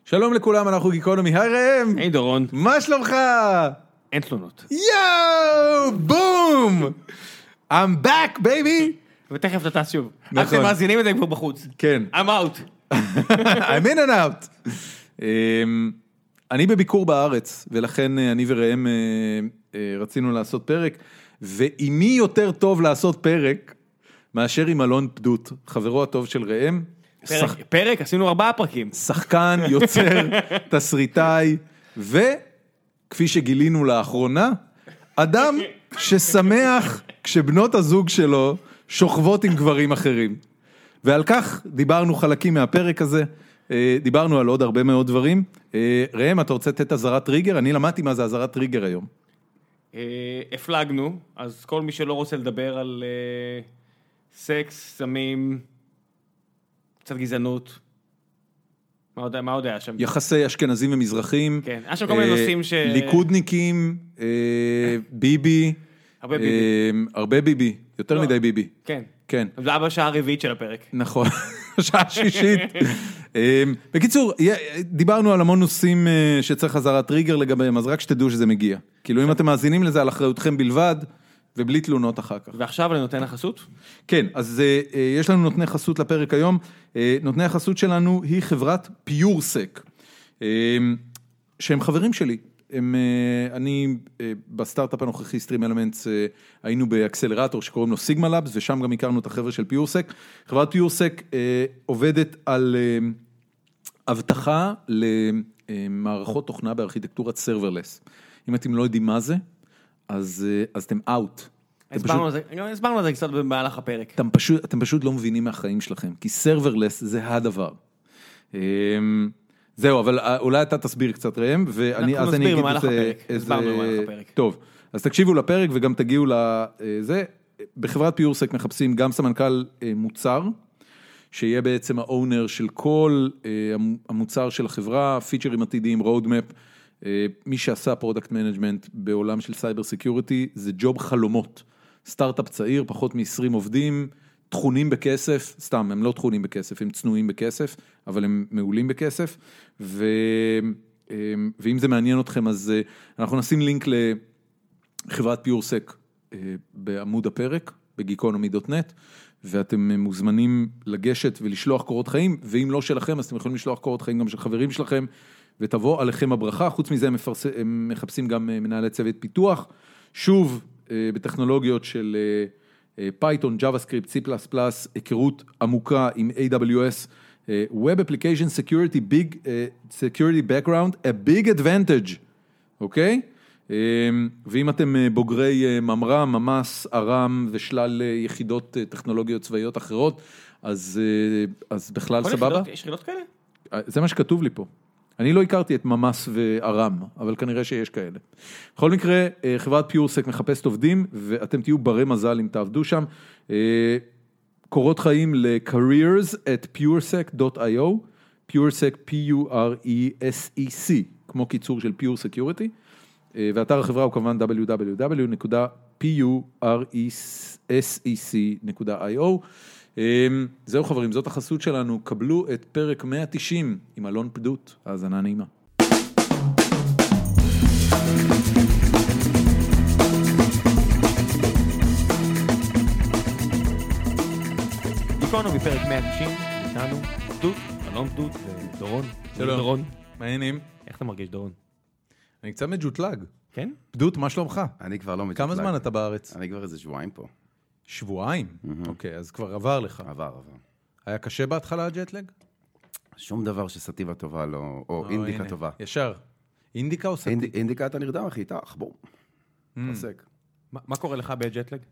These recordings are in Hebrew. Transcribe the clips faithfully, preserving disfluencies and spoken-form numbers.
שלום לכולם, אנחנו גיקונומי, היי ראם! היי דורון. מה שלומך? אין תלונות. יואו! בום! I'm back, baby! ותכף אתה טס שוב. נכון. אתם מאזינים את זה כבר בחוץ. כן. I'm out. I'm in and out. אמ, אני בביקור בארץ, ולכן אה, אני וראם אה, אה, רצינו לעשות פרק, ועם מי יותר טוב לעשות פרק, מאשר עם אלון פדות, חברו הטוב של ראם. פרק, פרק, עשינו ארבעה פרקים. שחקן, יוצר, תסריטאי, וכפי שגילינו לאחרונה, אדם ששמח כשבנות הזוג שלו שוכבות עם גברים אחרים. ועל כך דיברנו חלקים מהפרק הזה, דיברנו על עוד הרבה מאוד דברים. ראם, אתה רוצה לתת עזרת טריגר? אני למדתי מה זה עזרת טריגר היום. הפלגנו, אז כל מי שלא רוצה לדבר על סקס, סמים, קצת גזענות, מה עוד, מה עוד היה שם? יחסי אשכנזים ומזרחים. כן, היה שם כל מיני נושאים ש... ליכודניקים, ביבי. הרבה ביבי. הרבה ביבי, יותר מדי ביבי. כן. כן. זה היה בשעה הרביעית של הפרק. נכון, שעה שישית. בקיצור, דיברנו על המון נושאים שצריך חזרת טריגר לגביהם, אז רק שתדעו שזה מגיע. כאילו אם אתם מאזינים לזה על אחריותכם בלבד, ובלי תלונות אחר כך. ועכשיו לנותן החסות? כן, אז יש לנו נותני חסות לפרק היום. נותני החסות שלנו היא חברת פיורסק, שהם חברים שלי. הם, אני בסטארט-אפ הנוכחי סטרים אלמנטס היינו באקסלרטור שקוראים לו סיגמה לאבס, ושם גם הכרנו את החבר'ה של פיורסק. חברת פיורסק עובדת על הבטחה למערכות תוכנה בארכיטקטורת סרברלס. אם אתם לא יודעים מה זה, אז, אז אתם אאוט. הסברנו על זה, הסברנו על זה קצת במהלך הפרק. אתם פשוט, אתם פשוט לא מבינים מהחיים שלכם, כי סרברלס זה הדבר. זהו, אבל אולי אתה תסביר קצת ראם, ואני, אז אני אגיד איזה... טוב, אז תקשיבו לפרק וגם תגיעו לזה. בחברת פיורסק מחפשים גם סמנכ"ל מוצר, שיהיה בעצם האונר של כל המוצר של החברה, פיצ'רים עתידיים, רודמפ, מי שעשה פרודקט מנג'מנט בעולם של סייבר סקיוריטי, זה ג'וב חלומות. סטארט-אפ צעיר, פחות מ-עשרים עובדים, תכונים בכסף, סתם, הם לא תכונים בכסף, הם צנועים בכסף, אבל הם מעולים בכסף, ו... ואם זה מעניין אתכם, אז אנחנו נשים לינק לחברת פיורסק בעמוד הפרק, בגיקונומי דוט נט, ואתם מוזמנים לגשת ולשלוח קורות חיים, ואם לא שלכם, אז אתם יכולים לשלוח קורות חיים גם של חברים שלכם, ותבוא עליכם הברכה. חוץ מזה הם, מפרס... הם מחפשים גם מנהלי צוות פיתוח, שוב בטכנולוגיות של פייתון, JavaScript, C++, היכרות עמוקה עם A W S, Web Application Security, Big Security Background, a big advantage, אוקיי? ואם אתם בוגרי ממר"ם, ממ"ס, ארם ושלל יחידות טכנולוגיות צבאיות אחרות, אז, אז בכלל סבבה? יש יחידות כאלה? זה מה שכתוב לי פה. אני לא הכרתי את ממ"ס וארם, אבל כנראה שיש כאלה. בכל מקרה, חברת פיורסק מחפשת עובדים, ואתם תהיו ברי מזל אם תעבדו שם. קורות חיים ל-careers at puresec dot i o, puresec, P-U-R-E-S-E-C, כמו קיצור של Pure Security, ואתר החברה הוא כמובן דאבליו דאבליו דאבליו נקודה puresec נקודה i o. זהו חברים, זאת החסות שלנו, קבלו את פרק מאה תשעים עם אלון פדות, האזנה נעימה. גיקונומי בפרק מאה תשעים, איתנו פדות, אלון פדות ודורון. שלום. דורון. מה העניינים? איך אתה מרגיש דורון? אני קצת מג'וטלג. כן? פדות, מה שלומך? אני כבר לא מג'וטלג. כמה זמן אתה בארץ? אני כבר איזה שבועיים פה. שבועיים? אוקיי, אז כבר עבר לך. עבר, עבר. היה קשה בהתחלה הג'טלג? שום דבר שסטיבה טובה לא, או אינדיקה טובה. ישר. אינדיקה או סטיבה? אינדיקה אתה נרדם, אחי, איתך, בואו. תעסק. מה קורה לך בג'טלג?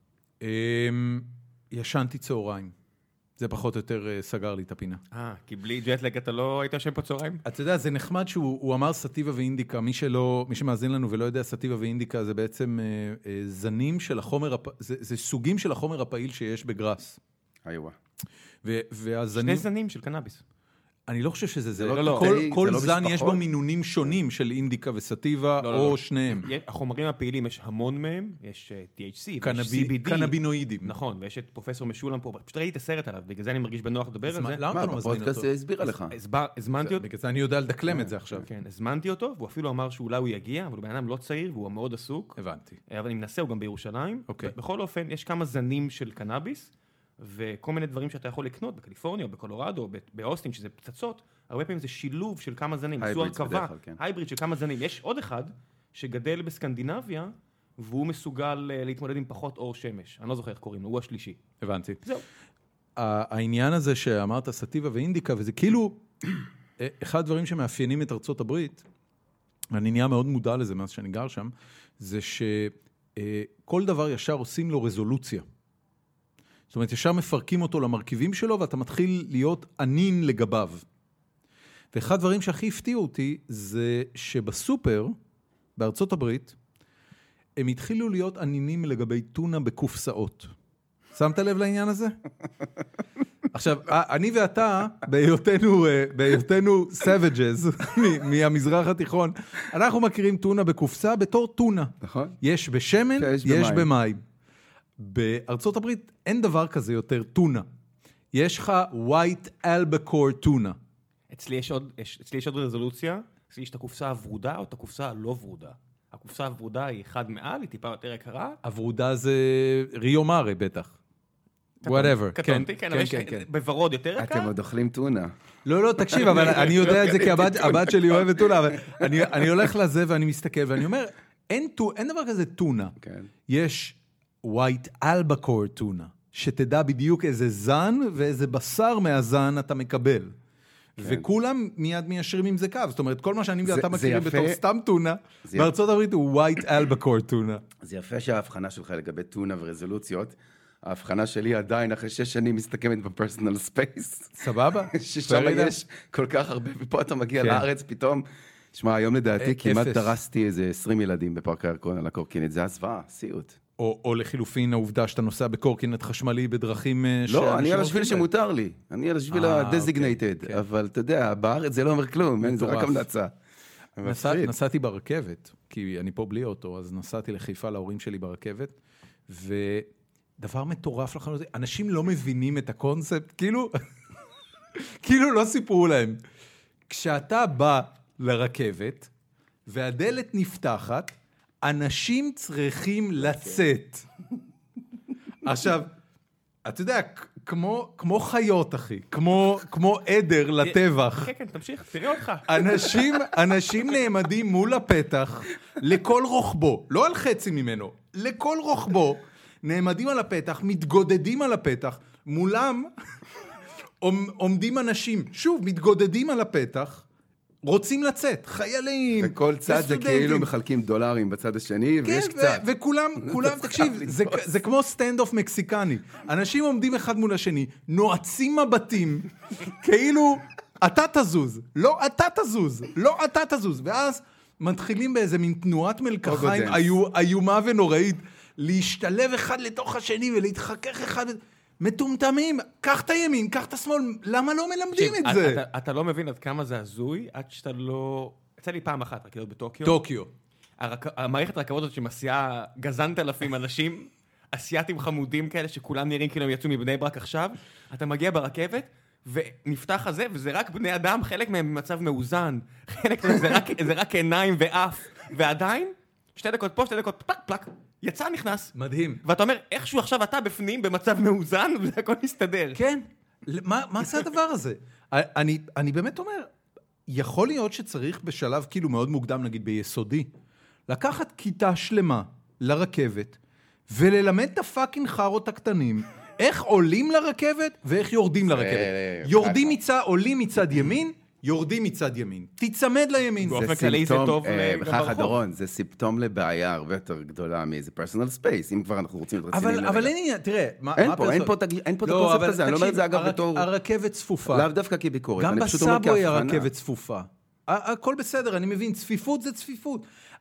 ישנתי צהריים. זה פחות או יותר סגר לי את הפינה. אה, כי בלי ג'טלג אתה לא היית ישן פה צהריים? אתה יודע, זה נחמד שהוא אמר סטיבה ואינדיקה, מי שלא, מי שמאזין לנו ולא יודע, סטיבה ואינדיקה זה בעצם זנים של החומר, זה סוגים של החומר הפעיל שיש בגראס. איואה. והזנים... שני זנים של קנאביס. אני לא חושב שזה זה. לא, לא. כל זן יש בו מינונים שונים של אינדיקה וסטיבה, או שניהם. החומרים הפעילים, יש המון מהם, יש טי אייץ' סי, יש סי בי די. קנבינואידים. נכון, ויש את פרופסור משולם פה, פשוט ראיתי את הסרט עליו, בגלל זה אני מרגיש בנוח לדבר על זה. למה אתה לא מזמין אותו? הסבירה לך. הזמנתי אותו. בגלל זה אני יודע לדקלם את זה עכשיו. כן, הזמנתי אותו, והוא אפילו אמר שאולי הוא יגיע, אבל הוא בן אדם לא צעיר, והוא מאוד עסוק. הבנתי. אבל אני מנסה, הוא גם בירושלים. בכל אופן, יש כמה זנים של קנאביס, וכל מיני דברים שאתה יכול לקנות בקליפורניה או בקולורדו או באוסטין, שזה פצצות, הרבה פעמים זה שילוב של כמה זנים, עשו הרכבה, הייבריד של כמה זנים. יש עוד אחד שגדל בסקנדינביה, והוא מסוגל להתמודד עם פחות אור שמש. אני לא זוכר איך קוראים לו, הוא השלישי. הבנתי. זהו. העניין הזה שאמרת סטיבה ואינדיקה, וזה כאילו, אחד הדברים שמאפיינים את ארצות הברית, ואני נהיה מאוד מודע לזה מאז שאני גר שם, זה שכל דבר ישר עושים לו רזולוציה. זאת אומרת, ישר מפרקים אותו למרכיבים שלו, ואתה מתחיל להיות ענין לגביו. ואחד הדברים שהכי הפתיעו אותי, זה שבסופר, בארצות הברית, הם התחילו להיות ענינים לגבי טונה בקופסאות. שמת לב לעניין הזה? עכשיו, אני ואתה, בהיותנו, בהיותנו savages, מהמזרח התיכון, אנחנו מכירים טונה בקופסה בתור טונה. נכון. יש בשמן, יש במים. בארצות הברית אין דבר כזה יותר טונה. יש לך white albacore טונה. אצלי יש עוד, אצלי יש עוד רזולוציה, אצלי יש את הקופסה הוורודה או את הקופסה הלא ורודה. הקופסה הוורודה היא אחד מעל, היא טיפה יותר יקרה. הוורודה זה ריו מארה בטח. whatever. קטונתי, כן, אבל בוורוד יותר יקר. אתם עוד אוכלים טונה. לא, לא, תקשיב, אבל אני יודע את זה כי הבת שלי אוהבת טונה, אבל אני הולך לזה ואני מסתכל ואני אומר, אין דבר כזה טונה. יש white albacore טונה, שתדע בדיוק איזה זן ואיזה בשר מהזן אתה מקבל. וכולם מיד מיישרים עם זה קו. זאת אומרת, כל מה שאני ואתה מכירים בתור סתם טונה, בארצות הברית הוא white albacore טונה. זה יפה שההבחנה שלך לגבי טונה ורזולוציות, ההבחנה שלי עדיין אחרי שש שנים מסתכמת בפרסונל ספייס. סבבה. ששם יש כל כך הרבה, ופה אתה מגיע לארץ פתאום. שמע, היום לדעתי כמעט דרסתי איזה עשרים ילדים בפארק הירקון על הקורקינט. זה הזוועה, סיוט. או, או לחילופין העובדה שאתה נוסע בקורקינט חשמלי בדרכים... לא, אני על השביל שמותר לי. אני על השביל ה-designated. אבל אתה יודע, בארץ זה לא אומר כלום, זה רק המלצה. נסעתי ברכבת, כי אני פה בלי אוטו, אז נסעתי לחיפה להורים שלי ברכבת, ודבר מטורף לכם, אנשים לא מבינים את הקונספט, כאילו, כאילו לא סיפרו להם. כשאתה בא לרכבת, והדלת נפתחת, אנשים צריכים לצאת. עכשיו, אתה יודע, כמו, כמו חיות, אחי, כמו, כמו עדר לטבח. כן, כן, תמשיך, תראה אותך. אנשים, אנשים נעמדים מול הפתח, לכל רוחבו, לא על חצי ממנו, לכל רוחבו, נעמדים על הפתח, מתגודדים על הפתח, מולם עומדים אנשים, שוב, מתגודדים על הפתח, רוצים לצאת, חיילים, וכל צד זה כאילו מחלקים דולרים בצד השני, ויש קצת. וכולם, כולם, תקשיב, זה כמו סטנד-אוף מקסיקני. אנשים עומדים אחד מול השני, נועצים מבטים, כאילו, אתה תזוז, לא אתה תזוז, לא אתה תזוז, ואז מתחילים באיזה מין תנועת מלקחיים איומה ונוראית, להשתלב אחד לתוך השני ולהתחכך אחד... מטומטמים, קח את הימין, קח את השמאל, למה לא מלמדים את זה? אתה לא מבין עד כמה זה הזוי, עד שאתה לא... יצא לי פעם אחת, רכבות בטוקיו. טוקיו. המערכת הרכבות הזאת שמסיעה גזנת אלפים אנשים, אסיאטים חמודים כאלה שכולם נראים כאילו הם יצאו מבני ברק עכשיו, אתה מגיע ברכבת, ונפתח הזה, וזה רק בני אדם, חלק מהם במצב מאוזן, חלק מהם זה רק עיניים ואף, ועדיין, שתי דקות פה, שתי דקות פלק פלק, יצא נכנס. מדהים. ואתה אומר, איכשהו עכשיו אתה בפנים במצב מאוזן, וזה הכל מסתדר. כן. מה, מה זה הדבר הזה? אני, אני באמת אומר, יכול להיות שצריך בשלב כאילו מאוד מוקדם, נגיד ביסודי, לקחת כיתה שלמה לרכבת, וללמד את הפאקינג חארות הקטנים, איך עולים לרכבת, ואיך יורדים לרכבת. יורדים מצד, עולים מצד ימין, יורדים מצד ימין. תיצמד לימין. זה סימפטום, בכך הדורון, זה סימפטום לבעיה הרבה יותר גדולה מאיזה פרסונל ספייס, אם כבר אנחנו רוצים רצינים לרגע. אבל אין עניין, תראה, אין פה, אין פה את הקונספט הזה, אני לא אומר את זה אגב בתור... הרכבת צפופה. לאו דווקא כביקורת. גם בסאבווי הרכבת צפופה. הכל בסדר, אני מבין, צפיפות זה צפיפות.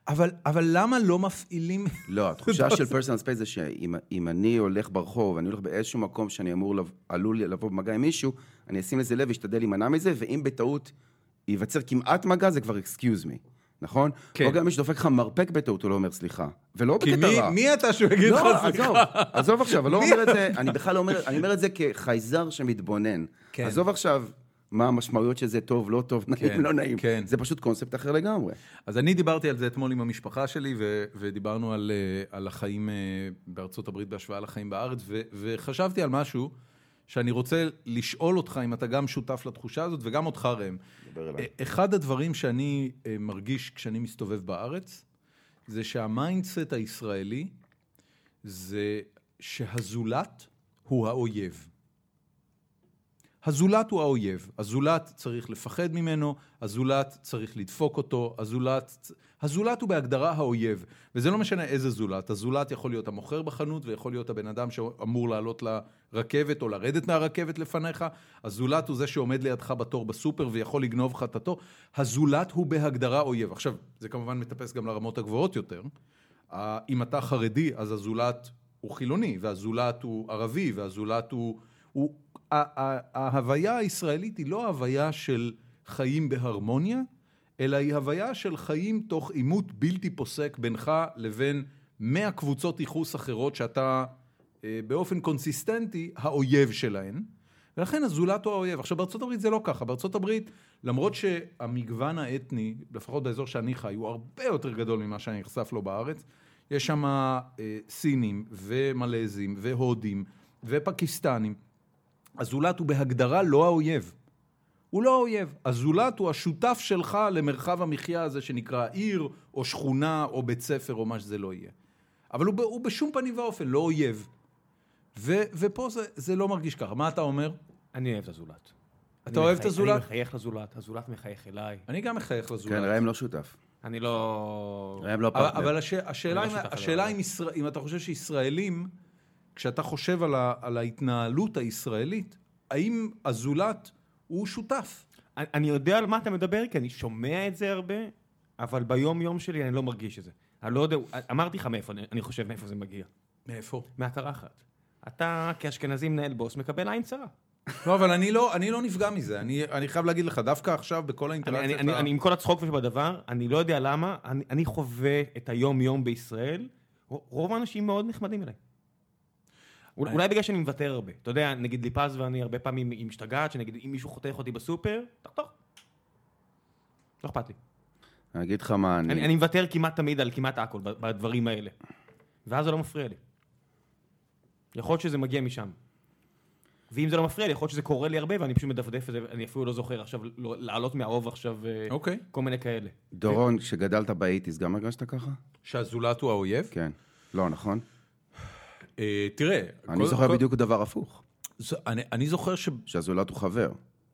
אבל, אבל למה לא מפעילים? לא, התחושה של פרסונל ספייס זה שאם אני הולך ברחוב, אני הולך באיזשהו מקום שאני אמור, עלול לבוא במגע עם מישהו, אני אשים לזה לב, אשתדל להימנע מזה, ואם בטעות ייווצר כמעט מגע, זה כבר excuse me. נכון? כן. או גם מי שדופק לך מרפק בטעות, הוא לא אומר סליחה. ולא בקטע רע. כי מי אתה שהוא יגיד לך סליחה? עזוב, עזוב עכשיו, לא אומר את זה, אני בכלל לא אומר, אני אומר את זה כחייזר שמתבונן. כן. עזוב עכשיו מה המשמעויות שזה טוב, לא טוב, נעים, כן, לא נעים. כן. זה פשוט קונספט אחר לגמרי. אז אני דיברתי על זה אתמול עם המשפחה שלי, ו- ודיברנו על, על החיים בארצות הברית בהשוואה לחיים בארץ, ו- וחשבתי על משהו שאני רוצה לשאול אותך אם אתה גם שותף לתחושה הזאת, וגם אותך רם. אחד הדברים שאני מרגיש כשאני מסתובב בארץ, זה שהמיינדסט הישראלי, זה שהזולת הוא האויב. הזולת הוא האויב. הזולת צריך לפחד ממנו, הזולת צריך לדפוק אותו, הזולת, הזולת הוא בהגדרה האויב. וזה לא משנה איזה זולת. הזולת יכול להיות המוכר בחנות, ויכול להיות הבן אדם שאמור לעלות לרכבת, או לרדת מהרכבת לפניך. הזולת הוא זה שעומד לידך בתור בסופר, ויכול לגנוב לך את התור. הזולת הוא בהגדרה אויב. עכשיו, זה כמובן מטפס גם לרמות הגבוהות יותר. אם אתה חרדי, אז הזולת הוא חילוני, והזולת הוא ערבי, והזולת הוא... הוא ההוויה הישראלית היא לא הוויה של חיים בהרמוניה, אלא היא הוויה של חיים תוך עימות בלתי פוסק בינך לבין מאה קבוצות ייחוס אחרות שאתה באופן קונסיסטנטי האויב שלהן, ולכן הזולת הוא האויב. עכשיו בארצות הברית זה לא ככה, בארצות הברית למרות שהמגוון האתני, לפחות באזור שאני חי, הוא הרבה יותר גדול ממה שאני נחשף לו בארץ, יש שם אה, סינים ומלזים והודים ופקיסטנים, הזולת הוא בהגדרה לא האויב. הוא לא האויב. הזולת הוא השותף שלך למרחב המחיה הזה שנקרא עיר או שכונה או בית ספר או מה שזה לא יהיה. אבל הוא, הוא בשום פנים ואופן לא אויב. ו, ופה זה, זה לא מרגיש ככה. מה אתה אומר? אני אוהב את הזולת. אתה אוהב את הזולת? אני מחייך לזולת. הזולת מחייך אליי. אני גם מחייך לזולת. כן, רעם לא שותף. אני לא... רעם לא פרטנר. אבל הש, השאלה, אם, השאלה אם, ישראל, אם אתה חושב שישראלים... כשאתה חושב על, ה, על ההתנהלות הישראלית, האם הזולת הוא שותף? אני, אני יודע על מה אתה מדבר, כי אני שומע את זה הרבה, אבל ביום יום שלי אני לא מרגיש את זה. אני לא יודע, אמרתי לך מאיפה, אני חושב מאיפה זה מגיע. מאיפה? מהקרחת. אתה כאשכנזי מנהל בוס מקבל עין צרה. לא, אבל אני לא, אני לא נפגע מזה. אני, אני חייב להגיד לך, דווקא עכשיו בכל האינטראקציה... אני, אני, אני, אני עם כל הצחוק שבדבר, אני לא יודע למה, אני, אני חווה את היום יום בישראל, רוב האנשים מאוד נחמדים אליי. אולי בגלל שאני מוותר הרבה. אתה יודע, נגיד ליפז ואני הרבה פעמים עם משתגעת, שנגיד אם מישהו חותך אותי בסופר, תחתוך. לא אכפת לי. אני אגיד לך מה, אני... אני מוותר כמעט תמיד על כמעט הכל בדברים האלה. ואז זה לא מפריע לי. יכול להיות שזה מגיע משם. ואם זה לא מפריע לי, יכול להיות שזה קורה לי הרבה, ואני פשוט מדפדף את זה, אני אפילו לא זוכר עכשיו, לעלות מהאוב עכשיו, כל מיני כאלה. דורון, כשגדלת באיטיז, גם הרגשת ככה? שהזולת הוא האויב? כן. לא, נכון? תראה... אני זוכר בדיוק דבר הפוך. אני זוכר ש... שהזולת הוא חבר.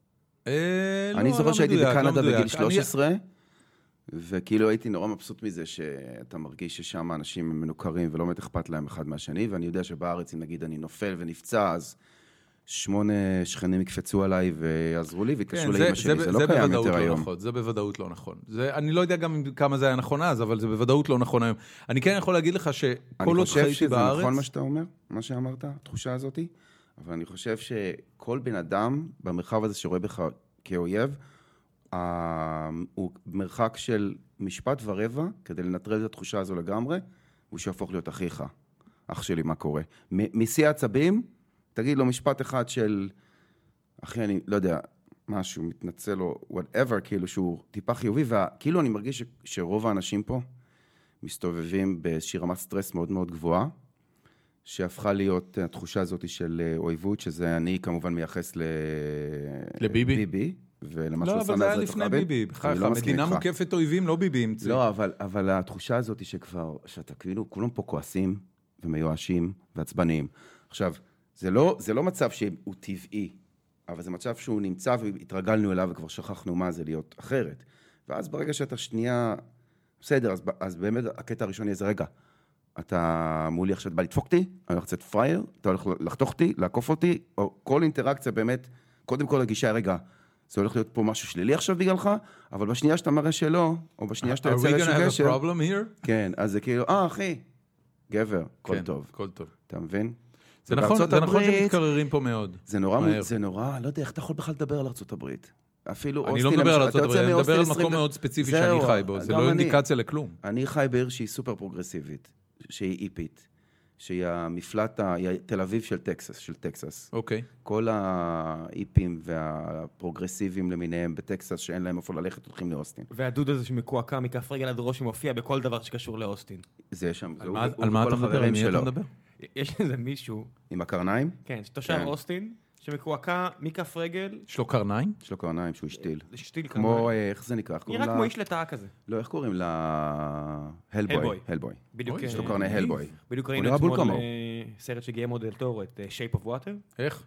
אני זוכר שהייתי בקנדה בגיל שלוש עשרה, וכאילו הייתי נורא מבסוט מזה שאתה מרגיש ששם אנשים מנוכרים ולא באמת אכפת להם אחד מהשני, ואני יודע שבארץ אם נגיד אני נופל ונפצע, אז שמונה שכנים יקפצו עליי ויעזרו לי ויקשו לאמא שלי, זה לא קיים יותר היום. זה בוודאות לא נכון. אני לא יודע גם כמה זה היה נכון אז, אבל זה בוודאות לא נכון היום. אני כן יכול להגיד לך שכל עוד חייתי בארץ... אני חושב שזה נכון מה שאתה אומר, מה שאמרת, התחושה הזאת, אבל אני חושב שכל בן אדם במרחב הזה שרואה בך כאויב, הוא מרחק של משפט ורבע, כדי לנטרל את התחושה הזו לגמרי, הוא שיהפוך להיות אחיך. אח שלי, מה קורה? משיא העצבים, תגיד לו משפט אחד של, אחי, אני לא יודע, משהו, מתנצל או whatever, כאילו שהוא טיפה חיובי, וכאילו אני מרגיש ש, שרוב האנשים פה מסתובבים באיזושהי רמת סטרס מאוד מאוד גבוהה, שהפכה להיות התחושה הזאת של אויבות, שזה אני כמובן מייחס ל... לביבי. ביבי. לא, אבל זה היה לפני ביבי. המדינה מוקפת אויבים, לא ביבי המציא. לא, אבל, אבל התחושה הזאת שכבר, שאתה כאילו, כולם פה כועסים ומיואשים ועצבניים. עכשיו, זה לא, זה לא מצב שהוא טבעי, אבל זה מצב שהוא נמצא והתרגלנו אליו וכבר שכחנו מה זה להיות אחרת. ואז ברגע שאתה שנייה, בסדר, אז, אז באמת הקטע הראשון יהיה זה, רגע, אתה מולי עכשיו בא לדפוק אותי, אני הולך לצאת פרייר, אתה הולך לחתוך אותי, לעקוף אותי, או כל אינטראקציה באמת, קודם כל הגישה, רגע, זה הולך להיות פה משהו שלילי עכשיו בגללך, אבל בשנייה שאתה מראה שלא, או בשנייה שאתה יוצא איזשהו קשר... Are we gonna have a problem here? כן, אז זה כאילו, אה, אחי, גבר, כל כן, טוב. כל טוב. אתה מבין? זה נכון, זה נכון שמתקררים פה מאוד. זה נורא, זה נורא, לא יודע, איך אתה יכול בכלל לדבר על ארצות הברית? אפילו אני לא מדבר על ארצות הברית, אני מדבר על מקום מאוד ספציפי שאני חי בו, זה לא אינדיקציה לכלום. אני חי בעיר שהיא סופר פרוגרסיבית, שהיא איפית, שהיא המפלט, היא תל אביב של טקסס, של טקסס. אוקיי. כל האיפים והפרוגרסיביים למיניהם בטקסס, שאין להם איפה ללכת, הולכים לאוסטין. והדוד הזה שמקועקע מכף רגל עד ראש שמופיע בכל דבר שקשור לאוסטין. זה שם. על מה אתה מדבר? עם מי אתה מדבר? יש איזה מישהו... עם הקרניים? כן, תושב אוסטין, שמקועקע מכף רגל... יש לו קרניים? יש לו קרניים שהוא השתיל. השתיל קרניים. כמו, איך זה נקרא? נראה כמו איש לטאה כזה. לא, איך קוראים לה... הלבוי. הלבוי. בדיוק. יש לו קרני הלבוי. בדיוק ראינו אתמול סרט שגיימו דל טורו, את Shape of Water. איך?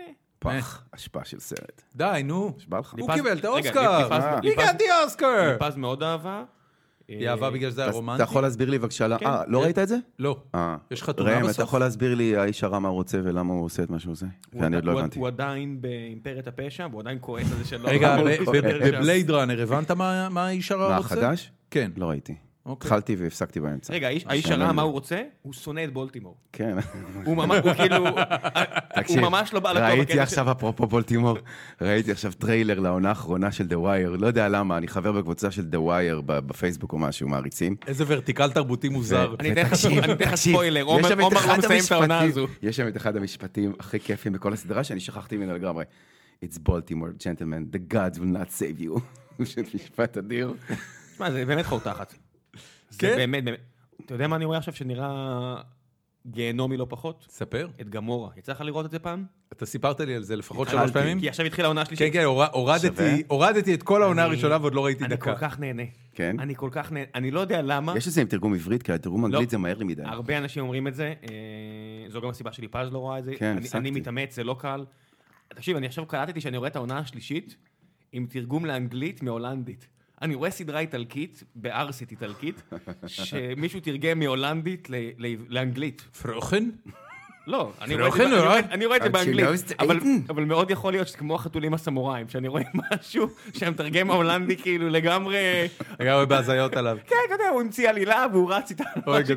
פח, השפעה של סרט. די, נו. השפעה לך. הוא קיבל את האוסקר. He got the Oscar. ליפז מאוד אהבה. היא אהבה בגלל זה הרומנטי. אתה יכול להסביר לי בבקשה, אה, לא ראית את זה? לא. יש חתונה בסוף? ראם, אתה יכול להסביר לי האיש הרע מה הוא רוצה ולמה הוא עושה את מה שהוא עושה? אני עוד לא הבנתי. הוא עדיין באימפריית הפשע, והוא עדיין כועס על זה שלא... רגע, בבלייד ראנר, הבנת מה האיש הרע רוצה? מה, חדש? כן. לא ראיתי. התחלתי והפסקתי באמצע. רגע, האיש הרע, מה הוא רוצה? הוא שונא את בולטימור. כן. הוא ממש, הוא כאילו, הוא ממש לא בא לטוב. ראיתי עכשיו, אפרופו בולטימור, ראיתי עכשיו טריילר לעונה האחרונה של The Wire, לא יודע למה, אני חבר בקבוצה של The Wire בפייסבוק או משהו, מעריצים. איזה ורטיקל תרבותי מוזר. אני אתן לך ספוילר, עומר לא מסיים את העונה הזו. יש שם את אחד המשפטים הכי כיפים בכל הסדרה, שאני שכחתי ממנו לגמרי. It's Baltimore, gentlemen, the gods will not save you. זה משפט אדיר. מה, זה באמת חורתחת. זה באמת, באמת. אתה יודע מה אני רואה עכשיו שנראה גיהנומי לא פחות? ספר. את גמורה. יצא לך לראות את זה פעם? אתה סיפרת לי על זה לפחות שלוש פעמים? כי עכשיו התחילה העונה השלישית. כן, כן, הורדתי את כל העונה הראשונה ועוד לא ראיתי דקה. אני כל כך נהנה. כן? אני כל כך נהנה. אני לא יודע למה. יש לזה עם תרגום עברית, כי התרגום אנגלית זה מהר לי מדי. הרבה אנשים אומרים את זה. זו גם הסיבה שלי פז לא רואה את זה. אני מתאמץ, זה לא קל. תקשיב, אני עכשיו קלטתי שאני רואה את העונה השלישית עם תרגום לאנגלית מהולנדית. אני רואה סדרה איטלקית, בארסית איטלקית, שמישהו תרגם מהולנדית לאנגלית. פרוכן? לא, אני רואה את זה באנגלית, אבל מאוד יכול להיות שזה כמו החתולים הסמוראים, שאני רואה משהו שהמתרגם ההולנדי כאילו לגמרי... לגמרי בהזיות עליו. כן, אתה יודע, הוא המציא עלילה והוא רץ איתה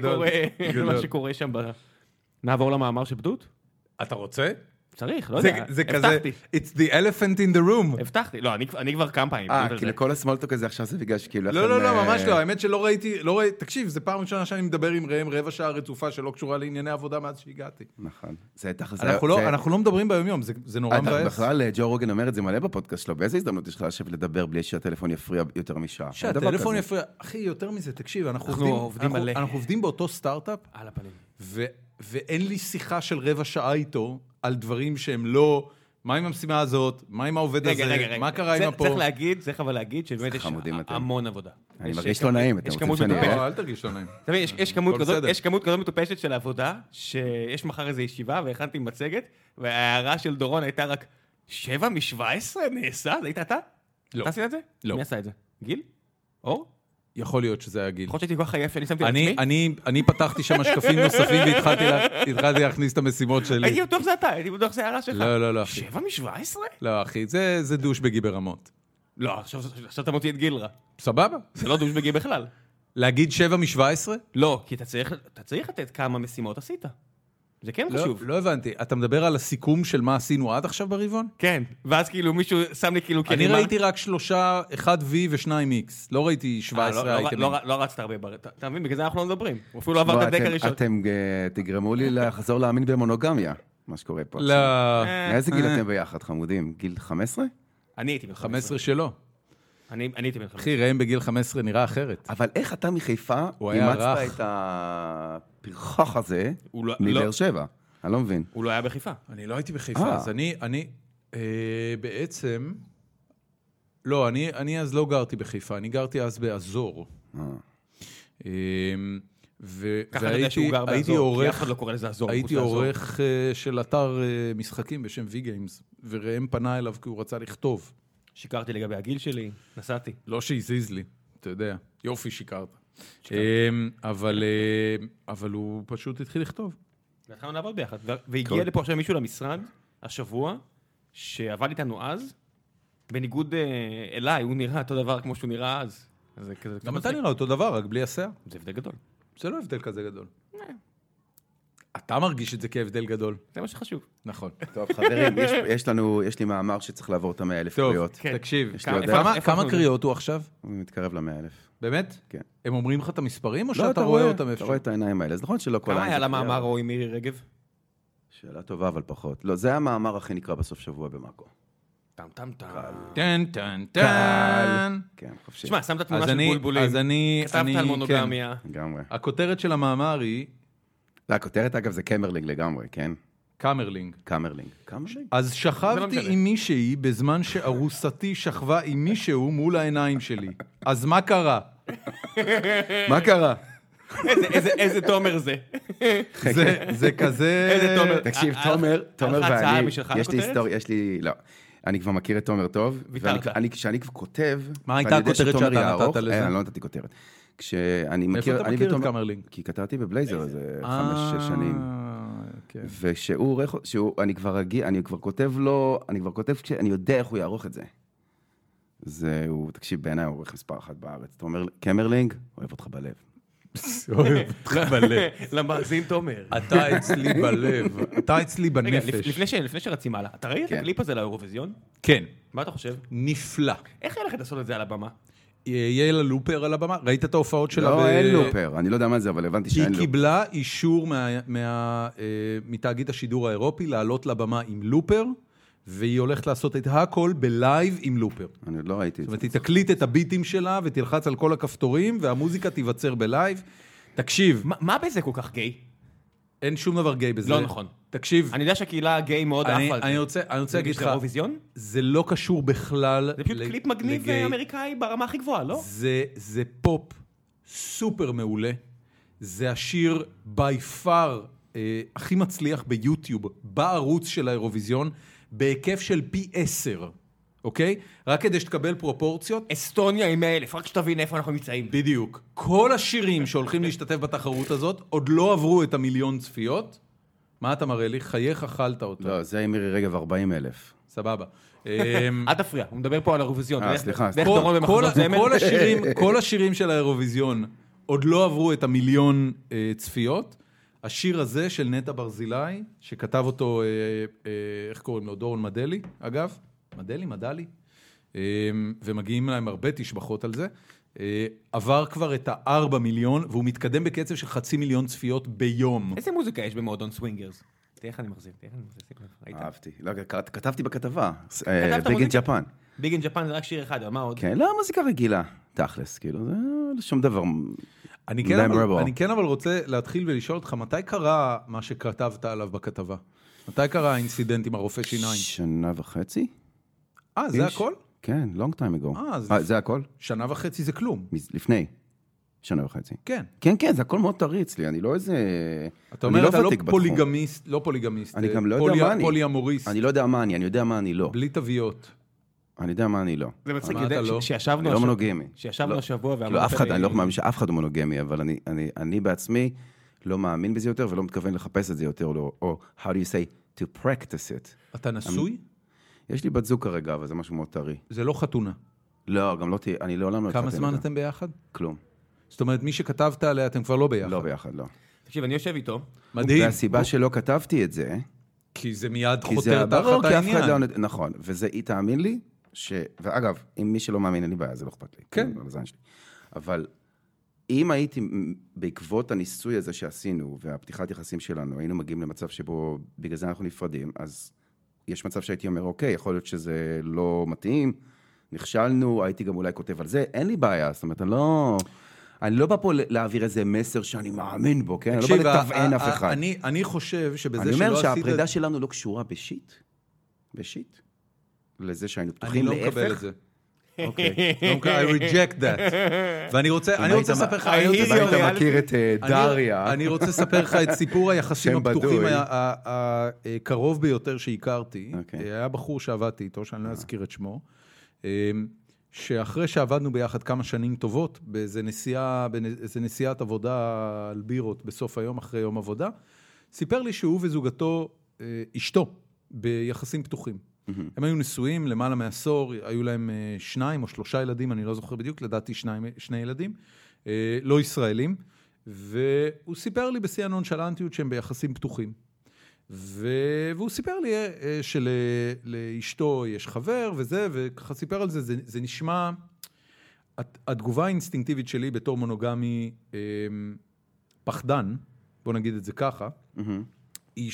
מה שקורה שם. נעבור למאמר של בדות? אתה רוצה? צריך, לא יודע, זה כזה, it's the elephant in the room. הבטחתי, לא, אני כבר כמה פעמים. אה, כי לכל הסמולטוק הזה עכשיו זה בגלל שכאילו... לא, לא, לא, ממש לא, האמת שלא ראיתי, לא ראיתי, תקשיב, זה פעם ראשונה שאני מדבר עם ראם רבע שעה רצופה שלא קשורה לענייני עבודה מאז שהגעתי. נכון. זה תכל'ס... אנחנו לא מדברים ביום יום, זה נורא מבאס. בכלל, ג'ו רוגן אומר את זה מלא בפודקאסט שלו, באיזה הזדמנות יש לך לשבת לדבר בלי שהטלפון יפריע יותר משעה? שהטלפון יפריע, אחי, יותר מזה, תקשיב, אנחנו עובדים באותו סטארט-אפ, על הפנים. ואין לי שיחה של רבע שעה איתו על דברים שהם לא, מה עם המשימה הזאת, מה עם העובד הזה, מה קרה עם הפה. צריך להגיד, צריך אבל להגיד שבאמת יש המון עבודה. אני מרגיש לא נעים, אתם רוצים שאני... לא, אל תרגיש לא נעים. יש כמות כזאת מטופשת של העבודה, שיש מחר איזו ישיבה, והכנתי מצגת, וההערה של דורון הייתה רק, שבע משבע עשרה נעשה? זה היית אתה? לא. אתה עשית את זה? לא. מי עשה את זה? גיל? אור? יכול להיות שזה היה גיל. יכול להיות שהייתי כל כך עייף שאני שמתי לעצמי? אני פתחתי שם שקפים נוספים והתחלתי להכניס את המשימות שלי. הייתי בטוח זה אתה, הייתי בטוח זה הערה שלך. לא, לא, לא, אחי. שבע משבע עשרה? לא, אחי, זה דושבגי ברמות. לא, עכשיו אתה מוציא את גיל רע. סבבה. זה לא דושבגי בכלל. להגיד שבע משבע עשרה? לא, כי אתה צריך לתת כמה משימות עשית. זה כן חשוב. לא הבנתי, אתה מדבר על הסיכום של מה עשינו עד עכשיו ברבעון? כן, ואז כאילו מישהו שם לי כאילו... אני ראיתי רק שלושה, אחד V ושניים X, לא ראיתי שבע עשרה אייטמים. לא רצת הרבה, אתה מבין, בגלל זה אנחנו לא מדברים. הוא אפילו לא עבר את הדק הראשון. אתם תגרמו לי לחזור להאמין במונוגמיה, מה שקורה פה. לא. מאיזה גיל אתם ביחד, חמודים? גיל חמש עשרה? אני הייתי בן חמש עשרה שלו. אני הייתי בן חמש עשרה. אחי, ראם בגיל חמש עשרה נראה אחרת. אבל איך אתה מחיפה אימצת את הפרחח הזה מבאר שבע? אני לא מבין. הוא לא היה בחיפה. אני לא הייתי בחיפה, אז אני, אני, בעצם, לא, אני, אני אז לא גרתי בחיפה, אני גרתי אז באזור. והייתי עורך, הייתי עורך של אתר משחקים בשם V-Games, וראם פנה אליו כי הוא רצה לכתוב. שיקרתי לגבי הגיל שלי, נסעתי. לא שהזיז לי, אתה יודע, יופי שיקרת. אבל, אבל הוא פשוט התחיל לכתוב. והתחלנו לעבוד ביחד, והגיע לפה עכשיו מישהו למשרד, השבוע, שעבד איתנו אז, בניגוד אליי, הוא נראה אותו דבר כמו שהוא נראה אז. גם אתה נראה אותו דבר, רק בלי השיער. זה הבדל גדול. זה לא הבדל כזה גדול. אתה מרגיש את זה כהבדל גדול. זה מה שחשוב. נכון. טוב, חברים, יש לנו, יש לי מאמר שצריך לעבור את המאה אלף קריאות. טוב, תקשיב. כמה קריאות הוא עכשיו? הוא מתקרב למאה אלף. באמת? כן. הם אומרים לך את המספרים או שאתה רואה אותם איפה? אתה רואה את העיניים האלה. אז נכון שלא כל העין. כמה היה למאמר או עם מירי רגב? שאלה טובה, אבל פחות. לא, זה המאמר הכי נקרא בסוף שבוע במאקו. טם טם טם. טן טן טן. כן, חופשי. שמע, שמת תמונה של בולבולים. אז אני... כתבת על מונוגמיה. לגמרי. הכותרת של המאמר היא... לא, הכותרת אגב זה קמרלינג לגמרי, כן? קמרלינג. קמרלינג. קמרלינג? אז שכבתי עם מישהי בזמן שארוסתי שכבה עם מישהו מול העיניים שלי. אז מה קרה? מה קרה? איזה תומר זה. זה כזה... איזה תומר. תקשיב, תומר, תומר ואני, יש לי היסטוריה, יש לי, לא. אני כבר מכיר את תומר טוב. ויתרת. כשאני כותב... מה הייתה הכותרת שאתה נתת לזה? אני לא נתתי כותרת. כשאני מכיר... איפה אתה מכיר את קמרלינג? כי כתבתי בבלייזר איזה חמש, שש שנים. ושהוא, אני כבר רגיל, אני כבר כותב לו, אני כבר כותב כשאני יודע איך הוא יערוך את זה. זהו, תקשיב, בעיניי הוא עורך מספר אחת בארץ. אתה אומר, קמרלינג, אוהב אותך בלב. אוהב אותך בלב. למאזין תומר. אתה אצלי בלב, אתה אצלי בנפש. לפני שרצים הלאה, אתה ראית את הקליפ הזה לאירוויזיון? כן. מה אתה חושב? נפלא. איך היה לך לעשות את זה על הבמה? יהיה לה לופר על הבמה? ראית את ההופעות שלה? לא, אין לופר, אני לא יודע מה זה, אבל הבנתי שאין לופר. היא קיבלה אישור מתאגיד השידור האירופי לעלות לבמה עם לופר, והיא הולכת לעשות את הכל בלייב עם לופר. אני עוד לא ראיתי את זה. זאת אומרת, היא תקליט את הביטים שלה ותלחץ על כל הכפתורים, והמוזיקה תיווצר בלייב. תקשיב. מה בזה כל כך גיי? אין שום דבר גיי בזה. לא נכון. תקשיב. אני יודע שהקהילה הגיי מאוד עפה על זה. אני רוצה, אני רוצה להגיד לך, זה לא קשור בכלל. זה פשוט קליפ מגניב אמריקאי ברמה הכי גבוהה, לא? זה, זה פופ סופר מעולה. זה השיר by far אה, הכי מצליח ביוטיוב, בערוץ של האירוויזיון, בהיקף של פי עשר. אוקיי? רק כדי שתקבל פרופורציות. אסטוניה עם אלף, רק שתבין איפה אנחנו מצאים. בדיוק. כל השירים שהולכים להשתתף בתחרות הזאת, עוד לא עברו את המיליון צפיות. מה אתה מראה לי? חייך אכלת אותו. לא, זה עם מירי רגב ארבעים אלף. סבבה. אל תפריע, הוא מדבר פה על האירוויזיון. אה, סליחה. כל השירים של האירוויזיון עוד לא עברו את המיליון צפיות. השיר הזה של נטע ברזילי, שכתב אותו, איך קוראים לו? דורון מדלי, אגב. מדלי, מדלי. ומגיעים להם הרבה תשבחות על זה. עבר כבר את הארבע מיליון, והוא מתקדם בקצב של חצי מיליון צפיות ביום. איזה מוזיקה יש במועדון סווינגרס? תראה איך אני מחזיר, תראה איך אני מחזיר. אהבתי. לא, כתבתי בכתבה. ביג אין ג'פן. ביג אין ג'פן זה רק שיר אחד, אבל מה עוד? כן, לא, מוזיקה רגילה. תכלס, כאילו, זה שום דבר. אני כן, אבל, אני כן אבל רוצה להתחיל ולשאול אותך, מתי קרה מה שכתבת עליו בכתבה? מתי קרה האינסידנט עם הרופא שיניים? שנה וחצי? אה, זה הכל? כן, long time ago. אה, זה הכל? שנה וחצי זה כלום. לפני. שנה וחצי. כן. כן, כן, זה הכל מאוד תריץ לי, אני לא איזה... אתה אומר, אתה לא פוליגמיסט, לא פוליגמיסט, אני גם לא יודע מה אני. פוליאמוריסט. אני לא יודע מה אני, אני יודע מה אני לא. בלי תוויות. אני יודע מה אני לא. זה מצחיק, שישבנו... אני לא מונוגמי. שישבנו השבוע ואמרת... כאילו, אף אחד, אני לא מאמין שאף אחד הוא מונוגמי, אבל אני בעצמי לא מאמין בזה יותר, ולא מתכוון לחפש את זה יותר, או how do you say, to practice it. אתה נשוי? יש לי בת זוג כרגע, אבל זה משהו מאוד טרי. זה לא חתונה. לא, גם לא תהיה, אני לעולם לא התחתן. כמה זמן אתם ביחד? כלום. זאת אומרת, מי שכתבת עליה, אתם כבר לא ביחד. לא ביחד, לא. תקשיב, אני יושב איתו. מדהים. והסיבה שלא כתבתי את זה... כי זה מיד חותר תחת העניין. נכון, וזה, היא תאמין לי, ואגב, אם מי שלא מאמין, אין לי בעיה, זה לא אכפת לי. כן. אבל אם הייתי, בעקבות הניסוי הזה שעשינו, והפתיחת יחסים שלנו, היינו מגיעים למצב שבו בגלל זה אנחנו נפרדים, אז יש מצב שהייתי אומר, אוקיי, יכול להיות שזה לא מתאים, נכשלנו, הייתי גם אולי כותב על זה, אין לי בעיה, זאת אומרת, אני לא, אני לא בא פה להעביר איזה מסר שאני מאמין בו, כן? אני לא בא לתבען אף אחד. אני, אני חושב שבזה שלא עשית... אני אומר שהפרידה שלנו לא קשורה בשיט, בשיט, לזה שהיינו פתוחים להפך. אני לא מקבל את זה. אוקיי. I reject that. ואני רוצה, אני רוצה לספר לך, אתה מכיר את דריה. אני רוצה לספר לך את סיפור היחסים הפתוחים הקרוב ביותר שהכרתי. היה בחור שעבדתי איתו, שאני לא אזכיר את שמו, שאחרי שעבדנו ביחד כמה שנים טובות, באיזה נסיעה, באיזה נסיעת עבודה על בירות בסוף היום, אחרי יום עבודה, סיפר לי שהוא וזוגתו, אשתו, ביחסים פתוחים. הם היו נשואים למעלה מעשור, היו להם שניים או שלושה ילדים, אני לא זוכר בדיוק, לדעתי שניים, שני ילדים, לא ישראלים, והוא סיפר לי בשיא הנונשלנטיות שהם ביחסים פתוחים. והוא סיפר לי שלאשתו יש חבר וזה, וככה סיפר על זה, זה, זה נשמע, התגובה האינסטינקטיבית שלי בתור מונוגמי פחדן, בוא נגיד את זה ככה, היא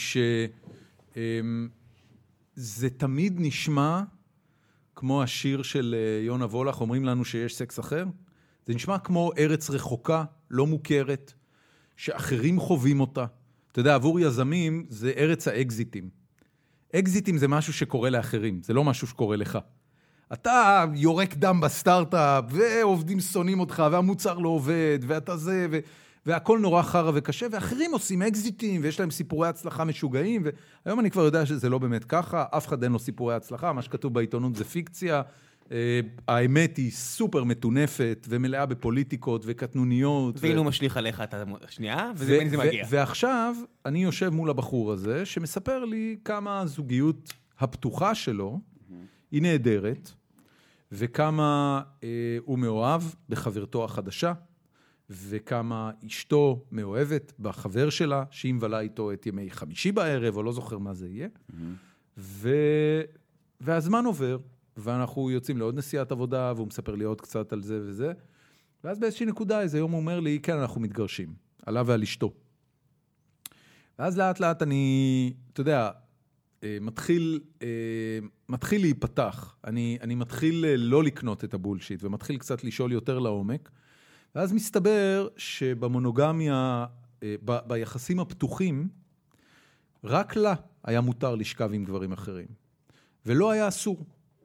שזה תמיד נשמע כמו השיר של יונה וולך, אומרים לנו שיש סקס אחר, זה נשמע כמו ארץ רחוקה, לא מוכרת, שאחרים חווים אותה. אתה יודע, עבור יזמים זה ארץ האקזיטים. אקזיטים זה משהו שקורה לאחרים, זה לא משהו שקורה לך. אתה יורק דם בסטארט-אפ, ועובדים שונאים אותך, והמוצר לא עובד, ואתה זה, ו... והכל נורא חרא וקשה, ואחרים עושים אקזיטים, ויש להם סיפורי הצלחה משוגעים, והיום אני כבר יודע שזה לא באמת ככה, אף אחד אין לו סיפורי הצלחה, מה שכתוב בעיתונות זה פיקציה, האמת היא סופר מטונפת, ומלאה בפוליטיקות וקטנוניות. ואילו משליך עליך את השנייה, וזה מגיע. ועכשיו, אני יושב מול הבחור הזה, שמספר לי כמה הזוגיות הפתוחה שלו, היא נהדרת, וכמה הוא מאוהב בחברתו החדשה, וכמה אשתו מאוהבת בחבר שלה, שהיא מבלה איתו את ימי חמישי בערב, או לא זוכר מה זה יהיה. ו... והזמן עובר, ואנחנו יוצאים לעוד נסיעת עבודה, והוא מספר לי עוד קצת על זה וזה. ואז באיזושהי נקודה, איזה יום הוא אומר לי, כן, אנחנו מתגרשים, עליו ועל אשתו. ואז לאט לאט אני, אתה יודע, מתחיל, מתחיל להיפתח. אני, אני מתחיל לא לקנות את הבולשיט, ומתחיל קצת לשאול יותר לעומק. ואז מסתבר שבמונוגמיה, ב, ביחסים הפתוחים, רק לה היה מותר לשכב עם גברים אחרים. ולא היה אסור.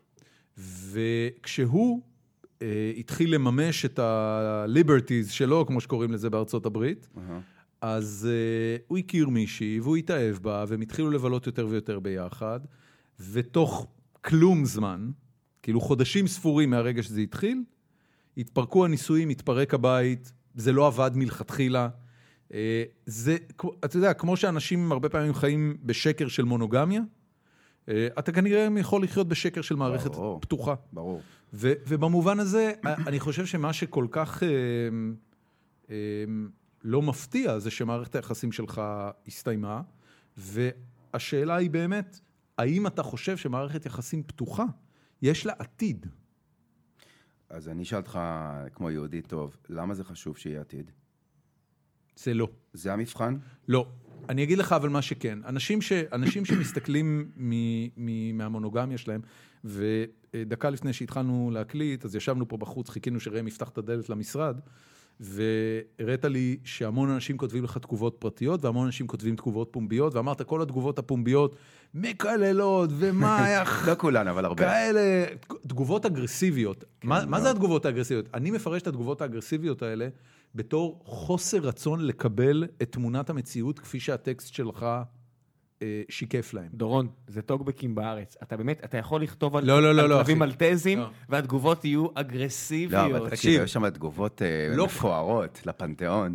וכשהוא אה, התחיל לממש את ה-liberties שלו, כמו שקוראים לזה בארצות הברית, uh-huh. אז אה, הוא הכיר מישהי, והוא התאהב בה, והם התחילו לבלות יותר ויותר ביחד, ותוך כלום זמן, כאילו חודשים ספורים מהרגע שזה התחיל, התפרקו הנישואים, התפרק הבית, זה לא עבד מלכתחילה. אה, זה, אתה יודע, כמו שאנשים הרבה פעמים חיים בשקר של מונוגמיה, אתה כנראה יכול לחיות בשקר של מערכת ברור, פתוחה. ברור. ו, ובמובן הזה, אני חושב שמה שכל כך אה, אה, לא מפתיע, זה שמערכת היחסים שלך הסתיימה, והשאלה היא באמת, האם אתה חושב שמערכת יחסים פתוחה, יש לה עתיד? אז אני אשאל אותך, כמו יהודי טוב, למה זה חשוב שיהיה עתיד? זה לא. זה המבחן? לא. אני אגיד לך אבל מה שכן, אנשים, ש, אנשים שמסתכלים מ, מ, מהמונוגמיה שלהם, ודקה לפני שהתחלנו להקליט, אז ישבנו פה בחוץ, חיכינו שראם יפתח את הדלת למשרד, והראית לי שהמון אנשים כותבים לך תגובות פרטיות, והמון אנשים כותבים תגובות פומביות, ואמרת כל התגובות הפומביות, מקללות, ומה היה... לא כולן, אבל הרבה. כאלה, תגובות אגרסיביות. מה, מה זה התגובות האגרסיביות? אני מפרש את התגובות האגרסיביות האלה, בתור חוסר רצון לקבל את תמונת המציאות, כפי שהטקסט שלך אה, שיקף להם. דורון, זה טוקבקים בארץ. אתה באמת, אתה יכול לכתוב על לא, לא, לא, כלבים מלטזים, והתגובות יהיו אגרסיביות. לא, אבל תקשיב, יש שם תגובות מפוארות לפנתיאון.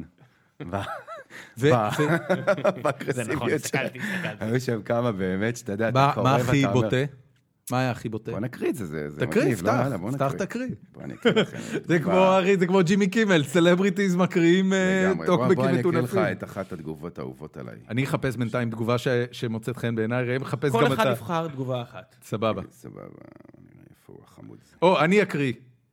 זה נכון, הסתכלתי, הסתכלתי. היו שם כמה באמת, שאתה יודע, אתה קורא ואתה אומר. מה הכי בוטה? מה היה הכי בוטה? בוא נקריא את זה, זה מגניב. תקריא, פתח, פתח תקריא. זה כמו, ארי, זה כמו ג'ימי קימל, סלבריטיז מקריאים טוקבקים מטונפים. בוא אני אקריא לך את אחת התגובות האהובות עליי. אני אחפש בינתיים תגובה שמוצאת חן בעיניי, ראם מחפש גם את ה... כל אחד יבחר תגובה אחת. סבבה. סבבה, איפה הוא החמוד? או, אני אקריא.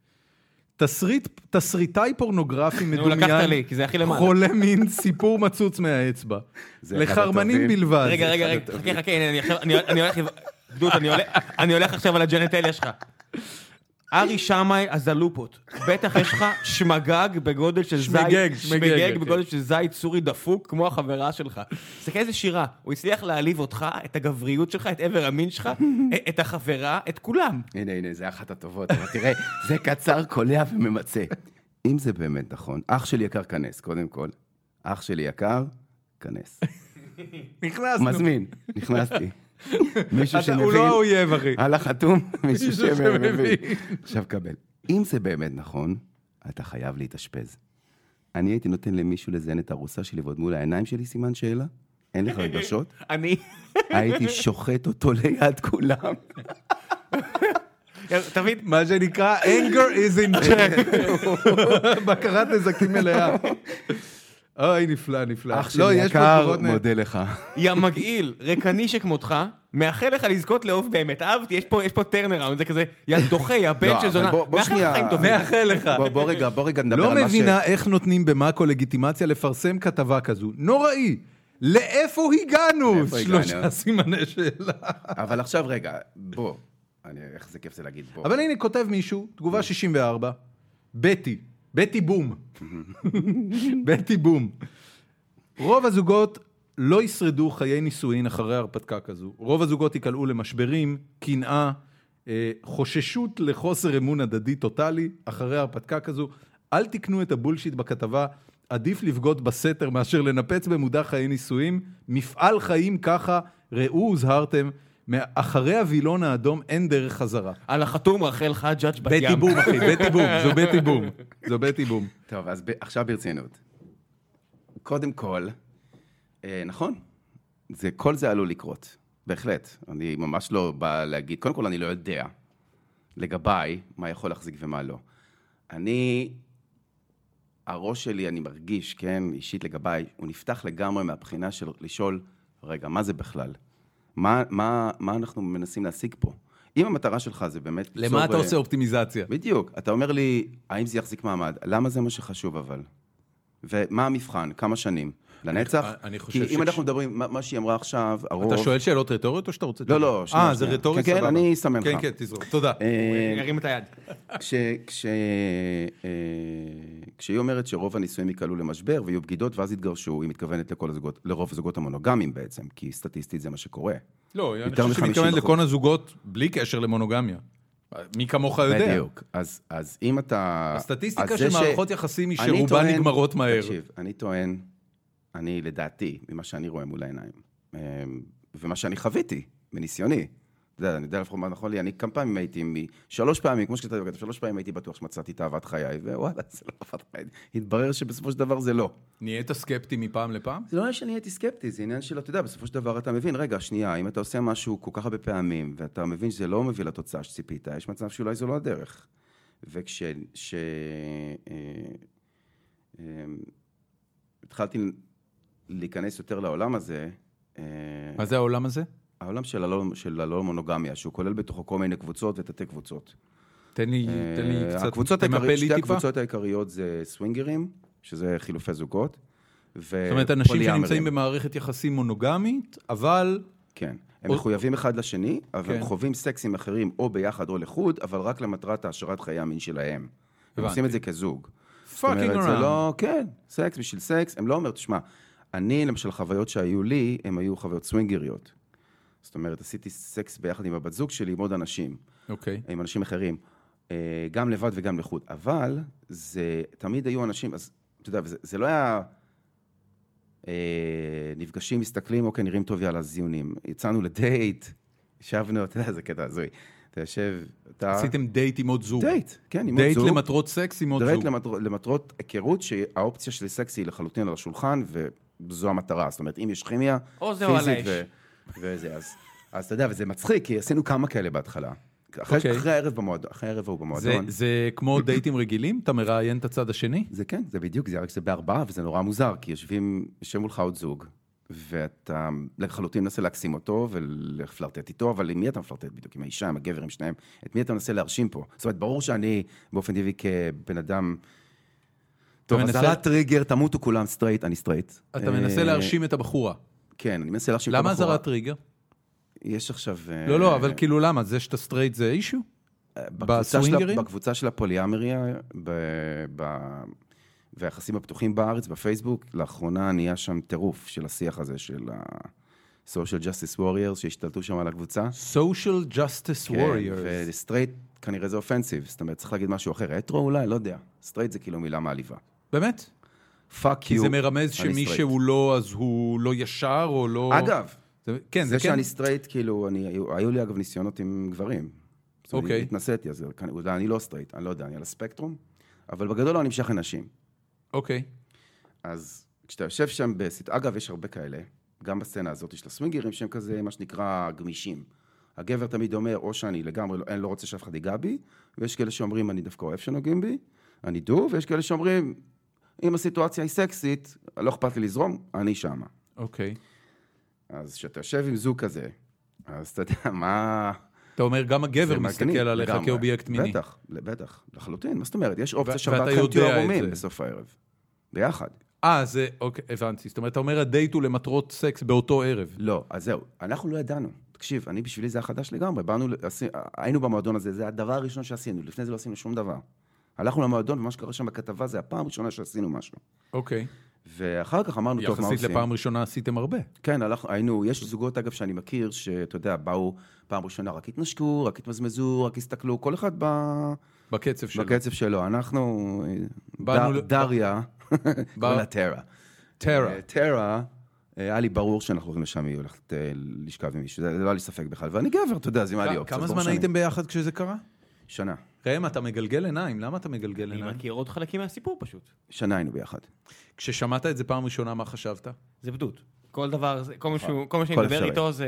תסריטאי פורנוגרפי מדומיין, חולה מין, סיפור מצוץ מהאצבע. לחרמנים בלבד. רגע, רגע, רגע, חכה, חכה, אני הולך... גדות, אני הולך עכשיו על הג'נטליה שלך. ארי שמאי הזלופות. בטח יש לך שמגג בגודל של זית, שמגג בגודל של זית סורי דפוק, כמו החברה שלך. זה כאיזה שירה. הוא הצליח להעליב אותך, את הגבריות שלך, את עבר המין שלך, את החברה, את כולם. הנה, הנה, זה אחת הטובות. אבל תראה, זה קצר, קולע וממצא. אם זה באמת נכון, אח שלי יקר כנס, קודם כל. אח שלי יקר, כנס. נכנסנו. מזמין, נכנסתי. מישהו שמבין, הוא לא האויב, אחי. על החתום, מישהו שמבין. עכשיו קבל. אם זה באמת נכון, אתה חייב להתאשפז. אני הייתי נותן למישהו לזיין את הרוסה שלי ועוד מול העיניים שלי סימן שאלה, אין לך רגשות? אני. הייתי שוחט אותו ליד כולם. תמיד. מה שנקרא, anger is in check. בקרת נזקים מלאה. אוי, נפלא, נפלא. אח שלי יקר, מודה לך. יא מגעיל, רקני שכמותך, מאחל לך לזכות לאהוב באמת. אהבתי, יש פה, יש פה טרנראונד, זה כזה, יא דוחה, יא בן של זונה. בוא שנייה, מאחל לך. בוא רגע, בוא רגע נדבר על מה ש... לא מבינה איך נותנים במאקו לגיטימציה לפרסם כתבה כזו. נוראי. לאיפה הגענו? שלושה סימני שאלה. אבל עכשיו רגע, בוא. איך זה כיף זה להגיד בוא. אבל הנה כותב מישהו, תגובה שישים וארבע, בטי, בטי בום. בטי בום. רוב הזוגות לא ישרדו חיי נישואין אחרי הרפתקה כזו. רוב הזוגות יקלעו למשברים, קנאה, חוששות לחוסר אמון הדדי טוטלי אחרי הרפתקה כזו. אל תקנו את הבולשיט בכתבה, עדיף לבגוד בסתר מאשר לנפץ במודע חיי נישואין. מפעל חיים ככה, ראו הוזהרתם, מאחרי הווילון האדום אין דרך חזרה. על החתום רחל חג'אג' בת ים. בטי בום, אחי, בטי בום, זו בטי בום. זו בטי בום. טוב, אז עכשיו ברצינות. קודם כל, נכון, כל זה עלול לקרות, בהחלט. אני ממש לא בא להגיד, קודם כל אני לא יודע לגביי מה יכול להחזיק ומה לא. אני, הראש שלי, אני מרגיש, כן, אישית לגביי, הוא נפתח לגמרי מהבחינה של לשאול, רגע, מה זה בכלל? מה, מה, מה אנחנו מנסים להשיג פה? אם המטרה שלך זה באמת... למה אתה עושה אופטימיזציה? בדיוק. אתה אומר לי, האם זה יחזיק מעמד? למה זה מה שחשוב אבל? ומה המבחן? כמה שנים? לנצח? אני חושב כי אם אנחנו מדברים, מה שהיא אמרה עכשיו, הרוב... אתה שואל שאלות רטוריות או שאתה רוצה... לא, לא. אה, זה רטורי סבבה. כן, אני אסמן לך. כן, כן, תזרום. תודה. ירים את היד. כשהיא אומרת שרוב הנישואים יקלעו למשבר ויהיו בגידות ואז יתגרשו, היא מתכוונת לרוב הזוגות המונוגמיים בעצם, כי סטטיסטית זה מה שקורה. לא, אני חושב שהיא מתכוונת לכל הזוגות בלי קשר למונוגמיה. מי כמוך יודע. בדיוק. אז אם אתה... הסטטיסטיקה של מערכות יחסים היא שרובן נגמרות מהר. תקשיב, אני טוען, אני לדעתי, ממה שאני רואה מול העיניים, ומה שאני חוויתי, מניסיוני, אני יודע לפחות מה נכון לי, אני כמה פעמים הייתי, שלוש פעמים, כמו שכתב, שלוש פעמים הייתי בטוח שמצאתי את אהבת חיי, ווואלה, זה לא אהבת חיי. התברר שבסופו של דבר זה לא. נהיית סקפטי מפעם לפעם? זה לא עניין שאני הייתי סקפטי, זה עניין שלא, אתה יודע, בסופו של דבר אתה מבין, רגע, שנייה, אם אתה עושה משהו כל כך הרבה פעמים, ואתה מבין שזה לא מביא לתוצאה שציפית, יש מצב שאולי זו לא הדרך. וכש... ש... התחלתי להיכנס יותר לעולם הזה. מה זה העולם הזה? העולם של הלא, של הלא מונוגמיה, שהוא כולל בתוכו כל מיני קבוצות ותתי קבוצות. תן לי, תן לי קצת, הקבוצות העיקריות, שתי הקבוצות העיקריות זה סווינגרים, שזה חילופי זוגות, זאת אומרת, אנשים שנמצאים במערכת יחסים מונוגמית, אבל... כן, הם מחויבים אחד לשני, אבל הם חווים סקסים אחרים או ביחד או לחוד, אבל רק למטרת העשרת חיי המין שלהם. הם עושים את זה כזוג. פאקינג אראונד. זה לא, כן, סקס בשביל סקס, הם לא אומרים, תשמע, אני למשל חוויות שהיו לי, הם היו חוויות סווינגריות. זאת אומרת, עשיתי סקס ביחד עם הבת זוג שלי, עם עוד אנשים. אוקיי. עם אנשים אחרים. גם לבד וגם לחוד. אבל זה, תמיד היו אנשים, אז אתה יודע, זה, זה לא היה נפגשים, מסתכלים, אוקיי, נראים טוב, יאללה, זיונים. יצאנו לדייט, ישבנו, אתה יודע, זה קטע הזוי. אתה יושב, אתה... עשיתם דייט עם עוד זוג. דייט, כן, עם עוד זוג. דייט למטרות סקס עם עוד זוג. דייט למטרות, למטרות היכרות, שהאופציה של סקס היא לחלוטין על השולחן, וזו המטרה. זאת אומרת, אם יש כימיה, פיזית ו... וזה, אז, אז אתה יודע, וזה מצחיק, כי עשינו כמה כאלה בהתחלה. אחרי, okay. אחרי הערב במועדון, אחרי הערב הוא במועדון. זה, זה כמו דייטים רגילים? אתה מראיין את הצד השני? זה כן, זה בדיוק, זה רק שזה בארבעה, וזה נורא מוזר, כי יושבים, יושב מולך עוד זוג, ואתה לחלוטין מנסה להקסים אותו, ולפלרטט איתו, אבל עם מי אתה מפלרטט בדיוק? עם האישה, עם הגבר, עם שניהם? את מי אתה מנסה להרשים פה? זאת אומרת, ברור שאני, באופן טבעי כבן אדם... טוב, אז על הטריגר, תמותו כולם סטרייט, אני סטרייט. אתה מנסה להרשים את הבחורה. כן, אני מנסה להרשים את הבחורה. למה זה הטריגר? יש עכשיו... לא, לא, אבל כאילו למה? זה שאתה סטרייט זה אישו? בסווינגרים? בקבוצה של הפוליאמריה, והיחסים הפתוחים בארץ, בפייסבוק, לאחרונה נהיה שם טירוף של השיח הזה, של ה-Social Justice Warriors, שהשתלטו שם על הקבוצה. Social Justice Warriors. כן, וסטרייט כנראה זה אופנסיב, זאת אומרת, צריך להגיד משהו אחר. הטרו אולי, לא יודע. סטרייט זה כאילו מילה מעליבה. באמת? Fuck you. כי זה מרמז שמי שהוא לא, אז הוא לא ישר או לא... אגב, זה, כן, זה זה שאני כן. סטרייט, כאילו, אני, היו, היו לי אגב ניסיונות עם גברים. אוקיי. התנסיתי, אז אני לא סטרייט, אני לא יודע, אני על הספקטרום, אבל בגדול אני נמשך אנשים. אוקיי. אז כשאתה יושב שם בסט... אגב, יש הרבה כאלה, גם בסצנה הזאת יש לה סווינגרים שהם כזה, מה שנקרא, גמישים. הגבר תמיד אומר, או שאני לגמרי אני לא רוצה שאף אחד ייגע בי, ויש כאלה שאומרים, אני דווקא אוהב שנוגעים בי, אני דו, ויש כאלה שאומרים, אם הסיטואציה היא סקסית, לא אכפת לי לזרום, אני שמה. אוקיי. אז כשאתה יושב עם זוג כזה, אז אתה יודע, מה... אתה אומר, גם הגבר מסתכל עליך כאובייקט מיני. בטח, בטח, לחלוטין. מה זאת אומרת? יש אופציה שבת לכם תהיו ערומים בסוף הערב. ביחד. אה, זה, אוקיי, הבנתי. זאת אומרת, אתה אומר, הדייט הוא למטרות סקס באותו ערב. לא, אז זהו. אנחנו לא ידענו. תקשיב, אני בשבילי זה החדש לגמרי. באנו, היינו במועדון הזה, זה הדבר הראשון שעשינו. לפני זה לא עשינו שום דבר. הלכנו למועדון, ומה שקרה שם בכתבה, זה הפעם הראשונה שעשינו משהו. אוקיי. ואחר כך אמרנו, טוב, מה עושים? יחסית לפעם ראשונה עשיתם הרבה. כן, היינו, יש זוגות, אגב, שאני מכיר, שאתה יודע, באו פעם ראשונה, רק התנשקו, רק התמזמזו, רק הסתכלו, כל אחד בקצב שלו. בקצב שלו. אנחנו, דריה, קוראים טרה. טרה. טרה, היה לי ברור שאנחנו הולכים לשם, היא הולכת לשכב עם מישהו, זה לא היה לי ספק בכלל. ואני גבר, אתה יודע, זה מה לי אופציה. כמה זמן הייתם ביחד כשזה קרה? שנה. ראם, אתה מגלגל עיניים, למה אתה מגלגל עיניים? אני מכיר עוד חלקים מהסיפור פשוט. שנה היינו ביחד. כששמעת את זה פעם ראשונה, מה חשבת? זה בדות. כל דבר, כל מה שאני מדבר איתו זה...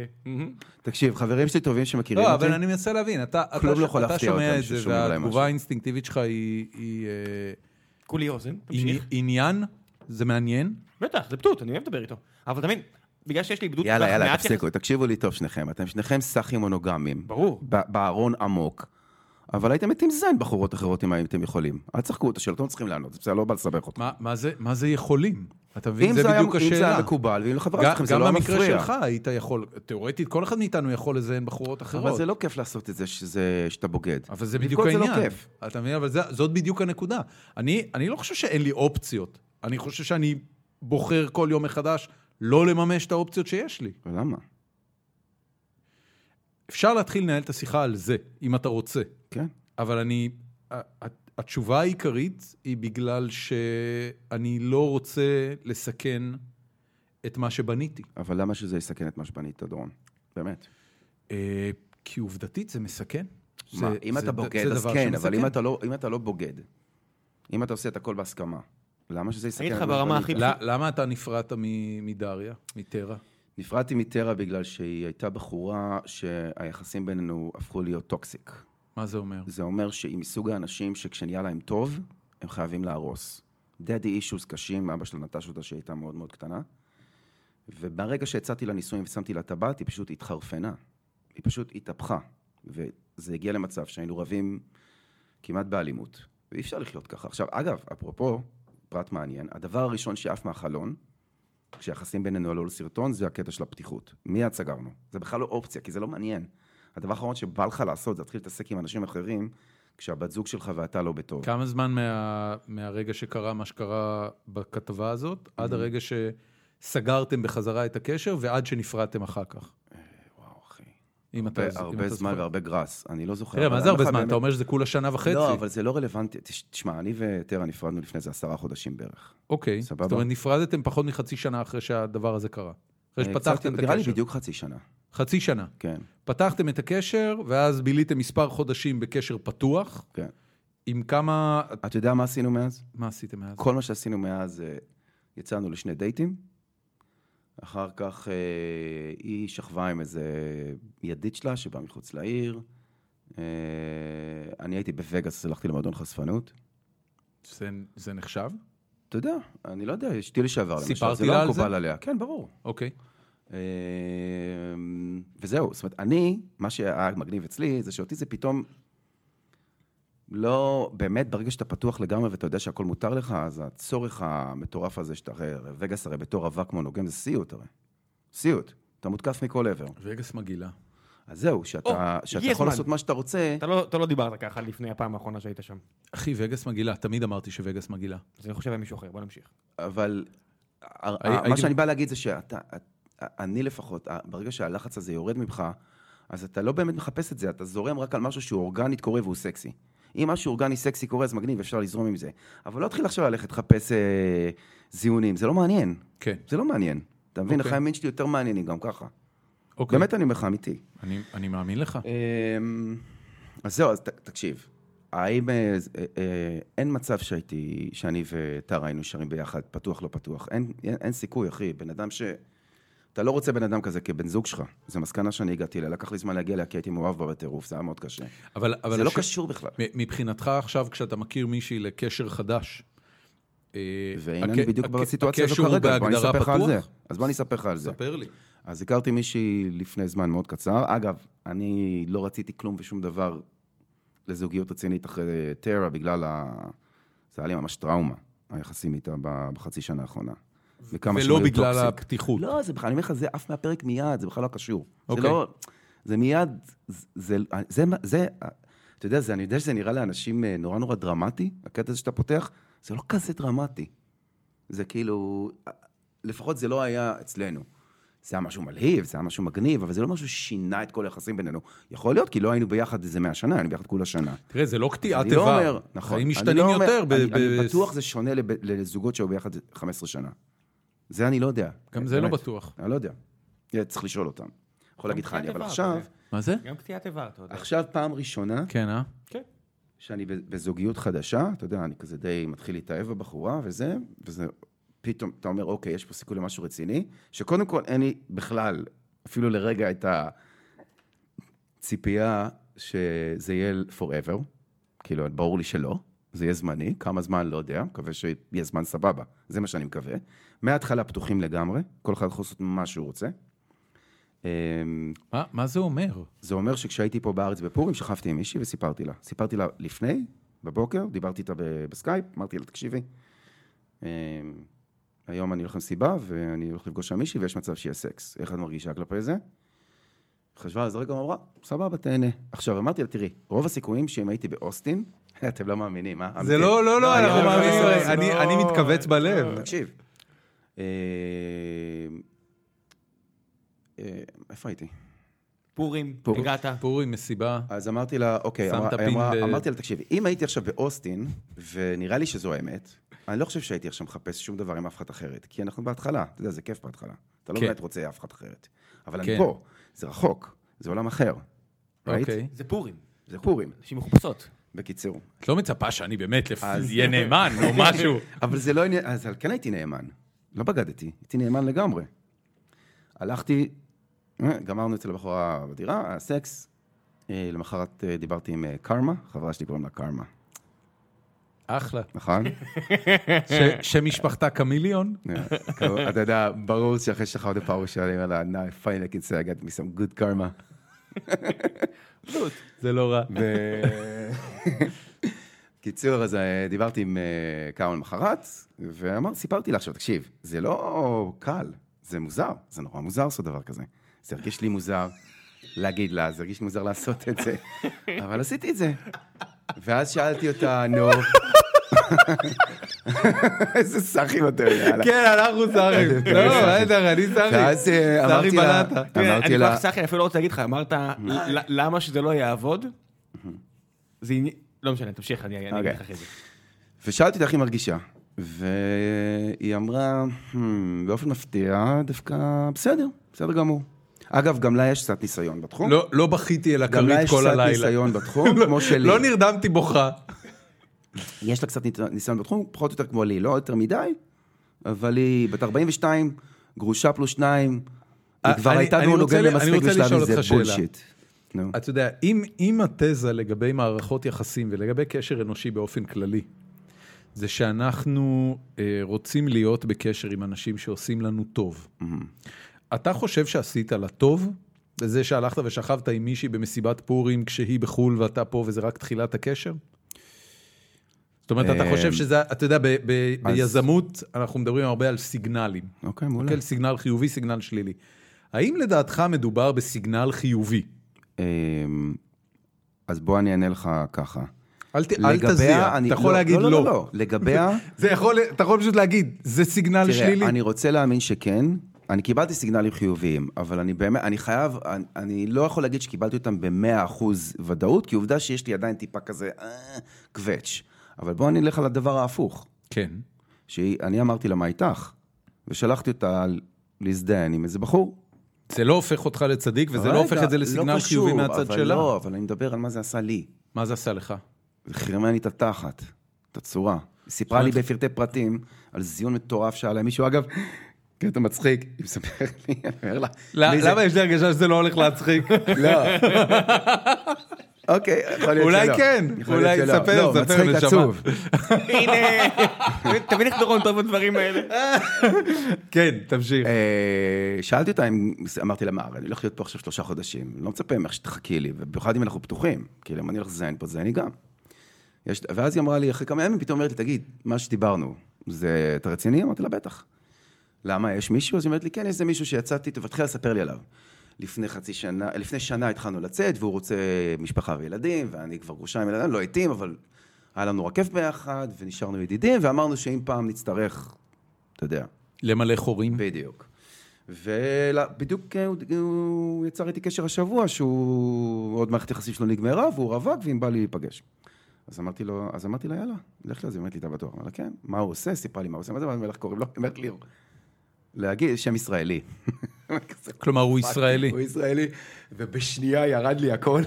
תקשיב, חברים שלי טובים שמכירים אותי. לא, אבל אני מנסה להבין, אתה שומע את זה, והתגובה האינסטינקטיבית שלך היא... כולי אוזן, תמשיך. עניין? זה מעניין? בטח, זה בדות, אני אוהב לדבר איתו. אבל תמיד, בגלל שיש לי בדות... יאללה, יאללה, תפסיקו, תקשיבו לי טוב שניכם. אתם שניכם סחים מונוגמים. ברור. בארון עמוק. אבל הייתם מתים זן בחורות אחרות אם הייתם יכולים. אל תצחקו את השאלות, אתם צריכים לענות, זה לא בא לסבך אותך. מה זה יכולים? אתה מבין, זה בדיוק השאלה. אם זה היה מקובל, ואם לחברה שלכם זה לא מפריע. גם במקרה שלך היית יכול, תיאורטית, כל אחד מאיתנו יכול לזהן בחורות אחרות. אבל זה לא כיף לעשות את זה שאתה בוגד. אבל זה בדיוק העניין. אתה מבין, אבל זאת בדיוק הנקודה. אני לא חושב שאין לי אופציות. אני חושב שאני בוחר כל יום מחדש לא לממש את האופציות שיש לי. ולמה? אפשר להתחיל לנהל את השיחה על זה, אם אתה רוצה. כן. אבל אני, התשובה העיקרית היא בגלל שאני לא רוצה לסכן את מה שבניתי. אבל למה שזה יסכן את מה שבנית, דורון? באמת. כי עובדתית זה מסכן. מה, אם אתה בוגד, אז כן, אבל אם אתה לא בוגד, אם אתה עושה את הכל בהסכמה, למה שזה יסכן את מה שבנית? למה אתה נפרדת מדריה, מטרה? נפרדתי מטרה בגלל שהיא הייתה בחורה שהיחסים בינינו הפכו להיות טוקסיק. מה זה אומר? זה אומר שהיא מסוג האנשים שכשנהיה להם טוב, הם חייבים להרוס. דדי אישוס קשים, אבא שלה נטש אותה שהייתה מאוד מאוד קטנה, וברגע שהצעתי לניסויים ושמתי לה טבעת, היא פשוט התחרפנה. היא פשוט התהפכה, וזה הגיע למצב שהיינו רבים כמעט באלימות, ואי אפשר לחיות ככה. עכשיו, אגב, אפרופו, פרט מעניין, הדבר הראשון שאף מהחלון, כשהיחסים בינינו עלו לסרטון, זה הקטע של הפתיחות. מיד סגרנו. זה בכלל לא אופציה, כי זה לא מעניין. הדבר האחרון שבא לך לעשות, זה להתחיל להתעסק עם אנשים אחרים, כשהבת זוג שלך ואתה לא בטוב. כמה זמן מה, מהרגע שקרה מה שקרה בכתבה הזאת, עד הרגע שסגרתם בחזרה את הקשר, ועד שנפרדתם אחר כך? וואו, אחי. הרבה זמן והרבה גרס. אני לא זוכר. תראה, מה זה הרבה זמן? אתה אומר שזה כולה שנה וחצי. לא, אבל זה לא רלוונטי. תשמע, אני וטרה נפרדנו לפני זה עשרה חודשים בערך. אוקיי. זאת אומרת, נפרדתם פחות מחצי שנה אחרי שהדבר הזה קרה. אחרי שפתחתם את הקשר. נראה לי בדיוק חצי שנה. חצי שנה. כן. פתחתם את הקשר, ואז ביליתם מספר חודשים בקשר פתוח. כן. עם כמה... אתה יודע מה עשינו מאז? מה עשיתם מאז? כל מה שעשינו מאז, יצאנו לשני דייטים. אחר כך היא שכבה עם איזה ידית שלה, שבא מחוץ לעיר. אני הייתי בווגאס, הלכתי למועדון חשפנות. זה נחשב? אתה יודע, אני לא יודע, יש טיל שעבר למשל. סיפרתי לה על זה? עליה. כן, ברור. אוקיי. וזהו, זאת אומרת, אני, מה שהיה מגניב אצלי, זה שאותי זה פתאום, לא, באמת, ברגע שאתה פתוח לגמרי ואתה יודע שהכל מותר לך, אז הצורך המטורף הזה שאתה הרי, וגאס הרי בתור אבק מונוגם, זה סיוט הרי. סיוט. אתה מותקף מכל עבר. וגאס מגילה. אז זהו, שאתה יכול לעשות מה שאתה רוצה. אתה לא דיברת ככה לפני הפעם האחרונה שהיית שם. אחי, וגאס מגילה, תמיד אמרתי שווגאס מגילה. אז אני חושב על מישהו אחר, בוא נמשיך. אבל מה שאני בא להגיד זה שאתה, אני לפחות, ברגע שהלחץ הזה יורד ממך, אז אתה לא באמת מחפש את זה, אתה זורם רק על משהו שהוא אורגנית קורה והוא סקסי. אם משהו אורגני סקסי קורה, אז מגניב, אפשר לזרום עם זה. אבל לא תתחיל עכשיו ללכת לחפש זיונים, זה לא מעניין. כן. זה לא מעניין. אתה מבין, החיים מין שלי יותר מעניינים גם ככה. באמת אני אומר לך אמיתי. אני מאמין לך. אז זהו, אז תקשיב. האם אין מצב שהייתי, שאני וטרה היינו שרים ביחד, פתוח לא פתוח. אין סיכוי, אחי. בן אדם ש... אתה לא רוצה בן אדם כזה כבן זוג שלך. זו מסקנה שאני הגעתי אליה. לקח לי זמן להגיע אליה, כי הייתי מאוהב בה בטירוף, זה היה מאוד קשה. אבל, אבל זה לא ש... קשור בכלל. מבחינתך עכשיו, כשאתה מכיר מישהי לקשר חדש, והנה אני בדיוק בסיטואציה הזו כרגע, בוא אני אספר לך על זה. אז בוא אני אספר לך על זה. ספר לי. אז הכרתי מישהי לפני זמן מאוד קצר. אגב, אני לא רציתי כלום ושום דבר לזוגיות רצינית אחרי טרה, בגלל ה... זה היה לי ממש טראומה, היחסים איתה בחצי שנה האחרונה. ולא בגלל הפתיחות. לא, זה בכלל, אני אומר לך, זה אף מהפרק מיד, זה בכלל לא קשור. זה לא, זה מיד, זה, זה, זה, אתה יודע, אני יודע שזה נראה לאנשים נורא נורא דרמטי, הקטע הזה שאתה פותח, זה לא כזה דרמטי. זה כאילו, לפחות זה לא היה אצלנו. זה היה משהו מלהיב, זה היה משהו מגניב, אבל זה לא משהו ששינה את כל היחסים בינינו. יכול להיות, כי לא היינו ביחד איזה מאה שנה, היינו ביחד כולה שנה. תראה, זה לא קטיעת איבר. חיים משתנים יותר. אני בטוח זה שונה לזוגות שהיו ביחד חמש עשרה שנה. זה אני לא יודע. גם זה לא בטוח. אני לא יודע. צריך לשאול אותם. יכול להגיד לך אני, אבל עכשיו... מה זה? גם קטיעת איבר, אתה יודע. עכשיו פעם ראשונה... כן, אה? כן. שאני בזוגיות חדשה, אתה יודע, אני כזה די מתחיל להתאהב בבחורה, וזה, וזה... פתאום אתה אומר, אוקיי, יש פה סיכוי למשהו רציני, שקודם כל אין לי בכלל, אפילו לרגע את הציפייה שזה יהיה forever, כאילו, ברור לי שלא, זה יהיה זמני, כמה זמן לא יודע, מקווה שיהיה זמן סבבה, זה מה שאני מקווה. מההתחלה פתוחים לגמרי, כל אחד יכול לעשות מה שהוא רוצה. מה, מה זה אומר? זה אומר שכשהייתי פה בארץ בפורים, שכבתי עם מישהי וסיפרתי לה. סיפרתי לה לפני, בבוקר, דיברתי איתה בסקייפ, אמרתי לה, תקשיבי, היום אני הולך למסיבה, ואני הולך לפגוש שם מישהי, ויש מצב שיהיה סקס. איך את מרגישה כלפי זה? חשבה על זה רגע, אמרה, סבבה, תהנה. עכשיו, אמרתי לה, תראי, רוב הסיכויים שאם הייתי באוסטין, אתם לא מאמינים, אה? זה לא, לא, לא, אנחנו מאמינים, אני מתכווץ בלב. תקשיב. איפה הייתי? פורים, הגעת. פורים, מסיבה. אז אמרתי לה, אוקיי, אמרתי לה, תקשיבי, אם הייתי עכשיו באוסטין, ונראה לי שזו האמת, אני לא חושב שהייתי עכשיו מחפש שום דבר עם אף אחת אחרת, כי אנחנו בהתחלה, אתה יודע, זה כיף בהתחלה. אתה לא באמת רוצה אף אחת אחרת. אבל אני פה, זה רחוק, זה עולם אחר. זה פורים. זה פורים. אנשים מחופשות. בקיצור. את לא מצפה שאני באמת אהיה נאמן או משהו. אבל זה לא עניין, אז כן הייתי נאמן. לא בגדתי, הייתי נאמן לגמרי. הלכתי, גמרנו אצל הבחורה בדירה, הסקס, למחרת דיברתי עם קרמה, חברה שלי קוראים לה קרמה. אחלה. נכון? שמשפחתה קמיליון? אתה יודע, ברור שאחרי שלך עוד פעם שאני אומר לה, now I finally can say I got me some good karma. זה לא רע. קיצור, אז דיברתי עם קרמה למחרת, ואמרתי, סיפרתי לה עכשיו, תקשיב, זה לא קל, זה מוזר, זה נורא מוזר לעשות דבר כזה. זה הרגיש לי מוזר להגיד לה, זה הרגיש לי מוזר לעשות את זה, אבל עשיתי את זה. ואז שאלתי אותה, נו, איזה סחים אתם, יאללה. כן, אנחנו סחים. לא, בטח, אני סחי. ואז אמרתי לה, אני כבר סחי, אפילו לא רוצה להגיד לך, אמרת, למה שזה לא יעבוד? זה לא משנה, תמשיך, אני אגיד לך אחרי זה. ושאלתי אותה איך היא מרגישה, והיא אמרה, באופן מפתיע, דווקא בסדר, בסדר גמור. אגב, גם לה יש קצת ניסיון בתחום. לא בכיתי אל הכרית כל הלילה. גם לה יש קצת ניסיון בתחום, כמו שלי. לא נרדמתי בוכה. יש לה קצת ניסיון בתחום, פחות או יותר כמו לי, לא יותר מדי, אבל היא בת ארבעים ושתיים, גרושה פלוס שניים, היא כבר הייתה מעונוגן למספיק בשלב הזה, בולשיט. אתה יודע, אם התזה לגבי מערכות יחסים ולגבי קשר אנושי באופן כללי, זה שאנחנו רוצים להיות בקשר עם אנשים שעושים לנו טוב. אתה חושב שעשית לה טוב? בזה שהלכת ושכבת עם מישהי במסיבת פורים כשהיא בחול ואתה פה וזה רק תחילת הקשר? זאת אומרת, אתה חושב שזה, אתה יודע, ביזמות אנחנו מדברים הרבה על סיגנלים. אוקיי, מעולה. אוקיי, סיגנל חיובי, סיגנל שלילי. האם לדעתך מדובר בסיגנל חיובי? אז בוא אני אענה לך ככה. אל תזיע, אתה יכול להגיד לא. לא, לא, לא, לגביה... אתה יכול פשוט להגיד, זה סיגנל שלילי. תראה, אני רוצה להאמין שכן, אני קיבלתי סיגנלים חיוביים, אבל אני באמת, אני חייב, אני לא יכול להגיד שקיבלתי אותם ב-מאה אחוז ודאות, כי עובדה שיש לי עדיין טיפה כזה, קווץ'. אבל בוא אני אלך על הדבר ההפוך. כן. שאני אמרתי לה מה איתך, ושלחתי אותה להזדהן עם איזה בחור. זה לא הופך אותך לצדיק, וזה לא הופך את זה לסיגנל חיובי מהצד שלה. לא, אבל אני מדבר על מה זה עשה לי. מה זה עשה לך? זה חירמן לי את התחת, את הצורה. היא סיפרה לי בפרטי פרטים על זיון מטורף שעלה מישהו. אגב, כן, אתה מצחיק, היא מספרת לי, אני אומר לה... למה יש לי הרגשה שזה לא הולך להצחיק? לא. אוקיי, יכול להיות שלא. אולי כן, אולי ספר, ספר, מצחיק עצוב. הנה, תבין איך דורון טוב בדברים האלה. כן, תמשיך. שאלתי אותה, אמרתי לה, מה, אני הולך להיות פה עכשיו שלושה חודשים, לא מצפה ממך שתחכי לי, ובמיוחד אם אנחנו פתוחים, כי אם אני הולך לזיין פה, זייני גם. ואז היא אמרה לי, אחרי כמה ימים, פתאום אומרת לי, תגיד, מה שדיברנו, זה, אתה רציני? אמרתי לה, בטח. למה, יש מישהו? אז היא אומרת לי, כן, יש איזה מישהו שיצאתי, תתחיל לספר לי עליו. לפני חצי שנה, לפני שנה התחלנו לצאת, והוא רוצה משפחה וילדים, ואני כבר גרושה עם ילדים, לא איתים, אבל היה לנו רכב ביחד, ונשארנו ידידים, ואמרנו שאם פעם נצטרך, אתה יודע. למלא חורים. בדיוק. ובדיוק הוא יצר איתי קשר השבוע, שהוא עוד מערכת יחסים שלו נגמרה, והוא רווק, ואם בא לי להיפגש. אז אמרתי לו, אז אמרתי לה, יאללה, לך לזה, אמרתי לי, אתה בטוח. אמרתי לה, כן, מה הוא עושה? סיפרה לי מה הוא עושה, מה זה, מה קוראים לו? אמרתי לי, להגיד, שם ישראלי. כלומר, הוא ישראלי. הוא ישראלי, ובשנייה ירד לי הכל.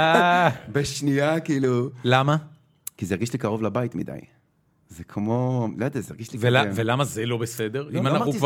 בשנייה, כאילו... למה? כי זה הרגיש לי קרוב לבית מדי. זה כמו, לא יודע, זה הרגיש לי... ולמה זה לא בסדר? אם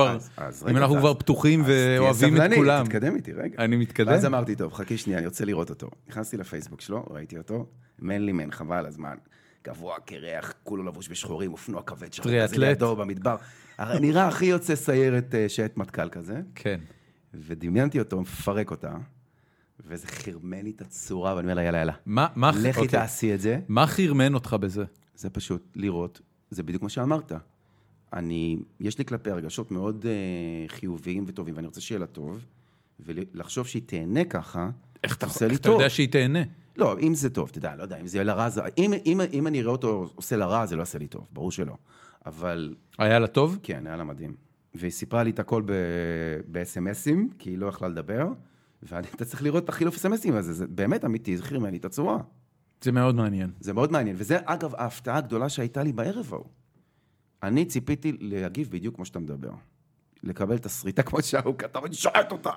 אנחנו כבר פתוחים ואוהבים את כולם. תתקדם איתי, רגע. אני מתקדם. ואז אמרתי, טוב, חכי שנייה, אני רוצה לראות אותו. נכנסתי לפייסבוק שלו, ראיתי אותו, מן לי מן, חבל הזמן. גבוה, קרח, כולו לבוש בשחורים, אופנוע כבד שחור, כזה לידו במדבר. נראה הכי יוצא סיירת שעת מטכ"ל כזה. כן. ודמיינתי אותו, מפרק אותה, וזה חרמן לי את הצורה, ואני אומר לה, יאללה, יאללה. מה, לכי תעשי את זה. מה חרמן אותך בזה? זה פשוט לראות, זה בדיוק מה שאמרת. אני, יש לי כלפי הרגשות מאוד uh, חיוביים וטובים, ואני רוצה שיהיה לה טוב, ולחשוב שהיא תהנה ככה, איך אתה, אתה, אתה יודע שהיא תהנה? לא, אם זה טוב, תדע, לא יודע, אם זה יהיה לרע, זה... אם, אם, אם אני אראה אותו עושה לרע, זה לא עושה לי טוב, ברור שלא. אבל... היה לה טוב? כן, היה לה מדהים. והיא סיפרה לי את הכל ב-אס אם אסים, כי היא לא יכלה לדבר, ואתה צריך לראות את החילוף אס אם אסים הזה, זה באמת אמיתי, זה חרמן לי את הצורה. זה מאוד מעניין. זה מאוד מעניין, וזה אגב ההפתעה הגדולה שהייתה לי בערב ההוא. אני ציפיתי להגיב בדיוק כמו שאתה מדבר. לקבל את הסריטה כמו שהוא כתב, אני שועט אותה.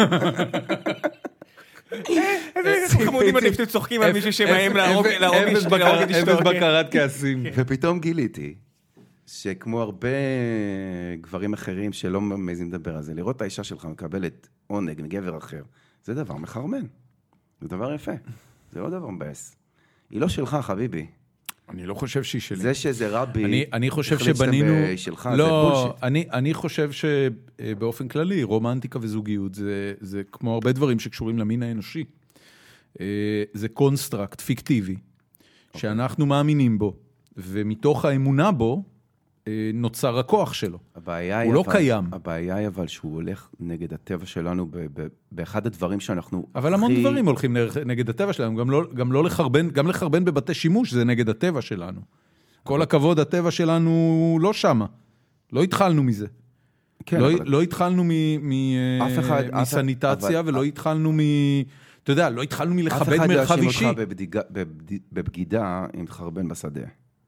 איזה חמודים עדיף צוחקים על מישהו שמהם להרוג את אשתו. אפס בקרת כעסים. ופתאום גיליתי שכמו הרבה גברים אחרים שלא מעזים לדבר על זה, לראות את האישה שלך מקבלת עונג מגבר אחר, זה דבר מחרמן. זה דבר יפה. זה לא דבר מבאס. היא לא שלך, חביבי. אני לא חושב שהיא שלי. זה שזה רבי, אני חושב שבנינו... לא, אני חושב שבאופן כללי, רומנטיקה וזוגיות, זה כמו הרבה דברים שקשורים למין האנושי. זה קונסטרקט פיקטיבי, שאנחנו מאמינים בו, ומתוך האמונה בו, נוצר הכוח שלו. הוא לא קיים. הבעיה היא אבל שהוא הולך נגד הטבע שלנו באחד הדברים שאנחנו... אבל המון דברים הולכים נגד הטבע שלנו, גם לא לחרבן, גם לחרבן בבתי שימוש זה נגד הטבע שלנו. כל הכבוד, הטבע שלנו לא שמה. לא התחלנו מזה. לא התחלנו מסניטציה ולא התחלנו מ... אתה יודע, לא התחלנו מלכבד מרחב אישי. אף אחד לא ישים אותך בבגידה אם תחרבן בשדה.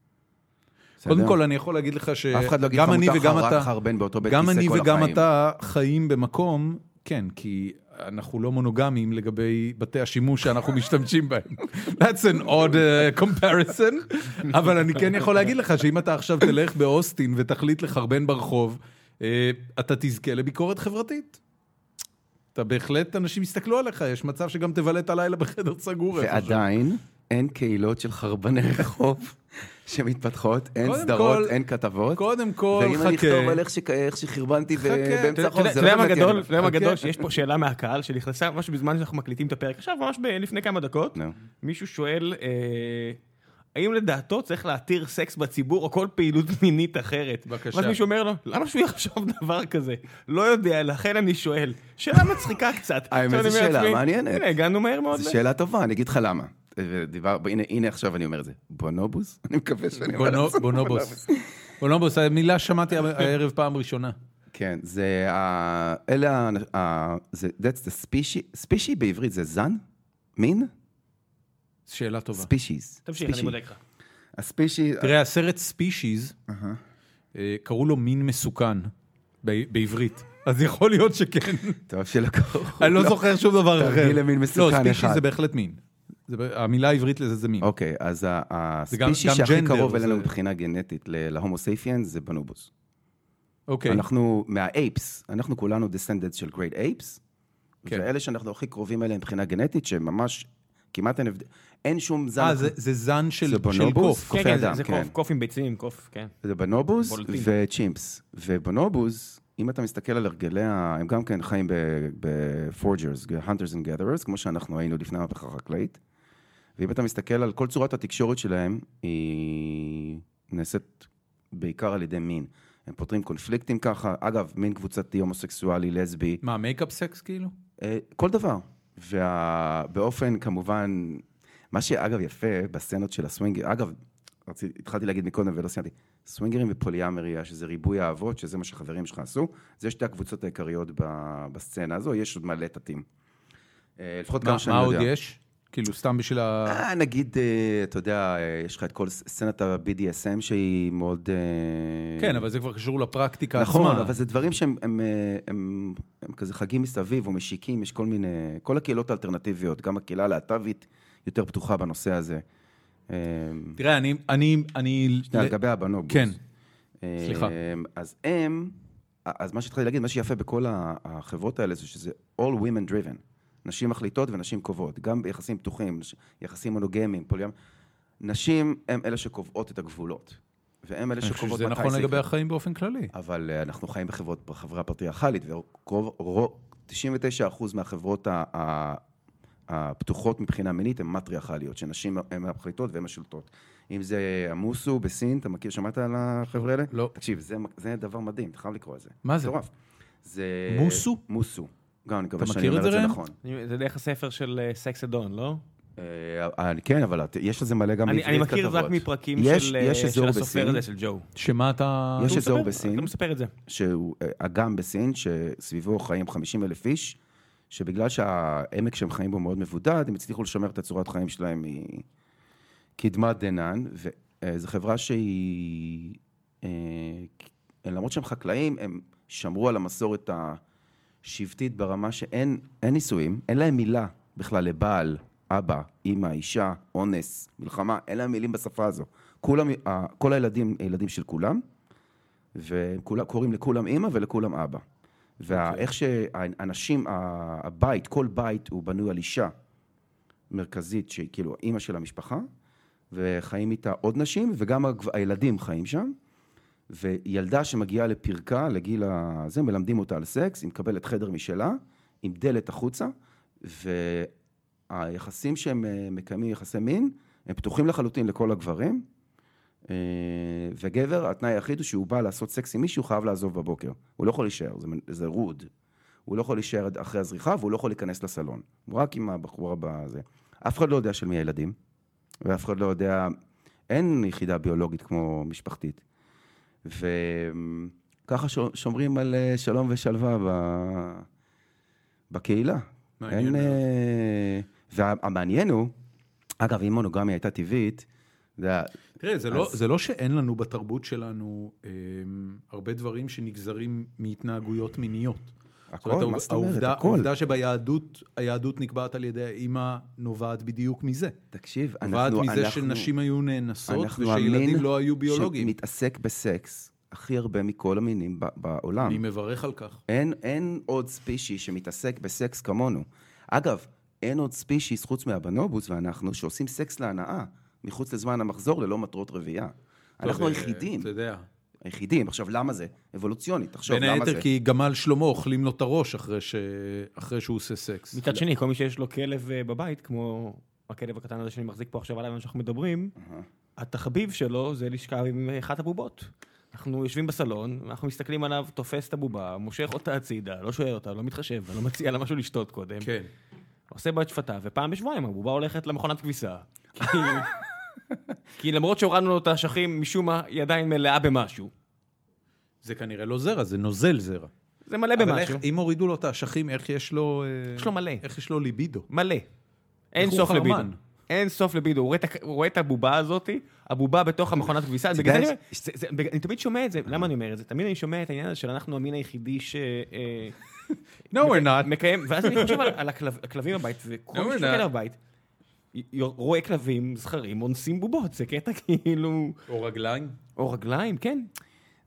קודם כל, אני יכול להגיד לך שגם אני וגם אתה, גם אני וגם אתה חיים במקום, כן, כי אנחנו לא מונוגמיים לגבי בתי השימוש שאנחנו משתמשים בהם. That's an odd comparison, אבל אני כן יכול להגיד לך שאם אתה עכשיו תלך באוסטין ותחליט לחרבן ברחוב, אתה תזכה לביקורת חברתית. אתה בהחלט, אנשים יסתכלו עליך, יש מצב שגם תבלט הלילה בחדר סגור. ועדיין אין קהילות של חרבני רחוב שמתפתחות, אין סדרות, אין כתבות. קודם כל, חכה. ואם אני אכתוב על איך שחרבנתי באמצע החוב, זה לא מגדול. אתה יודע מה גדול? שיש פה שאלה מהקהל שנכנסה, משהו בזמן שאנחנו מקליטים את הפרק. עכשיו, ממש לפני כמה דקות, מישהו שואל, האם לדעתו צריך להתיר סקס בציבור או כל פעילות מינית אחרת? בבקשה. ואז מישהו אומר לו, למה שהוא יחשוב דבר כזה? לא יודע, לכן אני שואל. שאלה מצחיקה קצת. האמת, זו שאלה מעניינת. הנה, הגענו מהר מאוד. זו שאלה טובה, אני אגיד לך למה. ודיבר, הנה, הנה עכשיו אני אומר את זה. בונובוס? אני מקווה שאני אומר את זה. בונובוס. בונובוס, המילה שמעתי הערב פעם ראשונה. כן, זה, אלה, זה, that's the species, species בעברית זה זן? מין? שאלה טובה. species. תמשיך, אני בודק לך. הספישיז... תראה, הסרט species, קראו לו מין מסוכן, בעברית. אז יכול להיות שכן. טוב, שלא קראו. אני לא זוכר שום דבר אחר. תרגיל למין מסוכן אחד. לא, species זה בהחלט מין. המילה העברית לזה זה מין. אוקיי, אז הספישיז שהכי קרוב אלינו מבחינה גנטית להומו סייפיאנס זה בונובוס. אוקיי. אנחנו מהאייפס, אנחנו כולנו descendants של great apes, ואלה שאנחנו הכי קרובים אליהם מבחינה גנטית, שממש כמעט אין הבדל, אין שום זן. אה, זה זן של קוף. כן, כן, זה קוף, קוף עם ביצים, קוף, כן. זה בונובוס וצ'ימפס. ובונובוס, אם אתה מסתכל על הרגלי, הם גם כן חיים בפורג'רס, hunters and gatherers, כמו שאנחנו היינו לפני המהפכה החקלאית. ואם אתה מסתכל על כל צורת התקשורת שלהם, היא נעשית בעיקר על ידי מין. הם פותרים קונפליקטים ככה, אגב, מין קבוצתי, הומוסקסואלי, לסבי. מה, מייקאפ סקס כאילו? כל דבר. ובאופן כמובן, מה שאגב יפה בסצנות של הסווינגר, אגב, התחלתי להגיד מקודם ולא סיימתי, סווינגרים ופוליאמריה, שזה ריבוי האהבות, שזה מה שחברים שלך עשו, זה שתי הקבוצות העיקריות בסצנה הזו, יש עוד מלא תתים. לפחות כמה שאני יודע. מה עוד יש? כאילו סתם בשביל ה... נגיד, אתה יודע, יש לך את כל סצנת ה-בי די אס אם שהיא מאוד... כן, אבל זה כבר קשור לפרקטיקה עצמה. נכון, אבל זה דברים שהם כזה חגים מסביב ומשיקים, יש כל מיני, כל הקהילות האלטרנטיביות, גם הקהילה הלהט"בית יותר פתוחה בנושא הזה. תראה, אני... אני, אני... שנייה, לגבי הבונובוס. כן, סליחה. אז הם, אז מה שהתחלתי להגיד, מה שיפה בכל החברות האלה זה שזה all women driven. נשים מחליטות ונשים קובעות, גם ביחסים פתוחים, יחסים מונוגמיים, פוליאם. נשים הם אלה שקובעות את הגבולות. והם אלה שקובעות מתי זה נכון לגבי החיים באופן כללי. אבל אנחנו חיים בחברות, בחברה פטריארכלית, ו-תשעים ותשעה אחוז מהחברות הפתוחות מבחינה מינית הן מטריארכליות, שנשים הן מחליטות והן השולטות. אם זה המוסו בסין, אתה מכיר, שמעת על החבר'ה האלה? לא. תקשיב, זה דבר מדהים, אתה חייב לקרוא את זה. מה זה? זה... מוסו? מוסו. גם אני מקווה שאני אומר את זה נכון. זה דרך הספר של סקס אדון, לא? כן, אבל יש לזה מלא גם בעברית כתבות. אני מכיר רק מפרקים של הסופר הזה של ג'ו. שמה אתה... יש אזור בסין. אתה מספר את זה. שהוא אגם בסין, שסביבו חיים חמישים אלף איש, שבגלל שהעמק שהם חיים בו מאוד מבודד, הם הצליחו לשמר את הצורת חיים שלהם מקדמת דנן, וזו חברה שהיא... למרות שהם חקלאים, הם שמרו על המסורת ה... שבטית ברמה שאין אין נישואים, אין להם מילה בכלל לבעל, אבא, אמא, אישה, אונס, מלחמה, אין להם מילים בשפה הזו. כולם, כל הילדים, הילדים של כולם, וקוראים לכולם אמא ולכולם אבא. ואיך שאנשים, הבית, כל בית הוא בנוי על אישה מרכזית, שהיא כאילו אמא של המשפחה, וחיים איתה עוד נשים, וגם הילדים חיים שם. וילדה שמגיעה לפרקה, לגיל הזה, מלמדים אותה על סקס, היא מקבלת חדר משלה, עם דלת החוצה, והיחסים שהם מקיימים יחסי מין, הם פתוחים לחלוטין לכל הגברים, וגבר, התנאי היחיד הוא שהוא בא לעשות סקס עם מישהו, חייב לעזוב בבוקר. הוא לא יכול להישאר, זה, זה רוד. הוא לא יכול להישאר אחרי הזריחה, והוא לא יכול להיכנס לסלון. הוא רק עם הבחורה בזה. אף אחד לא יודע של מי הילדים, ואף אחד לא יודע, אין יחידה ביולוגית כמו משפחתית. וככה שומרים על שלום ושלווה בקהילה. מעניין. והמעניין הוא, אגב, אם מונוגמיה הייתה טבעית, תראה, זה לא שאין לנו בתרבות שלנו הרבה דברים שנגזרים מהתנהגויות מיניות. הכל, מה זאת אומרת? הכל. העובדה שביהדות, היהדות נקבעת על ידי האמא נובעת בדיוק מזה. תקשיב, נובעת מזה שנשים היו נאנסות ושילדים לא היו ביולוגיים. שמתעסק בסקס הכי הרבה מכל המינים בעולם. אני מברך על כך. אין, אין עוד ספישי שמתעסק בסקס כמונו. אגב, אין עוד ספישיס חוץ מהבונובוס ואנחנו שעושים סקס להנאה מחוץ לזמן המחזור ללא מטרות רבייה. אנחנו היחידים. אתה יודע. היחידים. עכשיו, למה זה? אבולוציונית, תחשוב למה זה. בין היתר כי גמל שלמה אוכלים לו את הראש אחרי, ש... אחרי שהוא עושה סקס. מצד שני, כל מי שיש לו כלב בבית, כמו הכלב הקטן הזה שאני מחזיק פה עכשיו עליו, שאנחנו מדברים, התחביב שלו זה לשכב עם אחת הבובות. אנחנו יושבים בסלון, אנחנו מסתכלים עליו, תופס את הבובה, מושך אותה הצידה, לא שואל אותה, לא מתחשב, לא מציע לה משהו לשתות קודם. כן. עושה בה את שפתה, ופעם בשבועיים הבובה הולכת למכונת כביסה. כי... כי למרות שהורדנו לו את האשכים, משום מה היא עדיין מלאה במשהו. זה כנראה לא זרע, זה נוזל זרע. זה מלא במשהו. אבל איך, אם הורידו לו את האשכים, איך יש לו... יש לו מלא. איך יש לו ליבידו? מלא. אין סוף ליבידו. אין סוף לבידו, הוא רואה את הבובה הזאת, הבובה בתוך המכונת כביסה, אני תמיד שומע את זה, למה אני אומר את זה? תמיד אני שומע את העניין הזה של אנחנו המין היחידי ש... No, we're not. מקיים, ואז אני חושב על הכלבים בבית, וכל מי שתוקל בבית, רואה כלבים זכרים, אונסים בובות, זה קטע כאילו... או רגליים. או רגליים, כן.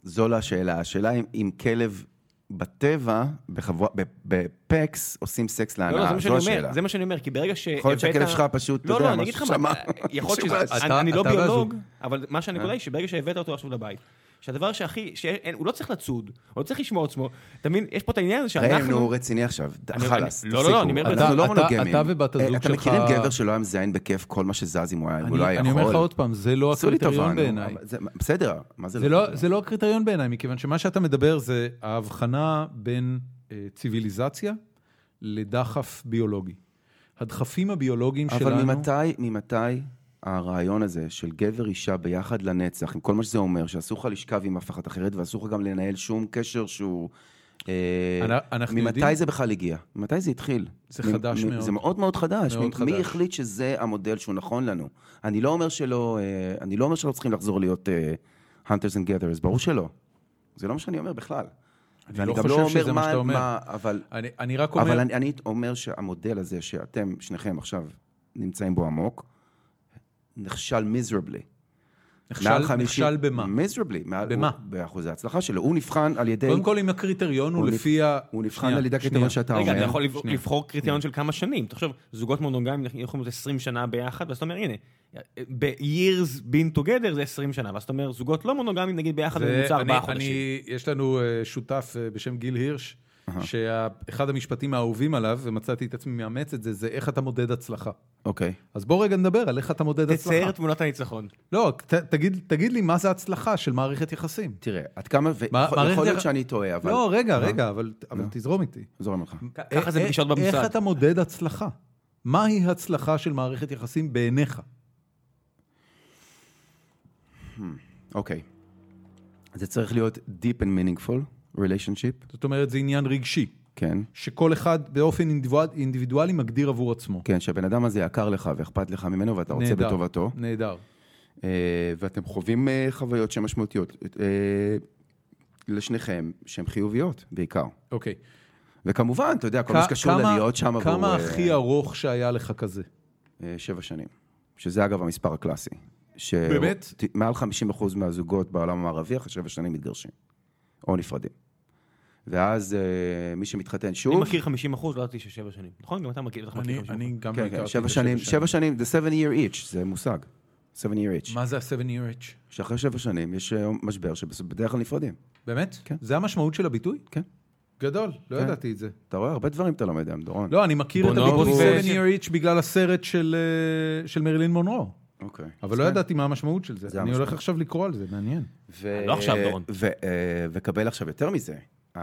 זו לא השאלה. השאלה אם כלב בטבע, בפקס, עושים סקס להנאה. זו השאלה. זה מה שאני אומר, כי ברגע שהבאת... יכול להיות שהכלב שלך פשוט, אתה יודע, משהו שמה. יכול להיות שאני לא ביולוג, אבל מה שאני קורא היא שברגע שהבאת אותו עכשיו לבית, שהדבר שהכי, הוא לא צריך לצוד, הוא לא צריך לשמוע עצמו, אתה מבין, יש פה את העניין הזה שאנחנו... ראם, נו, רציני עכשיו, חלס, לא, לא, לא, אני אומר... אנחנו לא מונוגמים. אתה ובת הזוג שלך... אתה מכירים גבר שלא היה מזיין בכיף כל מה שזז אם הוא לא היה יכול? אני אומר לך עוד פעם, זה לא הקריטריון בעיניי. בסדר, מה זה לא? זה לא הקריטריון בעיניי, מכיוון שמה שאתה מדבר זה ההבחנה בין ציוויליזציה לדחף ביולוגי. הדחפים הביולוגיים שלנו... אבל ממתי, ממתי... הרעיון הזה של גבר אישה ביחד לנצח, עם כל מה שזה אומר, שאסור לך לשכב עם אף אחת אחרת, ואסור לך גם לנהל שום קשר שהוא... ממתי זה בכלל הגיע? ממתי זה התחיל? זה חדש מאוד. זה מאוד מאוד חדש. מי החליט שזה המודל שהוא נכון לנו? אני לא אומר שלא, אני לא אומר שלא צריכים לחזור להיות hunters and gatherers, ברור שלא. זה לא מה שאני אומר בכלל. אני לא חושב שזה מה שאתה אומר. אני רק אומר... אבל אני אומר שהמודל הזה שאתם, שניכם עכשיו, נמצאים בו עמוק, נכשל מיזרבלי. נכשל במה? מיזרבלי. במה? באחוזי ההצלחה שלו. הוא נבחן על ידי... קודם כל, אם הקריטריון הוא לפי ה... הוא נבחן על ידי הקריטריון שאתה אומר. רגע, אתה יכול לבחור קריטריון של כמה שנים. תחשוב, זוגות מונוגמיים יכולים להיות עשרים שנה ביחד, ואז אתה אומר, הנה, ב-years being together זה עשרים שנה, ואז אתה אומר, זוגות לא מונוגמיים, נגיד ביחד, בממוצע ארבעה חודשים. יש לנו שותף בשם גיל הירש, שאחד המשפטים האהובים עליו, ומצאתי את עצמי מאמץ את זה, זה איך אתה מודד הצלחה. אוקיי. אז בוא רגע נדבר על איך אתה מודד הצלחה. תצייר תמונת הניצחון. לא, תגיד, תגיד לי מה זה הצלחה של מערכת יחסים. תראה, עד כמה, יכול להיות שאני טועה, אבל... לא, רגע, רגע, אבל תזרום איתי. תזרום לך. ככה זה פגישות במוסד. איך אתה מודד הצלחה? מהי הצלחה של מערכת יחסים בעיניך? אוקיי. זה צריך להיות deep and meaningful. relationship. זאת אומרת, זה עניין רגשי. כן. שכל אחד באופן אינדיבידואלי מגדיר עבור עצמו. כן, שהבן אדם הזה יקר לך ואכפת לך ממנו ואתה רוצה בטובתו. נהדר. ואתם חווים חוויות שהן משמעותיות. לשניכם, שהן חיוביות בעיקר. אוקיי. וכמובן, אתה יודע, כל מה שקשור ללהיות שם... כמה הכי ארוך שהיה לך כזה? שבע שנים. שזה אגב המספר הקלאסי. באמת? מעל חמישים אחוז מהזוגות בעולם המערבי, אחרי שבע שנים מתגרשים. או נפרדים. ואז מי שמתחתן שוב... אני מכיר חמישים אחוז, לא יודעתי ששבע שנים. נכון? גם אתה מכיר חמישים אחוז. אני גם מכיר. שבע שנים, שבע שנים, the seven year each, זה מושג. seven year each. מה זה ה-seven year each? שאחרי שבע שנים יש משבר שבדרך כלל נפרדים. באמת? כן. זה המשמעות של הביטוי? כן. גדול, לא ידעתי את זה. אתה רואה, הרבה דברים אתה לומד, דורון. לא, אני מכיר את הביטוי seven year each בגלל הסרט של מרילין מונרו. אוקיי. אבל לא ידעתי מה המשמעות של זה. אני הולך עכשיו לקרוא על זה, מעניין. לא עכשיו, דורון. וקבל עכשיו יותר מזה.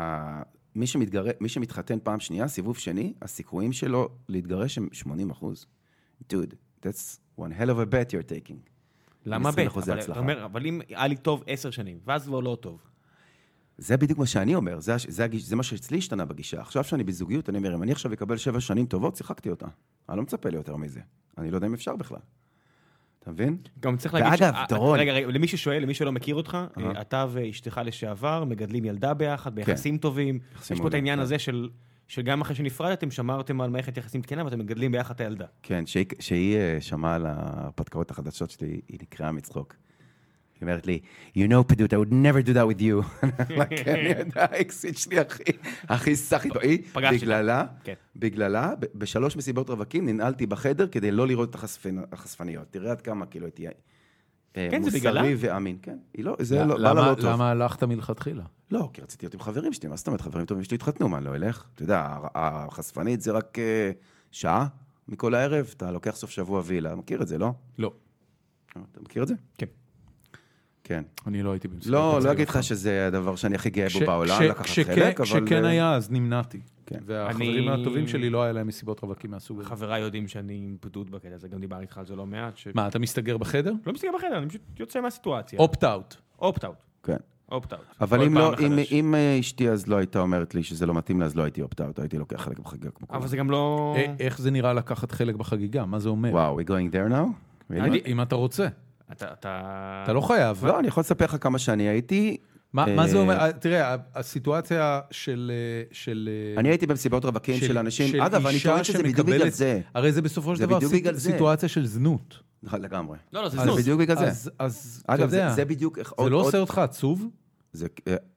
מי שמתחתן פעם שנייה, סיבוב שני, הסיכויים שלו להתגרש הם שמונים אחוז. Dude, that's one hell of a bet you're taking. למה bet? אבל אם היה לי טוב עשר שנים, ואז כבר לא טוב. זה בדיוק מה שאני אומר, זה מה שאצלי השתנה בגישה. עכשיו שאני בזוגיות, אני אומר, אם אני עכשיו אקבל שבע שנים טובות, שיחקתי אותה. אני לא מצפה לי יותר מזה. אני לא יודע אם אפשר בכלל. אתה מבין? גם צריך להגיד... ואגב, דורון... רגע, רגע, למי ששואל, למי שלא מכיר אותך, אתה ואשתך לשעבר, מגדלים ילדה ביחד, ביחסים טובים. יש פה את העניין הזה של שגם אחרי שנפרדתם, שמרתם על מערכת יחסים תקנה, ואתם מגדלים ביחד את הילדה. כן, שהיא שמעה על הפתקאות החדשות שלי, היא נקראה מצחוק. היא אומרת לי, you know, פדות, I would never do that with you. כן, אני יודע, האקסיט שלי הכי סחית. בגללה, בגללה, בשלוש מסיבות רווקים, ננעלתי בחדר כדי לא לראות את החשפניות. תראה עד כמה, כאילו, הייתי מוסרי ואמין. כן, היא לא, זה לא, בא לה לא טוב. למה הלכת מלכתחילה? לא, כי רציתי להיות עם חברים שלי, מה זאת אומרת? חברים טובים שלי התחתנו, מה, לא אלך? אתה יודע, החשפנית זה רק שעה מכל הערב, אתה לוקח סוף שבוע וילה, מכיר את זה, לא? לא. אתה מכיר את זה? כן. כן. אני לא הייתי במסיבות. לא, לא אגיד לך שזה הדבר שאני הכי גאה בו בעולם, לקחת חלק, אבל... כשכן היה, אז נמנעתי. והחברים הטובים שלי לא היה להם מסיבות רווקים מהסוג הזה. חבריי יודעים שאני עם פדות בקטע, זה גם דיבר איתך על זה לא מעט. מה, אתה מסתגר בחדר? לא מסתגר בחדר, אני פשוט יוצא מהסיטואציה. אופט-אאוט. אופט-אאוט. כן. אופט-אאוט. אבל אם אשתי אז לא הייתה אומרת לי שזה לא מתאים לה, אז לא הייתי אופט-אאוט, הייתי לוקח חלק בחגיגה כמו כולם. אבל זה גם לא... איך זה נראה לקחת חלק בחגיגה? מה זה אומר? וואו, we going there now? אם אתה רוצה. אתה... אתה לא חייב. לא, אני יכול לספר לך כמה שאני הייתי... מה זה אומר? תראה, הסיטואציה של... אני הייתי במסיבות רווקים של אנשים... אגב, אני טוען שזה בדיוק בגלל זה. הרי זה בסופו של דבר סיטואציה של זנות. לגמרי. לא, לא, זה זנות. זה בדיוק בגלל זה. אז, אגב, זה בדיוק... זה לא עושה אותך עצוב? זה...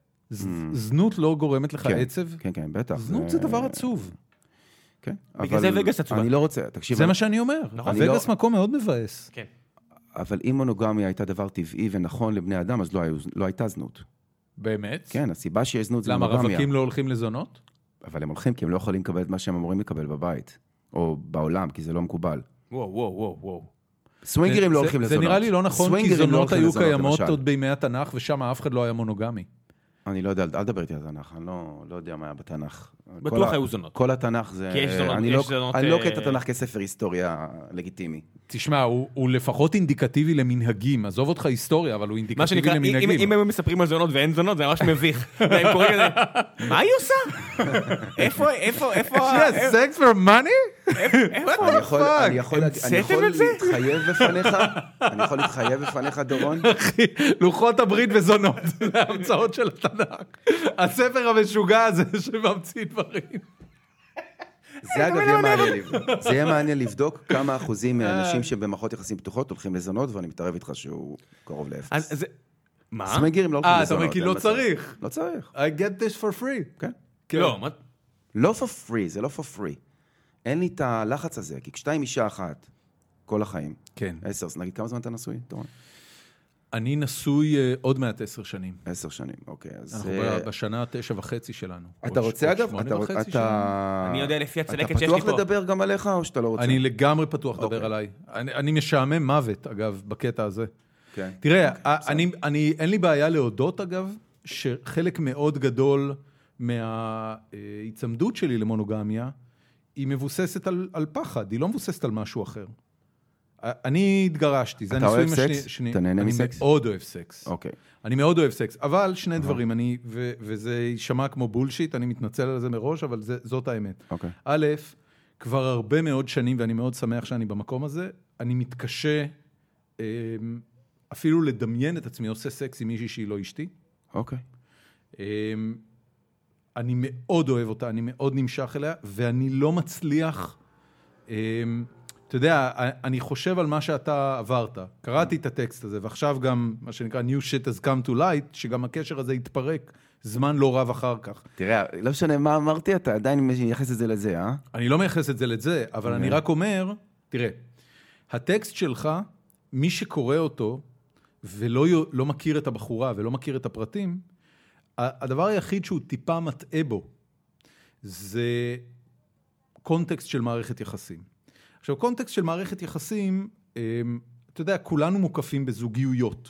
זנות לא גורמת לך עצב? כן, כן, בטח. זנות זה דבר עצוב. כן. בגלל זה וגאס עצובה. אני לא רוצה, תקשיב. זה מה שאני אומר. וגאס מקום מאוד מבאס. כן. אבל אם מונוגמיה הייתה דבר טבעי ונכון לבני אדם, אז לא הייתה זנות. באמת? כן, הסיבה שיש זנות זה למה מונוגמיה. רווקים לא הולכים לזונות? אבל הם הולכים כי הם לא יכולים לקבל את מה שהם אמורים לקבל בבית, או בעולם, כי זה לא מקובל. וואו, וואו, וואו, וואו. סווינגרים לא הולכים לזונות. זה נראה לי לא נכון, כי זונות היו קיימות עוד בימי התנ"ך, ושם אף אחד לא היה מונוגמי. אני לא יודע, אל תדבר איתי על התנ"ך, אני לא יודע מה היה בתנ"ך. בטוח היו זונות. כל התנ"ך זה... כי יש זונות, אני יש זונות... אני לא קטע את התנ"ך כספר היסטוריה לגיטימי. תשמע, הוא לפחות אינדיקטיבי למנהגים, עזוב אותך היסטוריה, אבל הוא אינדיקטיבי למנהגים. אם הם מספרים על זונות ואין זונות, זה ממש מביך. והם קוראים לזה, מה היא עושה? איפה, איפה, איפה... She has sex for money? איפה? אני יכול להתחייב בפניך, אני יכול להתחייב בפניך, דורון? אחי, לוחות הברית וזונות, זה ההמצאות של התנ"ך. הספר המשוגע הזה שממציא דברים. זה אגב יהיה מעניין לבדוק. זה יהיה מעניין לבדוק כמה אחוזים מהאנשים שבמערכות יחסים פתוחות הולכים לזונות, ואני מתערב איתך שהוא קרוב לאפס. מה? סמגרים לא הולכים אה, לזונות. אתה אומר כי לא צריך. לא צריך. I get this for free. כן. לא, מה? לא for free, זה לא for free. אין לי את הלחץ הזה, כי כשאתה עם אישה אחת, כל החיים. כן. עשר, נגיד כמה זמן אתה נשוי, תורן? אני נשוי עוד מעט עשר שנים. עשר שנים, אוקיי. אנחנו בשנה התשע וחצי שלנו. אתה רוצה אגב? אני יודע לפי הצלקת שיש לי אתה פה. פתוח לדבר גם עליך או שאתה לא רוצה? אני לגמרי פתוח לדבר עליי. אני משעמם מוות, אגב, בקטע הזה. כן. תראה, אין לי בעיה להודות, אגב, שחלק מאוד גדול מההצמדות שלי למונוגמיה, היא מבוססת על פחד, היא לא מבוססת על משהו אחר. אני התגרשתי, זה אתה אוהב סקס? אתה נהנה מסקס? אני מאוד אוהב סקס. אוקיי. אני מאוד אוהב סקס, אבל שני דברים, אני, וזה יישמע כמו בולשיט, אני מתנצל על זה מראש, אבל זאת האמת. אוקיי. א', כבר הרבה מאוד שנים, ואני מאוד שמח שאני במקום הזה, אני מתקשה אפילו לדמיין את עצמי עושה סקס עם מישהי שהיא לא אשתי. אוקיי. אני מאוד אוהב אותה, אני מאוד נמשך אליה, ואני לא מצליח... אתה יודע, אני חושב על מה שאתה עברת. קראתי את הטקסט הזה, ועכשיו גם, מה שנקרא, New shit has come to light, שגם הקשר הזה יתפרק זמן לא רב אחר כך. תראה, לא משנה מה אמרתי, אתה עדיין מייחס את זה לזה, אה? אני לא מייחס את זה לזה, אבל אני רק אומר, תראה, הטקסט שלך, מי שקורא אותו, ולא לא מכיר את הבחורה, ולא מכיר את הפרטים, הדבר היחיד שהוא טיפה מטעה בו, זה קונטקסט של מערכת יחסים. עכשיו, קונטקסט של מערכת יחסים, אתה יודע, כולנו מוקפים בזוגיות.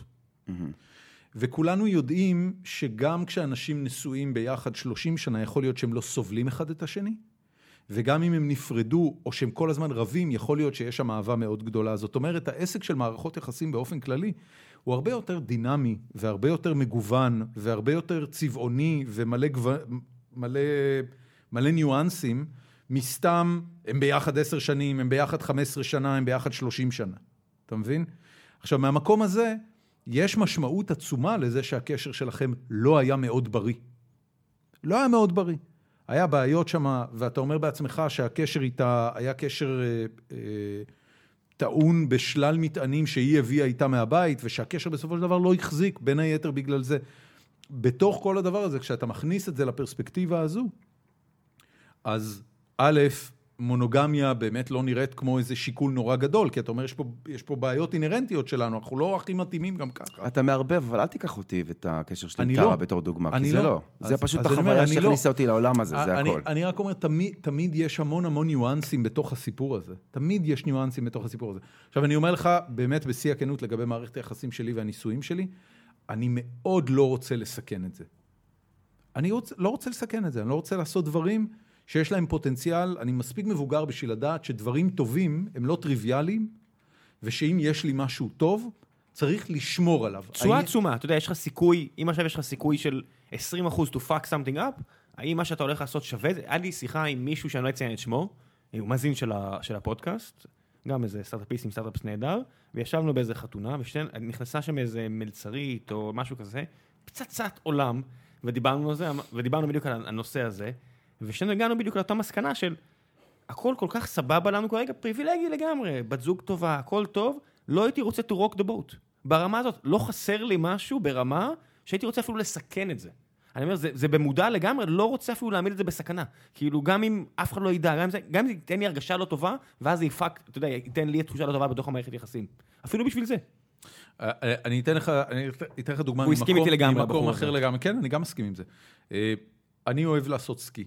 וכולנו יודעים שגם כשאנשים נשואים ביחד שלושים שנה, יכול להיות שהם לא סובלים אחד את השני, וגם אם הם נפרדו, או שהם כל הזמן רבים, יכול להיות שיש שם אהבה מאוד גדולה. זאת אומרת, העסק של מערכות יחסים באופן כללי, הוא הרבה יותר דינמי, והרבה יותר מגוון, והרבה יותר צבעוני, ומלא גו... מלא... מלא ניואנסים, מסתם הם ביחד עשר שנים, הם ביחד חמש עשרה שנה, הם ביחד שלושים שנה. אתה מבין? עכשיו, מהמקום הזה, יש משמעות עצומה לזה שהקשר שלכם לא היה מאוד בריא. לא היה מאוד בריא. היה בעיות שם, ואתה אומר בעצמך שהקשר איתה היה קשר אה, אה, טעון בשלל מטענים שהיא הביאה איתה מהבית, ושהקשר בסופו של דבר לא החזיק, בין היתר בגלל זה. בתוך כל הדבר הזה, כשאתה מכניס את זה לפרספקטיבה הזו, אז א', מונוגמיה באמת לא נראית כמו איזה שיקול נורא גדול, כי אתה אומר, יש פה, יש פה בעיות אינרנטיות שלנו, אנחנו לא הכי מתאימים גם ככה. אתה מערבב, אבל אל תיקח אותי ואת הקשר שלי עם טרה בתור דוגמה, כי זה לא. זה פשוט אז החוויה שהכניסה אותי לעולם הזה, זה אני, הכל. אני רק אומר, תמיד, תמיד יש המון המון ניואנסים בתוך הסיפור הזה. תמיד יש ניואנסים בתוך הסיפור הזה. עכשיו, אני אומר לך, באמת בשיא הכנות לגבי מערכת היחסים שלי והניסויים שלי, אני מאוד לא רוצה לסכן את זה. אני רוצה, לא רוצה לסכן את זה, אני לא רוצה לעשות דברים שיש להם פוטנציאל, אני מספיק מבוגר בשביל לדעת שדברים טובים הם לא טריוויאליים, ושאם יש לי משהו טוב, צריך לשמור עליו. תשואה עצומה, אתה יודע, יש לך סיכוי, אם עכשיו יש לך סיכוי של עשרים אחוז to fuck something up, האם מה שאתה הולך לעשות שווה? היה לי שיחה עם מישהו שאני לא אציין את שמו, הוא מאזין של, ה, של הפודקאסט, גם איזה סטארט-אפיסט עם סטארט-אפס נהדר, וישבנו באיזה חתונה, ונכנסה שם איזה מלצרית או משהו כזה, פצצת עולם, ודיברנו על זה, ודיברנו בדיוק על הנושא הזה, ושנו הגענו בדיוק לאותה מסקנה של הכל כל כך סבבה לנו כרגע, פריבילגי לגמרי, בת זוג טובה, הכל טוב, לא הייתי רוצה to rock the boat. ברמה הזאת, לא חסר לי משהו ברמה שהייתי רוצה אפילו לסכן את זה. אני אומר, זה, זה במודע לגמרי, לא רוצה אפילו להעמיד את זה בסכנה. כאילו, גם אם אף אחד לא ידע, גם אם זה, גם אם זה ייתן לי הרגשה לא טובה, ואז זה יפק, אתה יודע, ייתן לי תחושה לא טובה בתוך המערכת יחסים. אפילו בשביל זה. אני אתן לך, אני אתן לך דוגמה הוא הסכים איתי לגמרי, ממקום אחר לגמרי. כן, אני גם מסכים עם זה. אני אוהב לעשות סקי.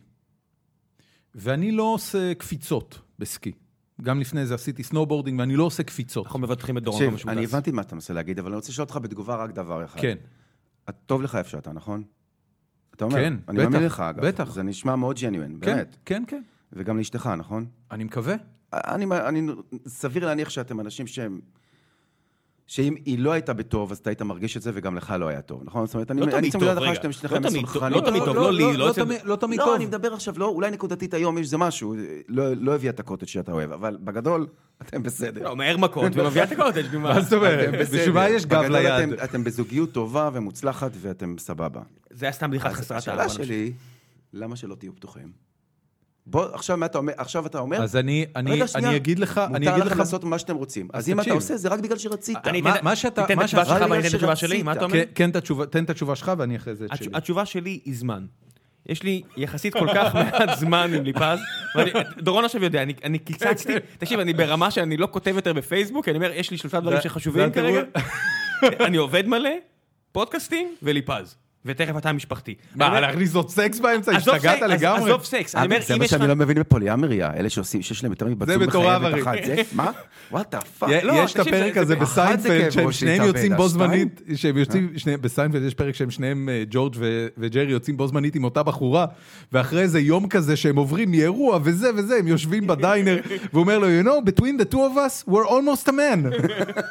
ואני לא עושה קפיצות בסקי. גם לפני זה עשיתי סנובורדינג, ואני לא עושה קפיצות. אנחנו מבטחים את דורון. אני הבנתי מה אתה מנסה להגיד, אבל אני רוצה לשאול אותך בתגובה רק דבר אחד. כן. טוב לך איפה שאתה, נכון? אתה אומר, כן, אני מאמין לך, אגב. בטח. זה נשמע מאוד ג'ניואן, באמת. כן, כן. וגם לאשתך, נכון? אני מקווה. אני, אני, סביר להניח שאתם אנשים שהם, שאם היא לא הייתה בטוב, אז אתה היית מרגיש את זה, וגם לך לא היה טוב, נכון? זאת אומרת, לא תמיד טוב, רגע. לא תמיד טוב, לא לי, לא תמיד טוב. לא, אני מדבר עכשיו, לא, אולי נקודתית היום יש זה משהו, לא הביא את הקוטג' שאתה אוהב, אבל בגדול, אתם בסדר. לא, מהר מכות, ומביא את הקוטג'. מה זאת אומרת? בשביל מה יש גב ליד? אתם בזוגיות טובה ומוצלחת, ואתם סבבה. זה היה סתם בדיחת חסרת השאלה שלי, למה שלא תהיו פתוחים? בוא, עכשיו מה אתה אומר? עכשיו אתה אומר? אז אני, אני, אני אגיד לך, אני מותר אגיד לכם לך לעשות מה שאתם רוצים. אז אם אתה עושה, זה רק בגלל שרצית. מה שאתה, תן את התשובה שלך ואני אתן את התשובה שלי, מה אתה אומר? כן, תן את התשובה שלך ואני אחרי זה את שלי. התשובה שלי היא זמן. יש לי יחסית כל כך מעט זמן עם ליפז, דורון עכשיו יודע, אני קיצצתי, תקשיב, אני ברמה שאני לא כותב יותר בפייסבוק, אני אומר, יש לי שלושה דברים שחשובים כרגע, אני עובד מלא, פודקאסטים וליפז. ותכף אתה משפחתי. מה, להכניס עוד סקס באמצע? השתגעת לגמרי? עזוב סקס. זה מה שאני לא מבין בפוליאמריה, אלה שעושים, שיש להם יותר מבצעים בחיים ותחת זה. מה? וואט הפאק? יש את הפרק הזה בסיינפלד, שהם שניהם יוצאים בו זמנית, בסיינפלד יש פרק שהם שניהם, ג'ורג' וג'רי יוצאים בו זמנית עם אותה בחורה, ואחרי איזה יום כזה שהם עוברים מאירוע וזה וזה, הם יושבים בדיינר, והוא אומר לו, you know, between the two of us, we're almost a man.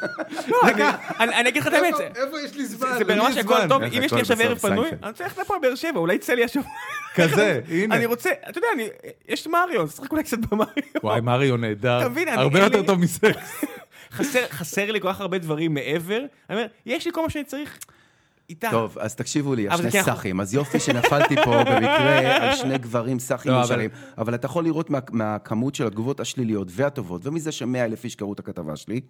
אני אגיד לך את האמת. איפה יש לי זמן? זה ברמה שהכל טוב, אם יש לי עכשיו ערב פנוי, אני צריך לפה באר שבע, אולי יצא לי השבוע. כזה, הנה. אני רוצה, אתה יודע, יש מריו, שחק אולי קצת במריו. וואי, מריו נהדר. הרבה יותר טוב מסקס. חסר לי כל כך הרבה דברים מעבר. אני אומר, יש לי כל מה שאני צריך איתה. טוב, אז תקשיבו לי, השני סחים. אז יופי שנפלתי פה במקרה על שני גברים סחים נשארים. אבל אתה יכול לראות מהכמות של התגובות השליליות והטובות, ומזה שמאה אלף איש קראו את הכתבה שלי,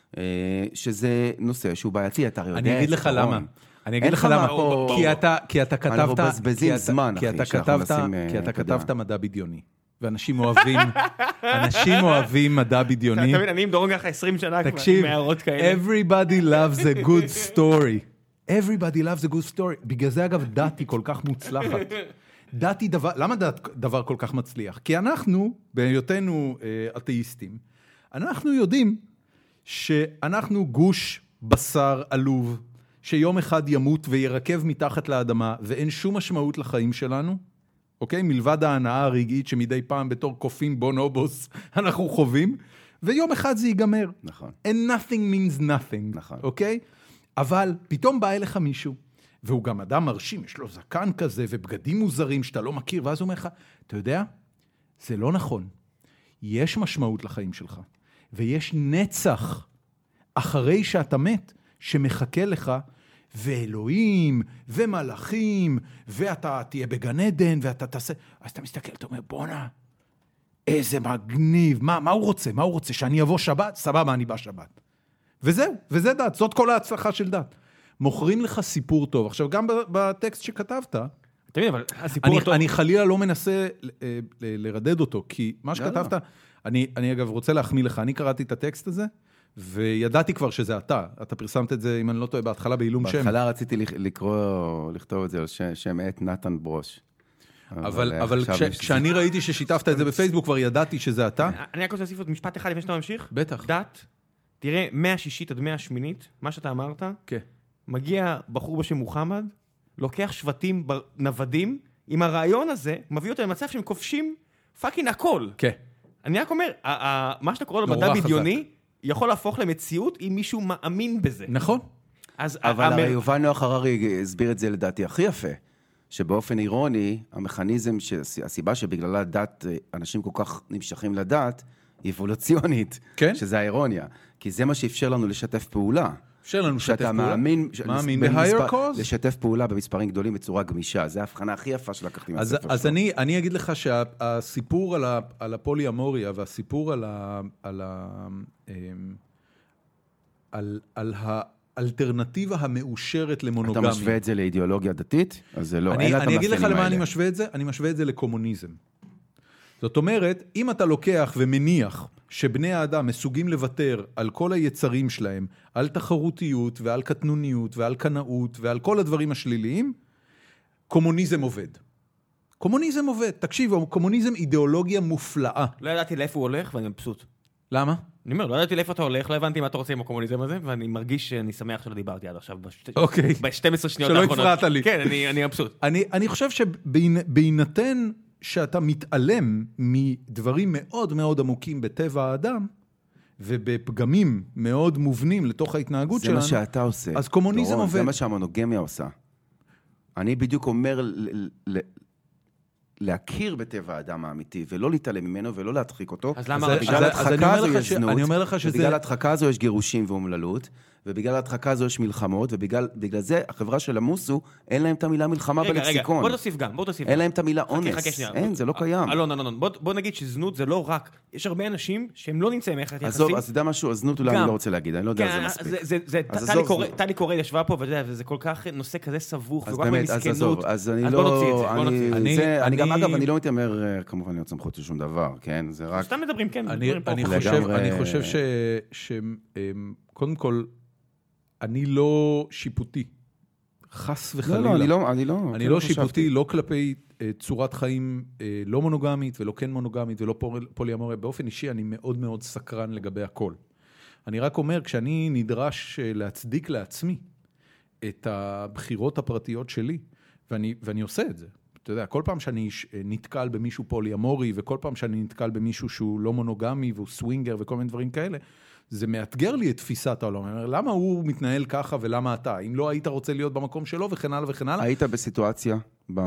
שזה נושא שהוא בעייתי, אתה יודע. אני אגיד לך למה. אני אגיד לך למה, כי אתה, כי אתה כתבת, אנחנו מבזבזים זמן, כי אתה כתבת, כי אתה כתבת מדע בדיוני, ואנשים אוהבים, אנשים אוהבים מדע בדיוני. אתה מבין, אני עם דורון ככה עשרים שנה כבר, תקשיב, עם הערות כאלה. everybody loves a good story. everybody loves a good story. בגלל זה אגב דת היא כל כך מוצלחת. דת היא דבר, למה דת דבר כל כך מצליח? כי אנחנו, בהיותנו אתאיסטים, אנחנו יודעים שאנחנו גוש בשר עלוב, שיום אחד ימות וירקב מתחת לאדמה, ואין שום משמעות לחיים שלנו, אוקיי? מלבד ההנאה הרגעית שמדי פעם בתור קופים בונובוס אנחנו חווים, ויום אחד זה ייגמר. נכון. And nothing means nothing, נכון. אוקיי? אבל פתאום בא אליך מישהו, והוא גם אדם מרשים, יש לו זקן כזה, ובגדים מוזרים שאתה לא מכיר, ואז הוא אומר לך, אתה יודע, זה לא נכון. יש משמעות לחיים שלך, ויש נצח אחרי שאתה מת, שמחכה לך, ואלוהים, ומלאכים, ואתה תהיה בגן עדן, ואתה תעשה... אז אתה מסתכל, אתה אומר, בונה, איזה מגניב, מה, מה הוא רוצה? מה הוא רוצה? שאני אבוא שבת? סבבה, אני בא שבת. וזהו, וזה דת, זאת כל ההצלחה של דת. מוכרים לך סיפור טוב. עכשיו, גם בטקסט שכתבת, אתה מבין, אבל הסיפור אני, הטוב... אני חלילה לא מנסה לרדד אותו, כי מה שכתבת, אני, אני אגב רוצה להחמיא לך, אני קראתי את הטקסט הזה, וידעתי כבר שזה אתה, אתה פרסמת את זה, אם אני לא טועה, בהתחלה בעילום שם. בהתחלה רציתי לקרוא, לכתוב את זה על שם את נתן ברוש. אבל, אבל כשאני ראיתי ששיתפת את זה בפייסבוק, כבר ידעתי שזה אתה. אני רק רוצה להוסיף עוד משפט אחד לפני שאתה ממשיך. בטח. דת, תראה, מאה שישית עד מאה שמינית, מה שאתה אמרת, כן. מגיע בחור בשם מוחמד, לוקח שבטים נוודים, עם הרעיון הזה, מביא אותו למצב שהם כובשים פאקינג הכל. כן. אני רק אומר, מה שאתה קורא לו מדע בדיוני, יכול להפוך למציאות אם מישהו מאמין בזה. נכון. אבל הרי יובל נוח הררי הסביר את זה לדעתי הכי יפה, שבאופן אירוני, המכניזם, הסיבה שבגללה דת, אנשים כל כך נמשכים לדת, היא אבולוציונית, כן? שזה האירוניה. כי זה מה שאפשר לנו לשתף פעולה. אפשר לנו לשתף פעולה. שאתה מאמין, מאמין ב-higher cause? לשתף פעולה במספרים גדולים בצורה גמישה. זה ההבחנה הכי יפה שלקחתי מהספר שלו. אז אני, אני אגיד לך שהסיפור על, ה, על הפוליאמוריה, והסיפור על, ה, על, ה, על, על, ה, האלטרנטיבה המאושרת למונוגמיה. אתה משווה את זה לאידיאולוגיה דתית? אז זה לא, אני, אני אגיד לך למה אני משווה את זה, אני משווה את זה לקומוניזם. זאת אומרת, אם אתה לוקח ומניח שבני האדם מסוגים לוותר על כל היצרים שלהם, על תחרותיות ועל קטנוניות ועל קנאות ועל כל הדברים השליליים, קומוניזם עובד. קומוניזם עובד. תקשיב, קומוניזם אידיאולוגיה מופלאה. לא ידעתי לאיפה הוא הולך ואני מבסוט. למה? אני אומר, לא ידעתי לאיפה אתה הולך, לא הבנתי מה אתה רוצה עם הקומוניזם הזה, ואני מרגיש שאני שמח שלא דיברתי עד עכשיו, אוקיי. ב-שתים עשרה שניות האחרונות. שלא הפרעת לי. כן, אני מבסוט. אני, אני חושב שבהינתן שאתה מתעלם מדברים מאוד מאוד עמוקים בטבע האדם, ובפגמים מאוד מובנים לתוך ההתנהגות שלנו, זה מה שאתה עושה. אז קומוניזם דורון, עובד. זה מה שהמונוגמיה עושה. אני בדיוק אומר ל- ל- להכיר בטבע האדם האמיתי, ולא להתעלם ממנו, ולא להדחיק אותו. אז למה? בגלל ההדחקה הזו יש זנות, אני אומר לך שזה... ובגלל ההדחקה הזו יש גירושים ואומללות, ובגלל ההדחקה הזו יש מלחמות, ובגלל זה החברה של המוסו, אין להם את המילה מלחמה בלקסיקון. רגע, בוא תוסיף גם, בוא תוסיף. אין להם את המילה אונס. אין, זה לא קיים. לא, לא, לא, בוא נגיד שזנות זה לא רק, יש הרבה אנשים שהם לא נמצאים איך יחסים. עזוב, אז אתה יודע משהו, הזנות אולי אני לא רוצה להגיד, אני לא יודע על זה מספיק. טלי קורא ישבה פה, וזה כל כך נושא כזה סבוך, אז באמת, אז עזוב, אז אני לא... אני גם, אגב, אני לא מתיימר, כמובן, להיות סמכות של שום דבר, כן? זה רק... סתם מדברים, כן. אני חושב שקודם כל, אני לא שיפוטי, חס וחלילה. לא, לא, אני לא, אני לא, אני לא שיפוטי, לא כלפי צורת חיים לא מונוגמית, ולא כן מונוגמית, ולא פוליאמוריה. באופן אישי, אני מאוד מאוד סקרן לגבי הכל. אני רק אומר, כשאני נדרש להצדיק לעצמי את הבחירות הפרטיות שלי, ואני, ואני עושה את זה. אתה יודע, כל פעם שאני נתקל במישהו פוליאמורי, וכל פעם שאני נתקל במישהו שהוא לא מונוגמי, והוא סווינגר, וכל מיני דברים כאלה, זה מאתגר לי את תפיסת העולם. אני אומר, למה הוא מתנהל ככה ולמה אתה? אם לא היית רוצה להיות במקום שלו וכן הלאה וכן הלאה. היית בסיטואציה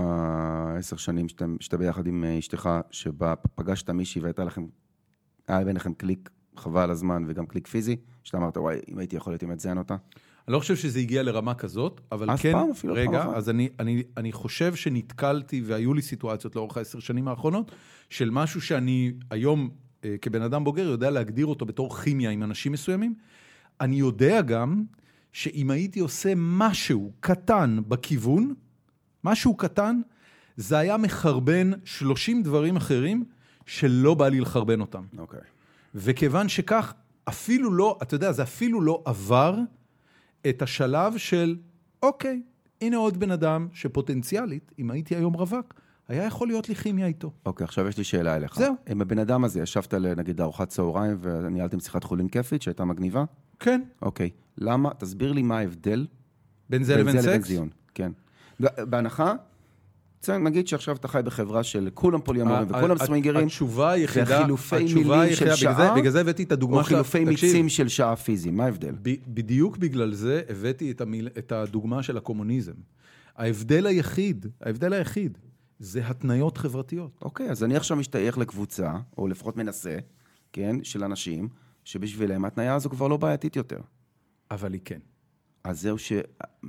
בעשר שנים שאתה, שאתה ביחד עם אשתך, שבה פגשת מישהי והייתה לכם, היה ביניכם קליק חבל הזמן וגם קליק פיזי, שאתה אמרת, וואי, אם הייתי יכול להיות, אם את זיין אותה? אני לא חושב שזה הגיע לרמה כזאת, אבל כן, פעם, רגע, פעם. אז אני, אני, אני חושב שנתקלתי והיו לי סיטואציות לאורך העשר שנים האחרונות, של משהו שאני היום כבן אדם בוגר יודע להגדיר אותו בתור כימיה עם אנשים מסוימים. אני יודע גם שאם הייתי עושה משהו קטן בכיוון, משהו קטן, זה היה מחרבן שלושים דברים אחרים שלא בא לי לחרבן אותם. אוקיי. וכיוון שכך, אפילו לא, אתה יודע, זה אפילו לא עבר את השלב של, אוקיי, הנה עוד בן אדם שפוטנציאלית, אם הייתי היום רווק, היה יכול להיות לי כימיה איתו. אוקיי, עכשיו יש לי שאלה אליך. זהו. עם הבן אדם הזה, ישבת נגיד לארוחת צהריים וניהלתם שיחת חולין כיפית שהייתה מגניבה? כן. אוקיי. למה? תסביר לי מה ההבדל בין זה לבין סקס? זיון. כן. בהנחה, נגיד שעכשיו אתה חי בחברה של כולם פוליאמורים וכולם סווינגרים. התשובה היחידה, וחילופי מילים של שעה, בגלל זה הבאתי את הדוגמה או חילופי מיצים של שעה פיזי. מה ההבדל? בדיוק בגלל זה הבאתי את הדוגמה של הקומוניזם. ההבדל היחיד, ההבדל היחיד, זה התניות חברתיות. אוקיי, אז אני עכשיו משתייך לקבוצה, או לפחות מנסה, כן, של אנשים, שבשבילם התניה הזו כבר לא בעייתית יותר. אבל היא כן. אז זהו ש...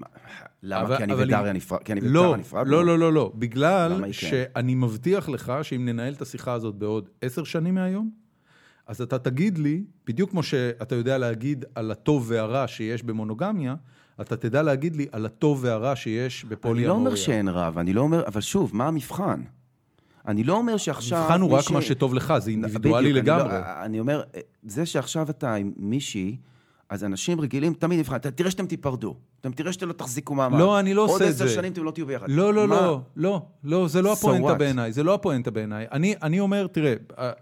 למה? כי אני ודריה נפרד? כי אני ודריה נפרד? לא, לא, לא, לא. בגלל שאני מבטיח לך שאם ננהל את השיחה הזאת בעוד עשר שנים מהיום, אז אתה תגיד לי, בדיוק כמו שאתה יודע להגיד על הטוב והרע שיש במונוגמיה, אתה תדע להגיד לי על הטוב והרע שיש בפוליאמוריה. אני לא אומר שאין רע, ואני לא אומר, אבל שוב, מה המבחן? אני לא אומר שעכשיו... המבחן הוא רק מה שטוב לך, זה אינדיבידואלי לגמרי. אני אומר, זה שעכשיו אתה עם מישהי, אז אנשים רגילים תמיד נבחן, תראה שאתם תיפרדו, אתם תראה שאתם לא תחזיקו מעמד. לא, אני לא עושה את זה. עוד עשר שנים אתם לא תהיו ביחד. לא, לא, לא, לא, לא, זה לא הפואנטה בעיניי, זה לא הפואנטה בעיניי. אני אומר, תראה,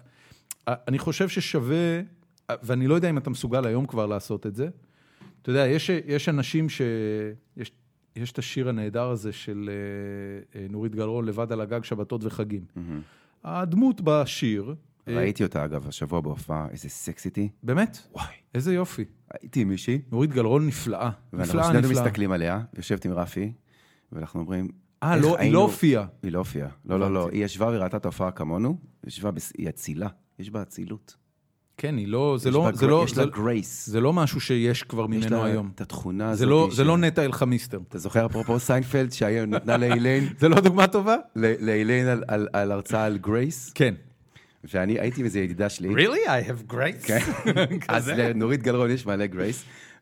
אני חושב ששווה, ואני לא יודע אם אתה מסוגל היום כבר לעשות את זה, אתה יודע, יש, יש אנשים ש... יש, יש את השיר הנהדר הזה של נורית גלרון, לבד על הגג, שבתות וחגים. Mm-hmm. הדמות בשיר... ראיתי אותה, אגב, השבוע בהופעה, איזה סקסיטי. באמת? וואי. איזה יופי. הייתי עם מישהי. נורית גלרון נפלאה. ואנחנו שנינו מסתכלים עליה, יושבת עם רפי, ואנחנו אומרים... אה, לא, היא לא הופיעה. היא לא הופיעה. לא, לא, לא. היא ישבה וראתה את ההופעה כמונו, ישבה, היא אצילה. יש בה אצילות. כן, היא לא, זה לא, זה לא, יש לה גרייס. זה לא משהו שיש כבר ממנו היום. יש לה את התכונה הזאת. זה לא, זה לא נטע אלחמיסטר. אתה זוכר אפרופו סיינפלד שהיה נתנה לאיליין? זה לא דוגמה טובה? לאיליין על הרצאה על גרייס? כן. ואני הייתי עם איזה ידידה שלי. Really? I have grace? כן. אז לנורית גלרון יש מעלה גרייס.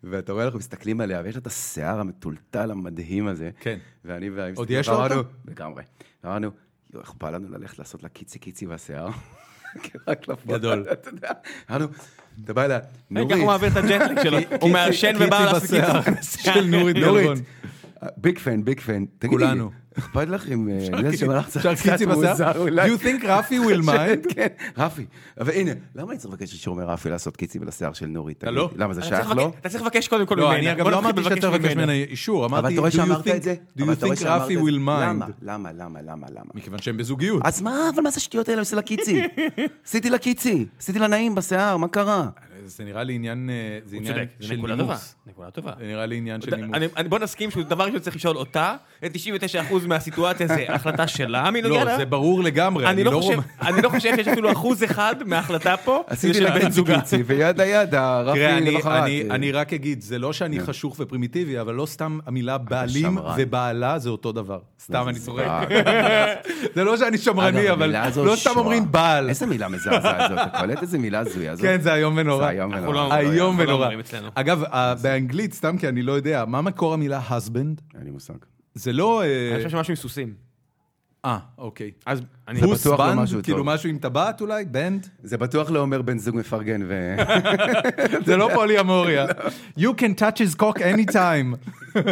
ואתה רואה, אנחנו מסתכלים עליה, ויש לה את השיער המטולטל המדהים הזה. כן. ואני והיא... עוד יש לו אותו? לגמרי. אמרנו, איך בא לנו ללכת לעשות לה קיצי קיצי בשיער? רק לפועל. גדול. אתה יודע, אמרנו, אתה בא אליה, נורית. ככה הוא מעביר את הג'נטליק שלו, הוא מעשן ובא לעשות קיצי של נורית גלרון. ביג פן, ביג פן. כולנו. אכפת לך עם... אפשר קיצי בשיער? Do you think רפי will mind? כן, רפי. אבל הנה, למה אני צריך לבקש אישור מרפי לעשות קיצי בלשיער של נורית? אתה לא? למה זה שייך לו? אתה צריך לבקש קודם כל לא, ממנה. אני אגב לא אמרתי שאתה צריך לבקש ממנה אישור, אמרתי, אבל אתה רואה שאמרת את זה? do you think רפי will mind? למה, למה, למה, למה? מכיוון שהם בזוגיות. אז מה, אבל מה זה השטויות האלה? עושה לה קיצי. עשיתי לה קיצי, עשיתי לה נעים בשיער, מה קרה? זה נראה לי עניין של נימוס. נקודה טובה. זה נראה לי עניין של נימוס. בוא נסכים שהוא דבר ראשון צריך לשאול אותה, תשעים ותשעה אחוז מהסיטואציה זה החלטה שלה, לא, זה ברור לגמרי. אני לא חושב שיש אפילו אחוז אחד מההחלטה פה, עשיתי לה קיצי, וידה ידה, רפי למחרת. אני רק אגיד, זה לא שאני חשוך ופרימיטיבי, אבל לא סתם המילה בעלים ובעלה זה אותו דבר. סתם אני צוחק. זה לא שאני שמרני, אבל לא סתם אומרים בעל. איזה מילה מזעזעת הזאת, אתה קולט איזה מילה זויה הזאת? כן, זה היום ונורא. היום ונורא. אגב, באנגלית, סתם כי אני לא יודע, מה מקור המילה husband? אין לי מושג. זה לא... אני חושב שמשהו עם סוסים. אה, אוקיי. אז זה בטוח לא משהו טוב. כאילו משהו עם טבעת אולי? בנד? זה בטוח לא אומר בן זוג מפרגן ו... זה לא פוליאמוריה. You can touch his cock anytime.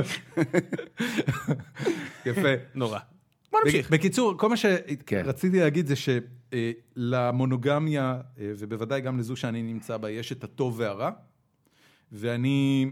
יפה. נורא. בוא נמשיך. בקיצור, כל מה שרציתי להגיד זה שלמונוגמיה, ובוודאי גם לזו שאני נמצא בה, יש את הטוב והרע, ואני...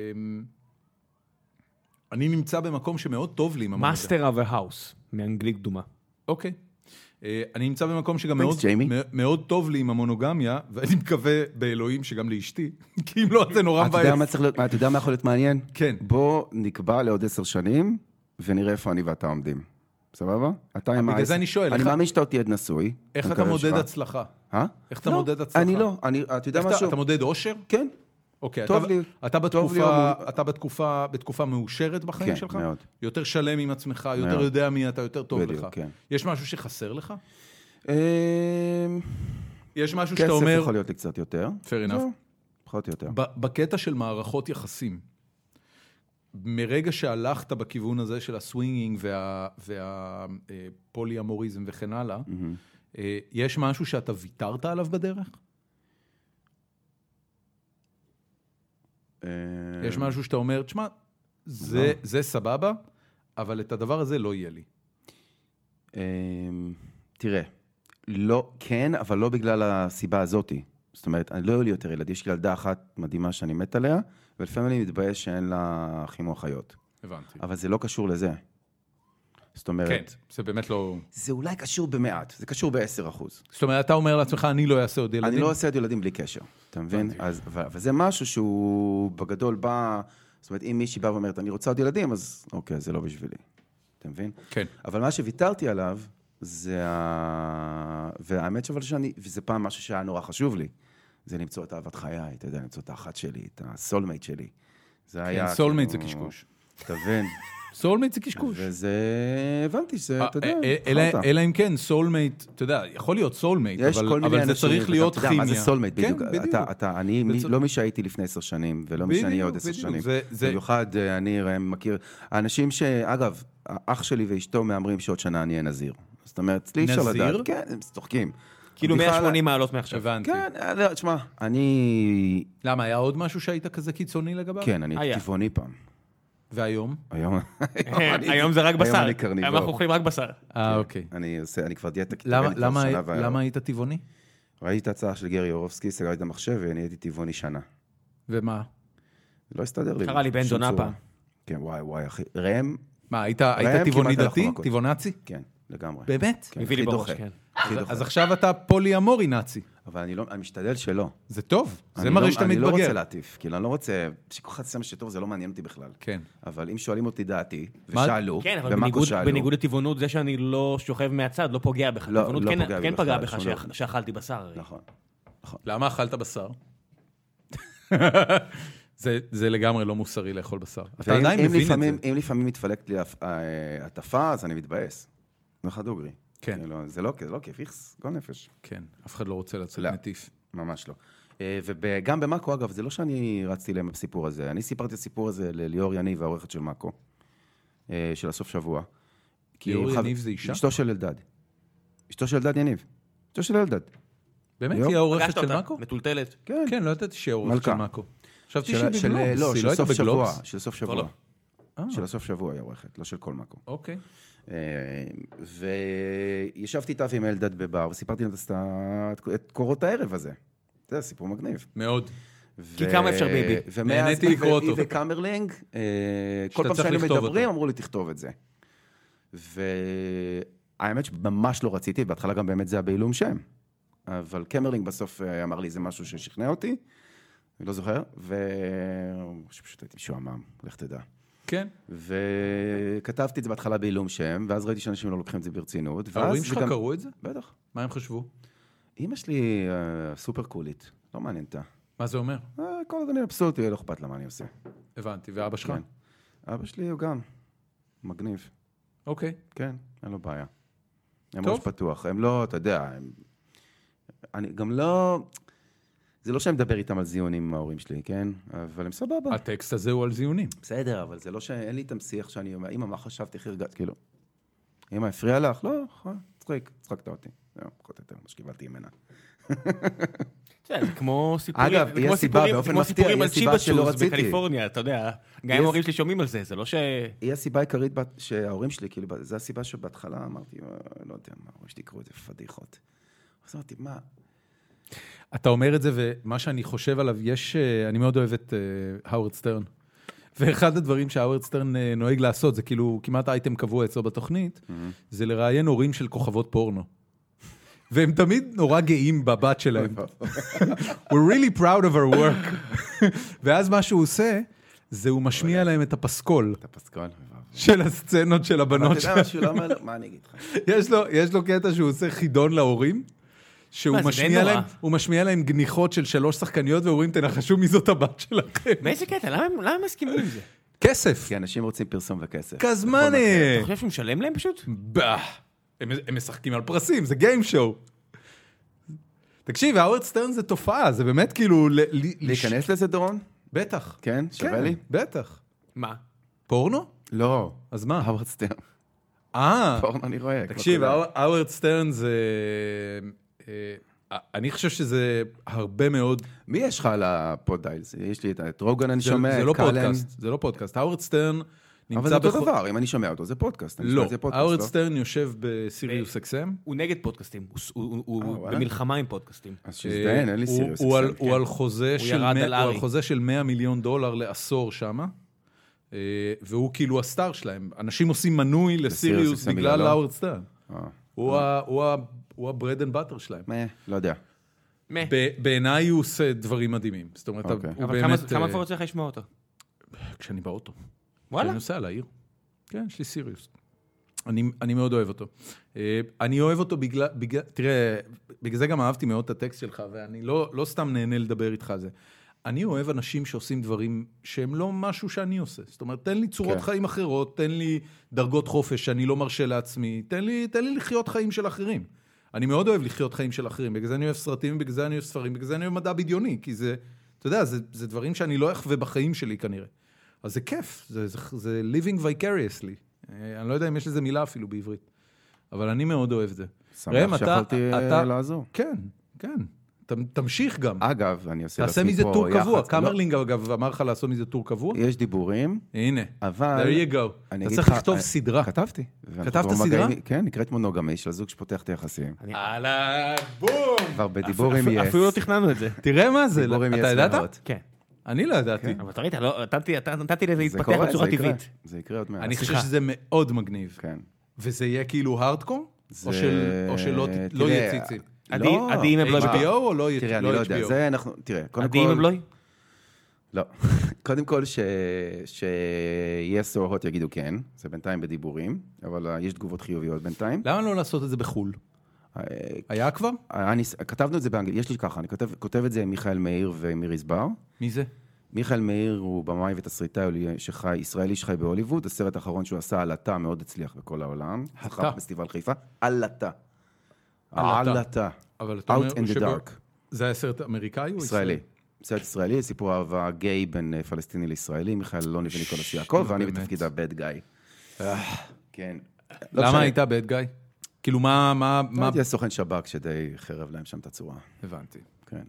אני נמצא במקום שמאוד טוב לי עם המונוגמיה. מאסטר of a house, מאנגלית קדומה. אוקיי. אני נמצא במקום שגם מאוד, מאוד טוב לי עם המונוגמיה, ואני מקווה באלוהים שגם לאשתי, כי אם לא, זה נורא מבאס. אתה יודע מה יכול להיות מעניין? כן. בוא נקבע לעוד עשר שנים, ונראה איפה אני ואתה עומדים. סבבה? בגלל זה אני שואל. אני מאמין שאתה אותי עד נשוי. איך אתה מודד הצלחה? אה? איך אתה מודד הצלחה? אני לא. אתה יודע משהו? אתה מודד אושר? כן. אוקיי, טוב לי. אתה בתקופה, אתה בתקופה, בתקופה מאושרת בחיים שלך? כן, מאוד. יותר שלם עם עצמך, יותר יודע מי אתה, יותר טוב לך. כן. יש משהו שחסר לך? יש משהו שאתה כסף אומר... יכול להיות לי קצת יותר. fair enough. פחות יותר. בקטע של מערכות יחסים, מרגע שהלכת בכיוון הזה של הסווינגינג והפוליאמוריזם וכן הלאה, יש משהו שאתה ויתרת עליו בדרך? יש משהו שאתה אומר, תשמע, זה סבבה, אבל את הדבר הזה לא יהיה לי. תראה, לא, כן, אבל לא בגלל הסיבה הזאת. זאת אומרת, אני לא יהיו לי יותר ילד, יש לי ילדה אחת מדהימה שאני מת עליה, ולפעמים אני מתבייש שאין לה אחים או אחיות. הבנתי. אבל זה לא קשור לזה. זאת אומרת... כן, זה באמת לא... זה אולי קשור במעט, זה קשור ב-עשרה אחוז. זאת אומרת, אתה אומר לעצמך, אני לא אעשה עוד ילדים? אני לא אעשה עוד ילדים בלי קשר, אתה מבין? וזה משהו שהוא בגדול בא... זאת אומרת, אם מישהי בא ואומרת, אני רוצה עוד ילדים, אז אוקיי, זה לא בשבילי. אתה מבין? כן. אבל מה שוויתרתי עליו, זה ה... והאמת שבל שאני... וזה פעם משהו שהיה נורא חשוב לי. זה למצוא את אהבת חיי, אתה יודע, למצוא את האחת שלי, את הסולמייט שלי. זה היה... כן, סולמייט זה קשקוש. אתה מבין? סולמייט זה קשקוש. וזה... הבנתי שזה, אתה יודע, אלא אם כן, סולמייט, אתה יודע, יכול להיות סולמייט, אבל זה צריך להיות כימיה. אתה יודע, מה זה סולמייט? בדיוק. אני לא מי שהייתי לפני עשר שנים, ולא מי שאני אהיה עוד עשר שנים. במיוחד, אני מכיר, האנשים ש... אגב, האח שלי ואשתו מאמרים שעוד שנה אני אהיה נזיר. זאת אומרת, לי אפשר לדעת. כן, הם צוחקים. כאילו מאה ושמונים מעלות מעכשיו. הבנתי. כן, תשמע, אני... למה, היה עוד משהו שהיית כזה קיצוני לגביו? כן, אני טבעוני פעם. והיום? היום... היום זה רק בשר. היום אני קרניבור. היום אנחנו אוכלים רק בשר. אה, אוקיי. אני עושה, אני כבר דיאטה... למה היית טבעוני? ראיתי את ההצעה של גרי אורובסקי, סגרתי את המחשב, ואני הייתי טבעוני שנה. ומה? לא הסתדר לי. קרא לי בן זונה פעם. כן, וואי, וואי, אחי. ראם... מה, היית טבעוני דתי? טבעונאצי? כן, לגמרי. באמת? מביא לי בראש, כן. אז עכשיו אתה פוליאמורי נאצי. אבל אני לא, אני משתדל שלא. זה טוב, זה מראה שאתה מתבגר. אני לא רוצה להטיף, כאילו, אני לא רוצה, שכל אחד שם שטוב, זה לא מעניין אותי בכלל. כן. אבל אם שואלים אותי דעתי, ושאלו, כן, אבל בניגוד לטבעונות, זה שאני לא שוכב מהצד, לא פוגע בך. טבעונות כן פגע בך שאכלתי בשר. נכון. למה אכלת בשר? זה לגמרי לא מוסרי לאכול בשר. אתה עדיין מבין את זה. אם לפעמים מתפלקת לי עטפה, אז אני מתבאס. נוח דוגרי. כן. זה לא, זה לא כיף, איכס, גול נפש. כן, אף אחד לא רוצה לצאת מטיף. ממש לא. וגם במאקו, אגב, זה לא שאני רצתי להם בסיפור הזה, אני סיפרתי את הסיפור הזה לליאור יניב, העורכת של מאקו, של הסוף שבוע. ליאור יניב זה אישה? אשתו של אלדד. אשתו של אלדד יניב. אשתו של אלדד. באמת? היא העורכת של מאקו? מטולטלת. כן, כן, לא ידעתי שהיא העורכת של מאקו. חשבתי שהיא של, בגלובס. לא, של לא סוף שבוע. של סוף לא. שבוע. של הסוף שבוע היא העורכת, לא של כל מאקו. אוקיי. וישבתי איתה ועם אלדד בבר, וסיפרתי את קורות הערב הזה. זה סיפור מגניב. מאוד. כי כמה אפשר ביבי. נהניתי לקרוא אותו. והיא וקאמרלינג, כל פעם שהיינו מדברים, אמרו לי, תכתוב את זה. והאמת שממש לא רציתי, בהתחלה גם באמת זה הבעילום שם. אבל קאמרלינג בסוף אמר לי, זה משהו ששכנע אותי, אני לא זוכר, ושפשוט הייתי משועמם, לך תדע. כן. וכתבתי את זה בהתחלה בעילום שם, ואז ראיתי שאנשים לא לוקחים את זה ברצינות. ההורים שלך קראו את זה? בטח. מה הם חשבו? אמא שלי סופר קולית, לא מעניינתה. מה זה אומר? כל עוד אני אבסולטי, לא אכפת לה מה אני עושה. הבנתי, ואבא שלך? אבא שלי הוא גם מגניב. אוקיי. כן, אין לו בעיה. הם ממש פתוח, הם לא, אתה יודע, אני גם לא... זה לא שאני מדבר איתם על זיונים עם ההורים שלי, כן? אבל הם סבבה. הטקסט הזה הוא על זיונים. בסדר, אבל זה לא שאין לי איתם שיח שאני אומר, אמא, מה חשבת, איך הרגעת? כאילו, אמא, הפריע לך? לא, צחק, צחקת אותי. זהו, פחות יותר, מה שקיבלתי ממנה. זה כמו סיפורים, אגב, יש סיבה, באופן מפתיע, יש סיבה שלא רציתי. בקליפורניה, אתה יודע, גם ההורים שלי שומעים על זה, זה לא ש... היא הסיבה העיקרית שההורים שלי, כאילו, זו הסיבה שבהתחלה אמרתי, לא יודע, מה, ההורים שלי יקראו את זה פדיחות. אז אמרתי, מה? אתה אומר את זה, ומה שאני חושב עליו, יש, אני מאוד אוהב את האוורד סטרן. ואחד הדברים שהאוורד סטרן נוהג לעשות, זה כאילו כמעט אייטם קבוע אצלו בתוכנית, זה לראיין הורים של כוכבות פורנו. והם תמיד נורא גאים בבת שלהם. We're really proud of our work. ואז מה שהוא עושה, זה הוא משמיע להם את הפסקול. את הפסקול. של הסצנות של הבנות שלהם. אתה יודע משהו, מה אני אגיד לך? יש לו קטע שהוא עושה חידון להורים, שהוא משמיע להם, הוא משמיע להם גניחות של שלוש שחקניות, ואומרים, תנחשו מי זאת הבת שלכם. באיזה קטע? למה הם מסכימים עם זה? כסף. כי אנשים רוצים פרסום וכסף. כזמני. אתה חושב שהוא משלם להם פשוט? bah. הם, הם משחקים על פרסים, זה גיים שואו. תקשיב, האוורד סטרן זה תופעה, זה באמת כאילו... להיכנס לזה, דורון? בטח. כן? שווה לי? בטח. מה? פורנו? לא. אז מה? האוורד סטרן. אה. פורנו אני רואה. תקשיב, האוורד סטרן זה... אני חושב שזה הרבה מאוד... מי יש לך על הפודייל? יש לי את רוגן, אני שומע, זה לא פודקאסט, זה לא פודקאסט. האוורד סטרן נמצא... אבל זה אותו דבר, אם אני שומע אותו, זה פודקאסט. לא, האוורד סטרן יושב בסיריוס אקס אם. הוא נגד פודקאסטים, הוא במלחמה עם פודקאסטים. אז שזדיין, אין לי סיריוס אקס אם. הוא על חוזה של מאה מיליון דולר לעשור שמה, והוא כאילו הסטאר שלהם. אנשים עושים מנוי לסיריוס בגלל האוורד סטרן. הוא הברד אנד באטר שלהם. מה? לא יודע. בעיניי הוא עושה דברים מדהימים. זאת אומרת, הוא באמת... כמה כבר רוצה לך לשמוע אותו? כשאני באוטו. וואלה? כשאני נוסע לעיר. כן, יש לי סיריוס. אני מאוד אוהב אותו. אני אוהב אותו בגלל... תראה, בגלל זה גם אהבתי מאוד את הטקסט שלך, ואני לא סתם נהנה לדבר איתך על זה. אני אוהב אנשים שעושים דברים שהם לא משהו שאני עושה. זאת אומרת, תן לי צורות חיים אחרות, תן לי דרגות חופש שאני לא מרשה לעצמי, תן לי, תן לי לחיות חיים של אחרים. אני מאוד אוהב לחיות חיים של אחרים, בגלל זה אני אוהב סרטים, בגלל זה אני אוהב ספרים, בגלל זה אני אוהב מדע בדיוני, כי זה, אתה יודע, זה, זה דברים שאני לא אחווה בחיים שלי כנראה. אז זה כיף, זה, זה, זה living vicariously. אני לא יודע אם יש לזה מילה אפילו בעברית, אבל אני מאוד אוהב זה. שמח שיכולתי לעזור. כן, כן. תמשיך גם. אגב, אני עושה תעשה מזה טור קבוע. קאמרלינג אגב אמר לך לעשות מזה טור קבוע? יש דיבורים. הנה. אבל... there you go. אתה צריך לכתוב סדרה. כתבתי. כתבת סדרה? כן, נקראת מונוגמי, של זוג שפותח את היחסים. הלאה, בום! כבר בדיבורים יש. אפילו לא תכננו את זה. תראה מה זה. אתה ידעת? כן. אני לא ידעתי. אבל אתה ראית, נתתי לזה להתפתח בצורה טבעית. זה יקרה עוד מעט. אני חושב שזה מאוד מגניב. כן. וזה יהיה כאילו הארדקור? או שלא יהיה ציצי? עדיים הם לא... אייץ' בי או או לא אייץ' בי או? תראה, אני לא יודע, זה אנחנו... תראה, קודם כל... עדיים הם לא? לא. קודם כל ש-yes or hot יגידו כן, זה בינתיים בדיבורים, אבל יש תגובות חיוביות בינתיים. למה לא לעשות את זה בחול? היה כבר? כתבנו את זה באנגלית, יש לי ככה, אני כותב את זה עם מיכאל מאיר ומיריס בר. מי זה? מיכאל מאיר הוא במאי ותסריטאי ישראלי שחי בהוליווד, הסרט האחרון שהוא עשה עלתה מאוד הצליח בכל העולם. עלתה? פסטיבל חיפה. עלתה. עלתה. Out in the dark. זה היה סרט אמריקאי או ישראלי? סרט ישראלי, סיפור אהבה גיי בין פלסטיני לישראלי, מיכאל אלוני וניקולס יעקב, ואני בתפקיד הבד גאי. כן. למה הייתה בד גאי? כאילו מה... מה הייתי הסוכן שב"כ שדי חרב להם שם את הצורה. הבנתי. כן.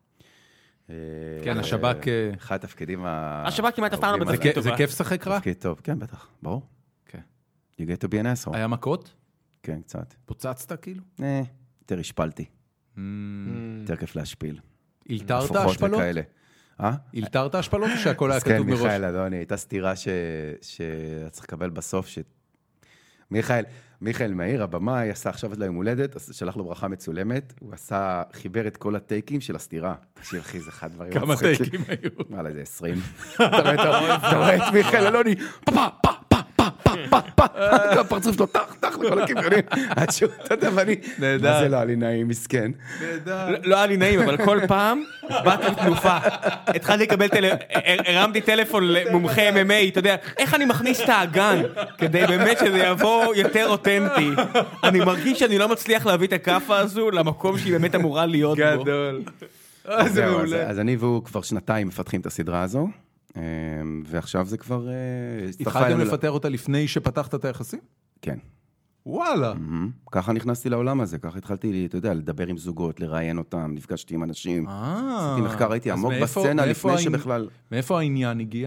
כן, השב"כ... אחד התפקידים ה... השב"כ כמעט הפעם בתפקיד טובה. זה כיף לשחק רע? תפקיד טוב, כן, בטח, ברור. כן. You get to be an asshole. היה מכות? כן, קצת. פוצצת כאילו? אה, יותר השפלתי. יותר כיף להשפיל. הילתרת השפלות? אה? הילתרת השפלות או שהכל היה כתוב מראש? כן, מיכאל, אדוני, הייתה סתירה שצריך לקבל בסוף, ש... מיכאל, מיכאל מאיר, הבמה, עשה עכשיו את ליום הולדת, שלח לו ברכה מצולמת, הוא עשה, חיבר את כל הטייקים של הסתירה. תקשיב, אחי, זה אחד דברים. כמה טייקים היו? וואלה, זה עשרים. אתה רואה את מיכאל אלוני, פה, פה, פה, פה, פה, פה, פה, פה, הפרצוף שלו, תח, תח, לכל הכיוונים. עד שהוא, אתה יודע, ואני, מה זה לא היה לי נעים, מסכן. לא היה לי נעים, אבל כל פעם, באתי לתנופה. התחלתי לקבל טלפון, הרמתי טלפון למומחה אם אם איי, אתה יודע, איך אני מכניס את האגן, כדי באמת שזה יבוא יותר אותנטי. אני מרגיש שאני לא מצליח להביא את הכאפה הזו למקום שהיא באמת אמורה להיות בו. גדול. זה מעולה. אז אני והוא כבר שנתיים מפתחים את הסדרה הזו, ועכשיו זה כבר... התחלתם לפתח אותה לפני שפתחת את היחסים? כן. וואלה. ככה נכנסתי לעולם הזה, ככה התחלתי, אתה יודע, לדבר עם זוגות, לראיין אותם, נפגשתי עם אנשים, עשיתי מחקר, הייתי עמוק בסצנה לפני שבכלל... מאיפה העניין הגיע?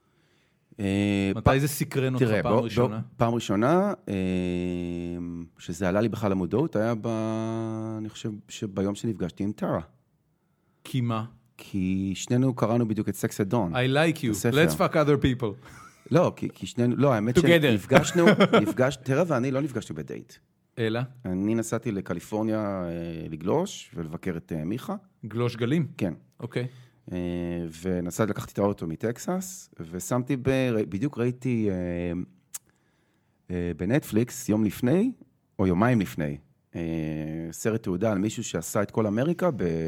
מתי זה סקרן אותך פעם ראשונה? פעם ראשונה, שזה עלה לי בכלל למודעות, היה ב... אני חושב שביום שנפגשתי עם טרה. כי מה? כי שנינו קראנו בדיוק את Sex at Dawn. I like you, let's fuck other people. לא, כי שנינו, לא, האמת שנפגשנו, נפגש, טרה ואני לא נפגשנו בדייט. אלא? אני נסעתי לקליפורניה לגלוש ולבקר את מיכה. גלוש גלים? כן. אוקיי. ונסעתי, לקחתי את האוטו מטקסס, ושמתי, בדיוק ראיתי בנטפליקס יום לפני, או יומיים לפני, סרט תעודה על מישהו שעשה את כל אמריקה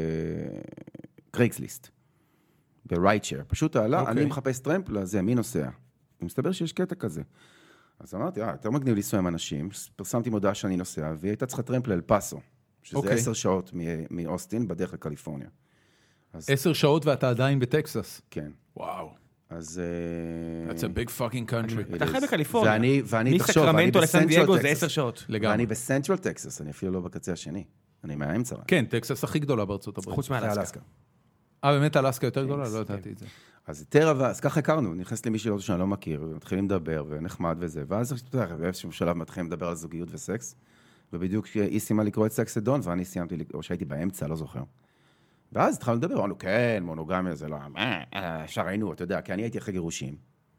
בקרייגסליסט, ברייטשר. פשוט העלה, אני מחפש טרמפ לזה, מי נוסע? ומסתבר שיש קטע כזה. אז אמרתי, אה, יותר מגניב לנסוע עם אנשים, פרסמתי מודעה שאני נוסע, והיא הייתה צריכה טרמפ לאל פאסו, שזה עשר שעות מאוסטין, בדרך לקליפורניה. עשר שעות ואתה עדיין בטקסס. כן. וואו. אז... That's a big fucking country. אתה חי בקליפורניה. ואני, ואני תחשוב, אני מסקרמנטו לסן דייגו זה עשר שעות. ואני בסנטרל טקסס, אני אפילו לא בקצה השני. אני מהאמצע. כן, טקסס הכי גדולה בארצות הברית. חוץ מאלסקה. אה, באמת אלסקה יותר גדולה? לא ידעתי את זה. אז טרה, אז ככה הכרנו, נכנס למי שלא שאני לא מכיר, ומתחילים לדבר, ונחמד וזה, ואז אתה יודע, באיזשהו שלב מתחילים לדבר על זוגיות וסקס, ובדיוק היא סיימה לקרוא את סקס אדון, ואני סיימתי, או שהייתי באמצע, לא זוכר. ואז התחלנו לדבר, אמרנו, כן, מונוגמיה, זה לא, אפשר היינו, אתה יודע, כי אני הייתי אחרי גירושים.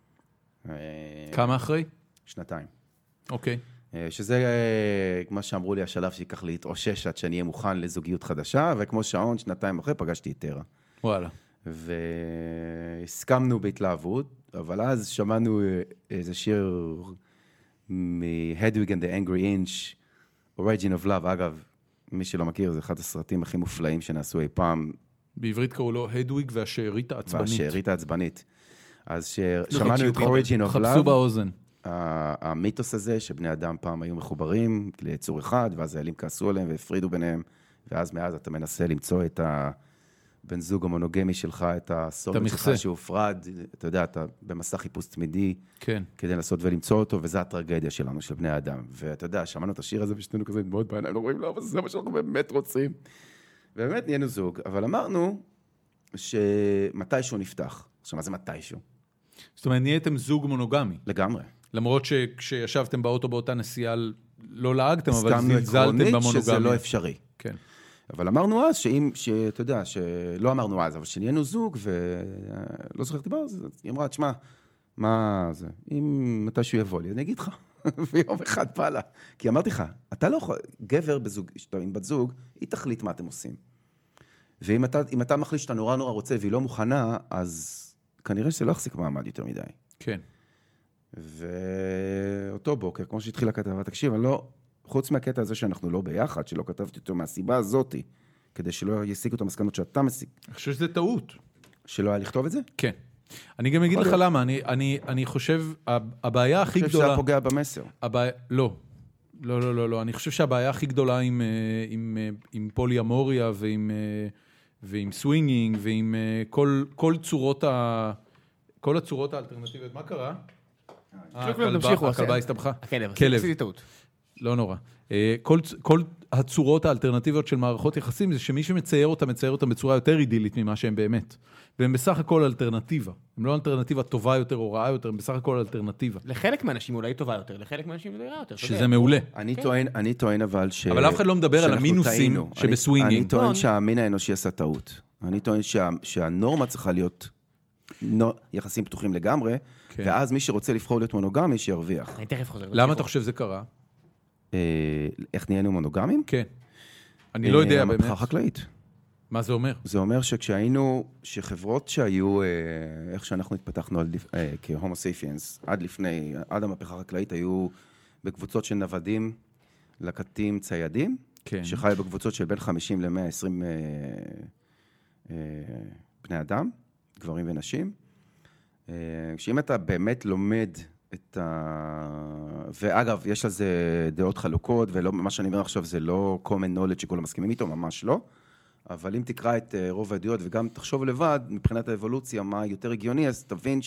כמה אחרי? שנתיים. אוקיי. שזה, כמו שאמרו לי, השלב שיקח להתאושש עד שאני אהיה מוכן לזוגיות חדשה, וכמו שעון, שנתיים אחרי, פגשתי את טרה. וואלה. והסכמנו בהתלהבות, אבל אז שמענו איזה שיר מ-Hedwig and the Angry Inch, Origin of Love, אגב, מי שלא מכיר, זה אחד הסרטים הכי מופלאים שנעשו אי פעם. בעברית קראו לו הדוויג והשארית העצבנית. והשארית העצבנית. אז שמענו את Origin of Love. חפשו באוזן. המיתוס הזה, שבני אדם פעם היו מחוברים ליצור אחד, ואז האלים כעסו עליהם והפרידו ביניהם, ואז מאז אתה מנסה למצוא את הבן זוג המונוגמי שלך, את הסולמט שלך שהופרד, אתה יודע, אתה במסע חיפוש תמידי, כן. כדי לנסות ולמצוא אותו, וזו הטרגדיה שלנו, של בני האדם. ואתה יודע, שמענו את השיר הזה, ושתינו כזה מאוד בעיניים, לא רואים, לא, אבל זה מה שאנחנו באמת רוצים. ובאמת נהיינו זוג, אבל אמרנו שמתישהו נפתח. עכשיו, מה זה מתישהו? זאת אומרת, נהייתם זוג מונוגמי. לגמרי. למרות שכשישבתם באוטו באותה נסיעה, לא לעגתם, אבל זלזלתם במונוגמיה. במונוגמיה. שזה לא אפשרי. כן. אבל אמרנו אז, שאם, שאתה יודע, שלא אמרנו אז, אבל שנהיינו זוג, ולא זוכר דיבר, אז היא אמרה, תשמע, מה זה? אם מתישהו יבוא לי, אני אגיד לך. ויום אחד בא לה. כי אמרתי לך, אתה לא יכול, גבר בזוג, עם בת זוג, היא תחליט מה אתם עושים. ואם אתה, אם אתה מחליט שאתה נורא נורא רוצה, והיא לא מוכנה, אז כנראה שזה לא יחזיק מעמד יותר מדי. כן. ואותו בוקר, כמו שהתחילה כתבה, תקשיב, אני לא, חוץ מהקטע הזה שאנחנו לא ביחד, שלא כתבתי אותו מהסיבה הזאת, כדי שלא יסיק אותו מסקנות שאתה מסיק. אני חושב שזה טעות. שלא היה לכתוב את זה? כן. אני גם אגיד לך למה, אני, אני, אני חושב, הבעיה הכי גדולה... אני חושב שזה פוגע במסר. הבעיה, לא. לא, לא, לא, לא. אני חושב שהבעיה הכי גדולה עם, עם, עם פולי אמוריה ועם ועם סווינגינג, ועם כל, כל צורות ה... כל הצורות האלטרנטיביות. מה קרה? הכלבה הסתבכה. הכלב. כלב. לא נורא. כל, כל הצורות האלטרנטיביות של מערכות יחסים, זה שמי שמצייר אותם, מצייר אותם בצורה יותר אידילית ממה שהם באמת. והם בסך הכל אלטרנטיבה. הם לא אלטרנטיבה טובה יותר או רעה יותר, הם בסך הכל אלטרנטיבה. לחלק מהאנשים אולי טובה יותר, לחלק מהאנשים אולי רעה יותר. שזה מעולה. אני טוען, אני טוען אבל ש... אבל אף אחד לא מדבר על המינוסים שבסווינגינג. אני טוען שהמין האנושי עשה טעות. אני טוען שהנורמה צריכה להיות יחסים פתוחים לגמרי, ואז מי שרוצה לבחור להיות מונוגמי, שירוויח. אני תכף חוזר. למה אתה חושב זה קרה? איך נהיינו מונוגמים? כן. אני לא יודע באמת. המהפכה החקלאית. מה זה אומר? זה אומר שכשהיינו, שחברות שהיו, איך שאנחנו התפתחנו כהומו ספיאנס, עד לפני, עד המהפכה החקלאית, היו בקבוצות של נוודים, לקטים, ציידים, שחיו בקבוצות של בין חמישים ל-מאה ועשרים בני אדם, גברים ונשים. שאם אתה באמת לומד את ה... ואגב, יש לזה דעות חלוקות, ומה שאני אומר עכשיו זה לא common knowledge שכולם מסכימים איתו, ממש לא. אבל אם תקרא את רוב העדויות וגם תחשוב לבד, מבחינת האבולוציה, מה יותר הגיוני, אז תבין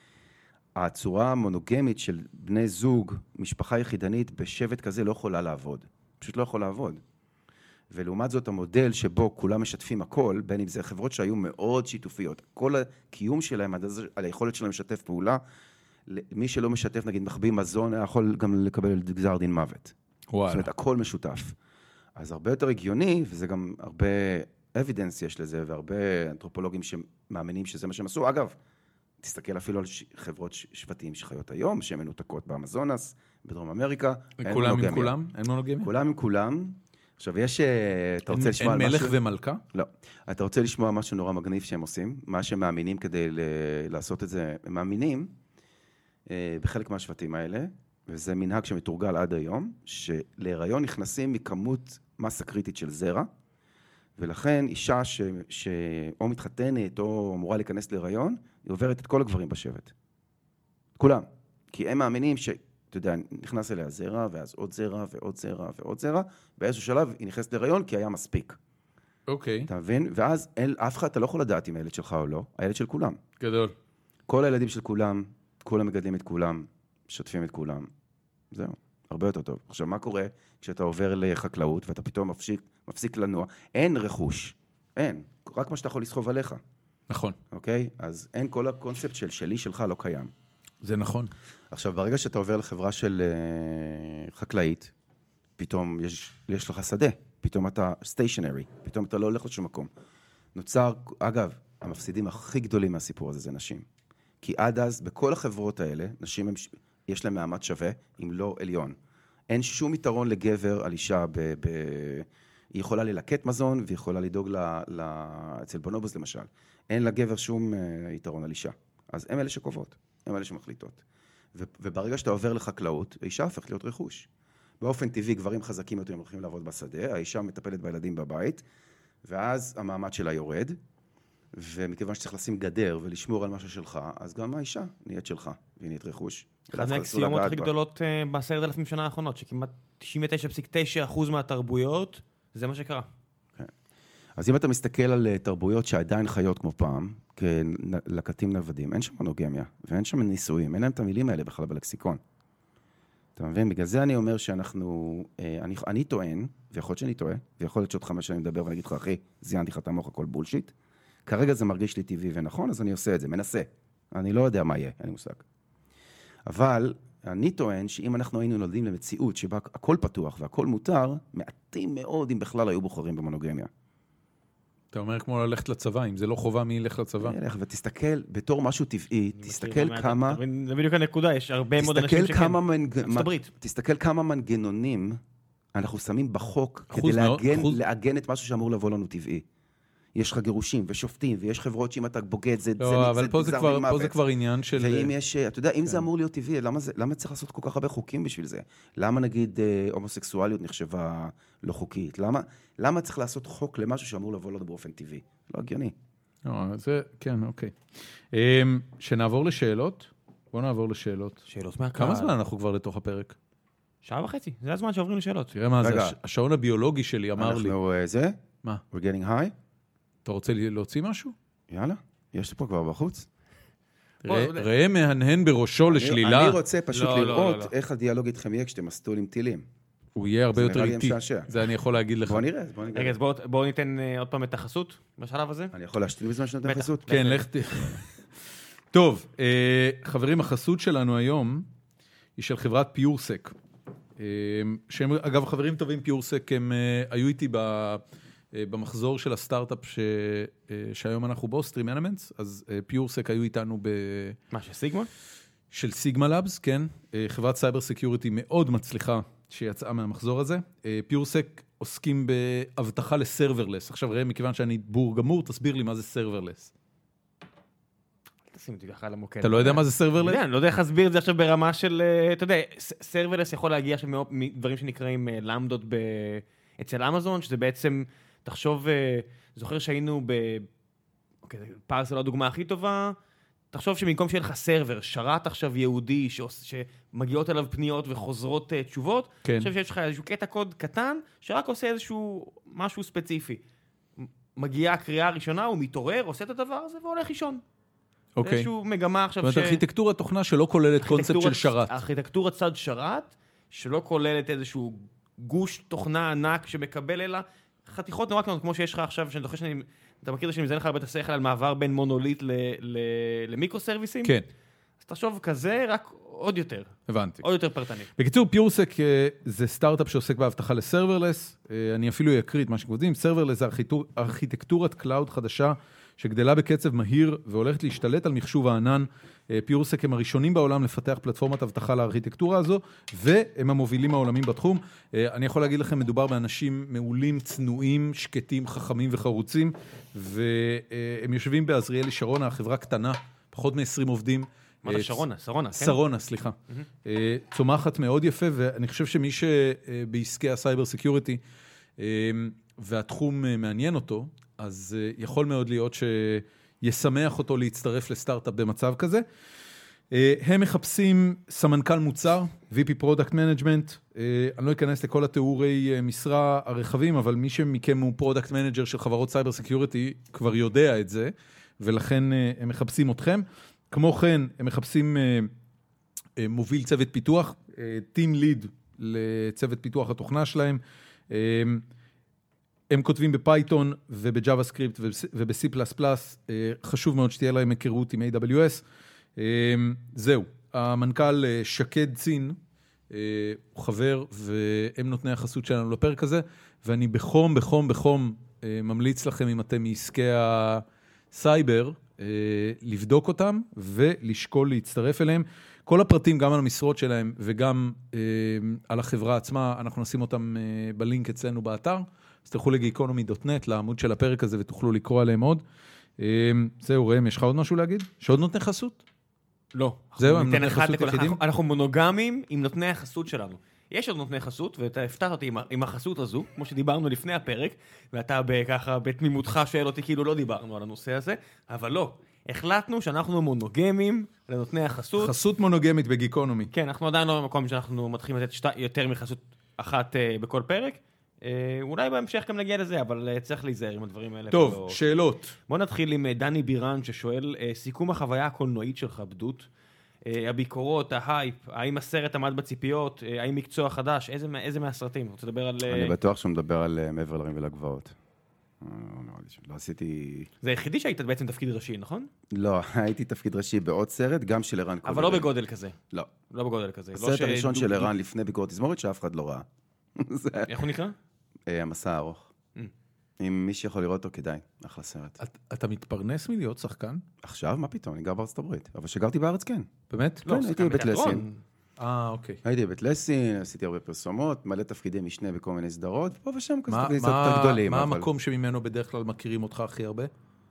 שהצורה המונוגמית של בני זוג, משפחה יחידנית, בשבט כזה לא יכולה לעבוד. פשוט לא יכולה לעבוד. ולעומת זאת המודל שבו כולם משתפים הכל, בין אם זה חברות שהיו מאוד שיתופיות, כל הקיום שלהם, על היכולת שלהם לשתף פעולה, מי שלא משתף, נגיד, מחביא מזון, יכול גם לקבל גזר דין מוות. וואלה. זאת אומרת, הכל משותף. אז הרבה יותר הגיוני, וזה גם הרבה אבידנס יש לזה, והרבה אנתרופולוגים שמאמינים שזה מה שהם עשו. אגב, תסתכל אפילו על חברות שבטים שחיות היום, שהן מנותקות באמזונס, בדרום אמריקה. כולם עם כולם? אין מונוגמיה? כולם עם כולם. עכשיו, יש... אתה רוצה לשמוע אין מלך ומלכה? לא. אתה רוצה לשמוע משהו נורא מגניב שהם עושים, מה שהם מאמינים כדי לעשות את זה, הם מאמינים בחלק מהשבטים האלה, וזה מנהג שמתורגל עד היום, שלהיריון נכנסים מכמות מסה קריטית של זרע, ולכן אישה ש... שאו מתחתנת או אמורה להיכנס להיריון, היא עוברת את כל הגברים בשבט. כולם. כי הם מאמינים ש... אתה יודע, נכנס אליה זרע, ואז עוד זרע, ועוד זרע, ועוד זרע, באיזשהו שלב היא נכנסת להיריון, כי היה מספיק. אוקיי. אתה מבין? ואז אל, אף אחד, אתה לא יכול לדעת אם הילד שלך או לא, הילד של כולם. גדול. כל הילדים של כולם, כולם מגדלים את כולם, משתפים את כולם. זהו, הרבה יותר טוב. עכשיו, מה קורה כשאתה עובר לחקלאות, ואתה פתאום מפסיק, מפסיק לנוע? אין רכוש, אין. רק מה שאתה יכול לסחוב עליך. נכון. אוקיי? אז אין, כל הקונספט של שלי שלך לא קיים. זה נכון. עכשיו, ברגע שאתה עובר לחברה של uh, חקלאית, פתאום יש, יש לך שדה, פתאום אתה סטיישנרי, פתאום אתה לא הולך לשום מקום. נוצר, אגב, המפסידים הכי גדולים מהסיפור הזה זה נשים. כי עד אז, בכל החברות האלה, נשים הם, יש להם מעמד שווה, אם לא עליון. אין שום יתרון לגבר על אישה, ב, ב, היא יכולה ללקט מזון, והיא יכולה לדאוג ל, ל, אצל בונובוס למשל. אין לגבר שום uh, יתרון על אישה. אז הם אלה שקובעות, הם אלה שמחליטות. ו, וברגע שאתה עובר לחקלאות, האישה הופכת להיות רכוש. באופן טבעי, גברים חזקים יותר הולכים לעבוד בשדה, האישה מטפלת בילדים בבית, ואז המעמד שלה יורד, ומכיוון שצריך לשים גדר ולשמור על משהו שלך, אז גם האישה נהיית שלך, והיא נהיית רכוש. אחד מהאקסיומות הכי גדולות בעשרת אלפים שנה האחרונות, שכמעט תשעים ותשע נקודה תשע אחוז מהתרבויות, זה מה שקרה. אז אם אתה מסתכל על תרבויות שעדיין חיות כמו פעם, כלקטים נוודים, אין שם מונוגמיה, ואין שם נישואים, אין להם את המילים האלה בכלל בלקסיקון. אתה מבין? בגלל זה אני אומר שאנחנו, אני, אני טוען, ויכול להיות שאני טועה, ויכול להיות שעוד חמש שנים מדבר ואני אגיד לך, אחי, זיינתי לך את המוח, הכל בולשיט. כרגע זה מרגיש לי טבעי ונכון, אז אני עושה את זה, מנסה. אני לא יודע מה יהיה, אין לי מושג. אבל אני טוען שאם אנחנו היינו נולדים למציאות שבה הכל פתוח והכל מותר, מעטים מאוד אם בכלל היו בוחרים במונוגמיה. אתה אומר כמו ללכת לצבא, אם זה לא חובה מי ילך לצבא. ילך ותסתכל, בתור משהו טבעי, תסתכל כמה... זה בדיוק הנקודה, יש הרבה מאוד אנשים שכן. תסתכל כמה מנגנונים אנחנו שמים בחוק כדי לעגן את משהו שאמור לבוא לנו טבעי. יש לך גירושים ושופטים, ויש חברות שאם אתה בוגד, זה גזר דין מוות. פה זה כבר עניין של... ואם יש, אתה יודע, אם זה אמור להיות טבעי, למה צריך לעשות כל כך הרבה חוקים בשביל זה? למה נגיד הומוסקסואליות נחשבה לא חוקית? למה צריך לעשות חוק למשהו שאמור לבוא לנו באופן טבעי? לא הגיוני. זה, כן, אוקיי. שנעבור לשאלות? בואו נעבור לשאלות. שאלות מהקהל. כמה זמן אנחנו כבר לתוך הפרק? שעה וחצי, זה הזמן שעוברים לשאלות. תראה מה זה, השעון הביולוגי שלי אמר לי. אנחנו, זה? מה? We're getting high? אתה רוצה להוציא משהו? יאללה, יש לי פה כבר בחוץ. ראה מהנהן בראשו לשלילה. אני רוצה פשוט לראות איך הדיאלוג איתכם יהיה כשאתם מסתו עם טילים. הוא יהיה הרבה יותר איטי. זה אני יכול להגיד לך. בוא נראה. רגע, אז בואו ניתן עוד פעם את החסות בשלב הזה. אני יכול להשתין בזמן שנתן החסות? כן, לך ת... טוב, חברים, החסות שלנו היום היא של חברת פיורסק. שהם, אגב, חברים טובים פיורסק, הם היו איתי במחזור של הסטארט-אפ שהיום אנחנו בו, Stream Elements, אז פיורסק היו איתנו ב... מה, של סיגמה? של סיגמה לאבס, כן. חברת סייבר סקיוריטי מאוד מצליחה שיצאה מהמחזור הזה. פיורסק עוסקים בהבטחה לסרברלס. עכשיו ראה, מכיוון שאני בור גמור, תסביר לי מה זה סרברלס. תשים אותי ככה על המוקד. אתה לא יודע מה זה סרברלס? אני לא יודע איך להסביר את זה עכשיו ברמה של, אתה יודע, סרברלס יכול להגיע עכשיו מדברים שנקראים למדות אצל אמזון, שזה בעצם, תחשוב, זוכר שהיינו ב... פארס זה לא הדוגמה הכי טובה, תחשוב שבמקום שיהיה לך סרבר, שרת עכשיו יהודי, שמגיעות אליו פניות וחוזרות תשובות, אני חושב שיש לך איזשהו קטע קוד קטן, שרק עושה איזשהו משהו ספציפי. מגיעה הקריאה הראשונה, הוא מתעורר, עושה את הדבר הזה והולך לישון. אוקיי. איזשהו מגמה עכשיו ש... זאת אומרת, ארכיטקטורה תוכנה שלא כוללת קונספט של שרת. ארכיטקטורה צד שרת, שלא כוללת איזשהו גוש תוכנה ענק שמקבל אלא חתיכות נורא קטנות, כמו שיש לך עכשיו, שאני זוכר שאני... אתה מכיר שאני מזיין לך הרבה את השכל על מעבר בין מונוליט למיקרו-סרוויסים? כן. אז תחשוב כזה, רק עוד יותר. הבנתי. עוד יותר פרטני. בקיצור, פיורסק זה סטארט-אפ שעוסק בהבטחה לסרברלס. אני אפילו אקריא את מה שכבודים. סרברלס זה ארכיטקטורת קלאוד חדשה, שגדלה בקצב מהיר והולכת להשתלט על מחשוב הענן. פיורסק הם הראשונים בעולם לפתח פלטפורמת הבטחה לארכיטקטורה הזו, והם המובילים העולמים בתחום. אני יכול להגיד לכם, מדובר באנשים מעולים, צנועים, שקטים, חכמים וחרוצים, והם יושבים בעזריאלי שרונה, החברה קטנה, פחות מ-עשרים עובדים. מה זה שרונה? שרונה, כן? שרונה, סליחה. צומחת מאוד יפה, ואני חושב שמי שבעסקי הסייבר סקיוריטי, והתחום מעניין אותו, אז יכול מאוד להיות שישמח אותו להצטרף לסטארט-אפ במצב כזה. הם מחפשים סמנכ"ל מוצר, וי פי Product Management, אני לא אכנס לכל התיאורי משרה הרחבים, אבל מי שמכם הוא Product Manager של חברות סייבר סקיוריטי כבר יודע את זה, ולכן הם מחפשים אתכם. כמו כן, הם מחפשים מוביל צוות פיתוח, Team Lead לצוות פיתוח התוכנה שלהם, הם כותבים בפייתון ובג'אווה סקריפט וב-C פלס פלס, חשוב מאוד שתהיה להם היכרות עם איי דאבליו אס. זהו, המנכ"ל שקד צין, הוא חבר, והם נותני החסות שלנו לפרק הזה, ואני בחום, בחום, בחום ממליץ לכם, אם אתם מעסקי הסייבר, לבדוק אותם ולשקול להצטרף אליהם. כל הפרטים, גם על המשרות שלהם וגם על החברה עצמה, אנחנו נשים אותם בלינק אצלנו באתר. אז תלכו לגיקונומי דוט נט, לעמוד של הפרק הזה, ותוכלו לקרוא עליהם עוד. זהו, ראם, יש לך עוד משהו להגיד? שעוד נותני חסות? לא. זהו, הם נותני חסות יחידים? אנחנו מונוגמים עם נותני החסות שלנו. יש עוד נותני חסות, ואתה הפתעת אותי עם החסות הזו, כמו שדיברנו לפני הפרק, ואתה ככה בתמימותך שואל אותי, כאילו לא דיברנו על הנושא הזה, אבל לא. החלטנו שאנחנו מונוגמים לנותני החסות. חסות מונוגמית בגיקונומי. כן, אנחנו עדיין לא במקום שאנחנו מתחילים לתת יותר מחסות אחת בכל פרק. אולי בהמשך גם נגיע לזה, אבל צריך להיזהר עם הדברים האלה. טוב, שאלות. בוא נתחיל עם דני בירן ששואל, סיכום החוויה הקולנועית שלך, בדות, הביקורות, ההייפ, האם הסרט עמד בציפיות, האם מקצוע חדש, איזה, איזה מהסרטים? רוצה לדבר על... אני בטוח שהוא מדבר על מעבר לרים ולגבעות. לא עשיתי... זה היחידי שהיית בעצם תפקיד ראשי, נכון? לא, הייתי תפקיד ראשי בעוד סרט, גם של ערן קולנועי. אבל לא בגודל כזה. לא. לא בגודל כזה. הסרט הראשון של ערן לפני ביקורת תזמורת שאף אחד לא ראה. איך הוא נקרא? המסע הארוך. אם מי שיכול לראות אותו, כדאי. אחלה סרט. אתה מתפרנס מלהיות שחקן? עכשיו? מה פתאום? אני גר בארצות הברית. אבל שגרתי בארץ, כן. באמת? כן, הייתי בבית לסין. אה, אוקיי. הייתי בבית לסין, עשיתי הרבה פרסומות, מלא תפקידי משנה בכל מיני סדרות, פה ושם כזה תפקידי קצת יותר גדולים. מה המקום שממנו בדרך כלל מכירים אותך הכי הרבה?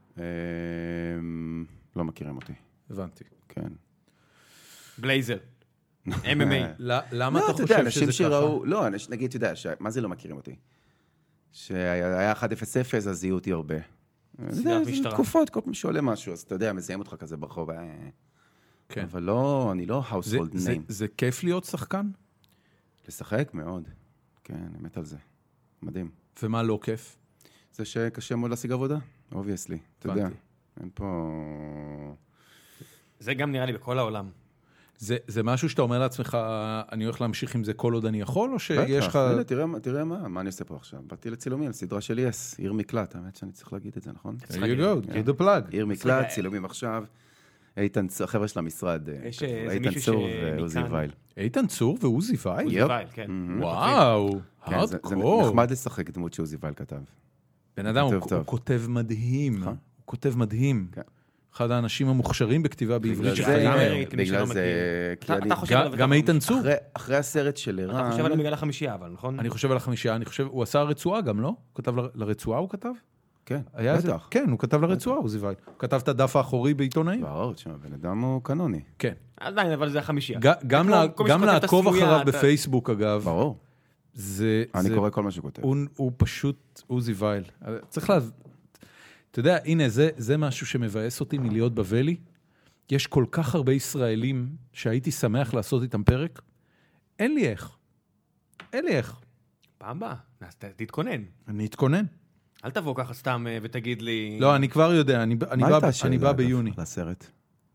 לא מכירים אותי. הבנתי. כן. בלייזר. אם אם איי. למה אתה חושב שזה ככה? לא, נגיד, אתה יודע, מה זה לא מכירים אותי? שהיה אחת אפס אפס, אז זיהו אותי הרבה. סדרת משטרה. תקופות, כל פעם שעולה משהו, אז אתה יודע, מזהים אותך כזה ברחוב. כן. אבל לא, אני לא household name. זה כיף להיות שחקן? לשחק מאוד. כן, אני מת על זה. מדהים. ומה לא כיף? זה שקשה מאוד להשיג עבודה. obviously, אתה יודע. אין פה... זה גם נראה לי בכל העולם. זה, זה משהו שאתה אומר לעצמך, אני הולך להמשיך עם זה כל עוד אני יכול, או שיש לך... בטח, תראה, תראה מה, מה אני עושה פה עכשיו. באתי לצילומים, סדרה של יס, עיר מקלט, האמת שאני צריך להגיד את זה, נכון? There you go, give the plug. עיר מקלט, צילומים עכשיו. איתן, החבר'ה של המשרד, איתן צור ועוזי וייל. איתן צור ועוזי וייל? עוזי וייל, כן. וואו, הארדקור. זה נחמד לשחק דמות שעוזי וייל כתב. בן אדם, הוא כותב מדהים. הוא כותב מדהים. אחד האנשים המוכשרים בכתיבה בעברית. בגלל זה... גם איתן צור. אחרי הסרט של ערן... אתה חושב עליו בגלל החמישייה, אבל נכון? אני חושב על החמישייה, אני חושב... הוא עשה רצועה גם, לא? הוא כתב לרצועה, הוא כתב? כן, בטח. כן, הוא כתב לרצועה, עוזי וייל. הוא כתב את הדף האחורי בעיתונאים. ברור, תשמע, בן אדם הוא קנוני. כן. עדיין, אבל זה החמישייה. גם לעקוב אחריו בפייסבוק, אגב. ברור. אני קורא כל מה שהוא כותב. הוא פשוט עוזי וייל. צריך לה... אתה יודע, הנה, זה, זה משהו שמבאס אותי מלהיות בבלי. יש כל כך הרבה ישראלים שהייתי שמח לעשות איתם פרק. אין לי איך. אין לי איך. פעם באה, אז תתכונן. אני אתכונן. אל תבוא ככה סתם ותגיד לי... לא, אני כבר יודע, אני, אני, בא, אני בא ביוני. לסרט?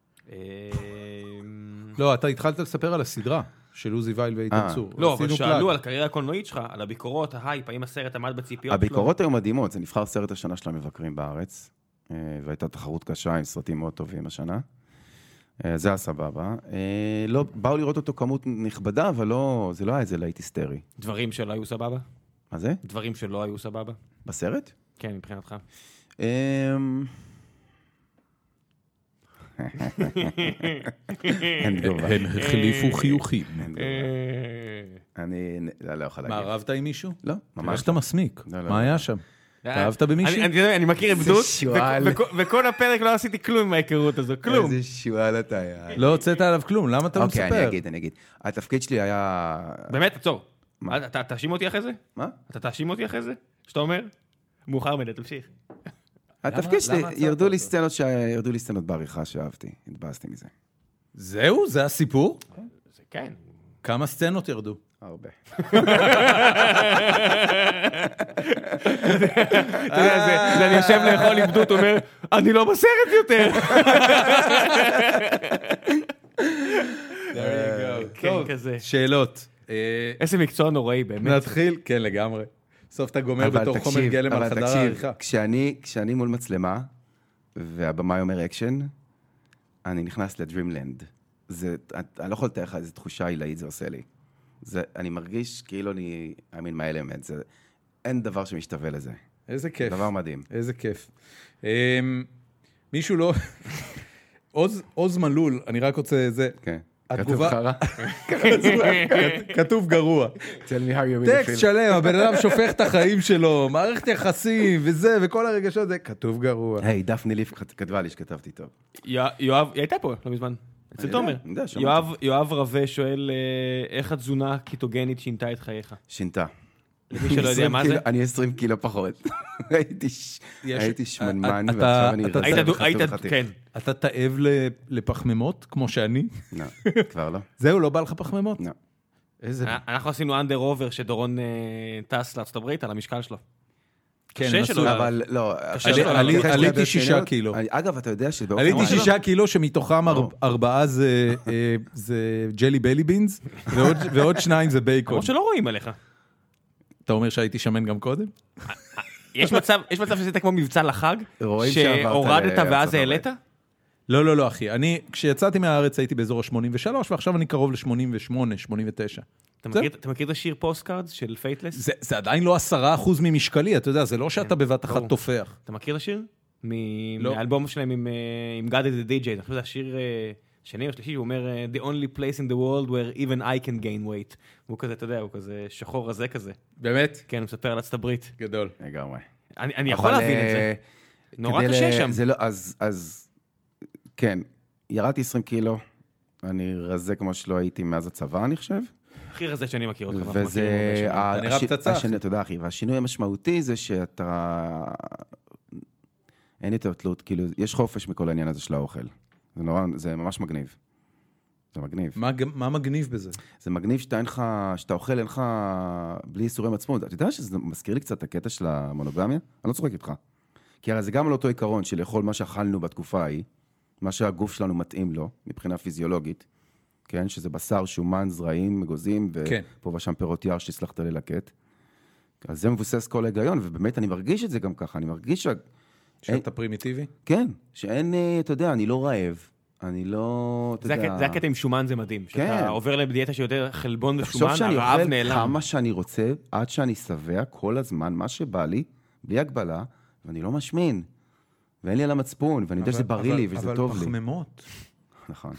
לא, אתה התחלת לספר על הסדרה של עוזי וייל ואיתן צור. לא, אבל שאלו על הקריירה הקולנועית שלך, על הביקורות, ההייפ, האם הסרט עמד בציפיות? הביקורות היו מדהימות, זה נבחר סרט השנה של המבקרים בארץ, והייתה תחרות קשה עם סרטים מאוד טובים השנה. זה הסבבה. לא, באו לראות אותו כמות נכבדה, אבל לא, זה לא היה איזה להיט היסטרי. דברים שלא היו סבבה? מה זה? דברים שלא היו סבבה? בסרט? כן, מבחינתך. אין תגובה. הם החליפו חיוכים. אני לא יכול להגיד. מה, רבת עם מישהו? לא, ממש. איך אתה מסמיק? מה היה שם? אהבת במישהו? אני מכיר עבדות, וכל הפרק לא עשיתי כלום עם ההיכרות הזו, כלום. איזה שואל אתה היה. לא הוצאת עליו כלום, למה אתה לא מספר? אוקיי, אני אגיד, אני אגיד. התפקיד שלי היה... באמת, עצור. אתה תאשים אותי אחרי זה? מה? אתה תאשים אותי אחרי זה? שאתה אומר? מאוחר מדי, תמשיך. התפקיד שלי, ירדו לי סצנות שירדו לי סצנות בעריכה שאהבתי, התבאסתי מזה. זהו? זה הסיפור? זה כן. כמה סצנות ירדו? הרבה. אני יושב לאכול עבדות, אומר, אני לא בסרט יותר. כן, כזה. שאלות. איזה מקצוע נוראי, באמת. נתחיל, כן, לגמרי. סוף אתה גומר בתור חומר גלם על חדר העריכה. כשאני מול מצלמה, והבמאי אומר אקשן, אני נכנס לדרימלנד. אני לא יכול לתאר לך איזו תחושה עילאית זה עושה לי. אני מרגיש כאילו אני אמין מהאלמנט. אין דבר שמשתווה לזה. איזה כיף. דבר מדהים. איזה כיף. מישהו לא... עוז מלול, אני רק רוצה זה... כן. כתוב חרה. כתוב גרוע. טקסט שלם, הבן אדם שופך את החיים שלו, מערכת יחסים וזה, וכל הרגשות הזה, כתוב גרוע. היי, דפני ליף כתבה לי שכתבתי טוב. יואב, היא הייתה פה, לא מזמן. אצל תומר. יואב רווה שואל, איך התזונה קיטוגנית שינתה את חייך? שינתה. למי שלא יודע מה זה? אני עשרים קילו פחות. הייתי שמנמן, ועכשיו אני רזב חתול חתיך. אתה תאב לפחממות, כמו שאני? לא, כבר לא. זהו, לא בא לך פחממות? לא. אנחנו עשינו אנדר אובר שדורון טס לארצות הברית על המשקל שלו. כן, אבל לא. עליתי שישה קילו. אגב, אתה יודע שבאופן... עליתי שישה קילו שמתוכם ארבעה זה ג'לי בלי בינס, ועוד שניים זה בייקון. כמו שלא רואים עליך. אתה אומר שהייתי שמן גם קודם? יש מצב, יש מצב שעשית כמו מבצע לחג, שהורדת ואז העלית? לא, לא, לא, אחי. אני, כשיצאתי מהארץ הייתי באזור ה-שמונים ושלוש, ועכשיו אני קרוב ל-שמונים ושמונה, שמונים ותשע. אתה מכיר את השיר פוסטקארדס של פייטלס? זה עדיין לא עשרה אחוז ממשקלי, אתה יודע, זה לא שאתה בבת אחת תופח. אתה מכיר את השיר? מהאלבום שלהם עם God is the די ג'יי, אני חושב שזה השיר... שני או שלישי, הוא אומר, the only place in the world where even I can gain weight. הוא כזה, אתה יודע, הוא כזה שחור רזה כזה. באמת? כן, הוא מספר על ארצות הברית. גדול. לגמרי. אני יכול להבין את זה. נורא קשה שם. אז, כן, ירדתי עשרים קילו, אני רזה כמו שלא הייתי מאז הצבא, אני חושב. הכי רזה שאני מכיר אותך. וזה, אתה נראה פצצה. אתה יודע, אחי, והשינוי המשמעותי זה שאתה, אין יותר תלות, כאילו, יש חופש מכל העניין הזה של האוכל. זה נורא, זה ממש מגניב. זה מגניב. מה, מה מגניב בזה? זה מגניב שאתה אין לך, שאתה אוכל, אין לך, בלי איסורי מצפון. אתה יודע שזה מזכיר לי קצת את הקטע של המונוגמיה? אני לא צוחק איתך. כי הרי זה גם על אותו עיקרון של לאכול מה שאכלנו בתקופה ההיא, מה שהגוף שלנו מתאים לו, מבחינה פיזיולוגית, כן? שזה בשר, שומן, זרעים, מגוזים, ופה ושם פירות יער שתצלחת ללקט. אז זה מבוסס כל ההיגיון, ובאמת אני מרגיש את זה גם ככה, אני מרגיש ש... שאתה פרימיטיבי? כן, שאין, אתה יודע, אני לא רעב, אני לא, אתה יודע... זה הקטע עם שומן, זה מדהים. כן. שאתה עובר לדיאטה שיותר חלבון ושומן, תחשוב שאני הרעב אוכל נעלם. כמה שאני רוצה, עד שאני שבע כל הזמן, מה שבא לי, בלי הגבלה, ואני לא משמין. ואין לי על המצפון, ואני יודע שזה בריא לי, וזה טוב לי. אבל פחמימות. נכון.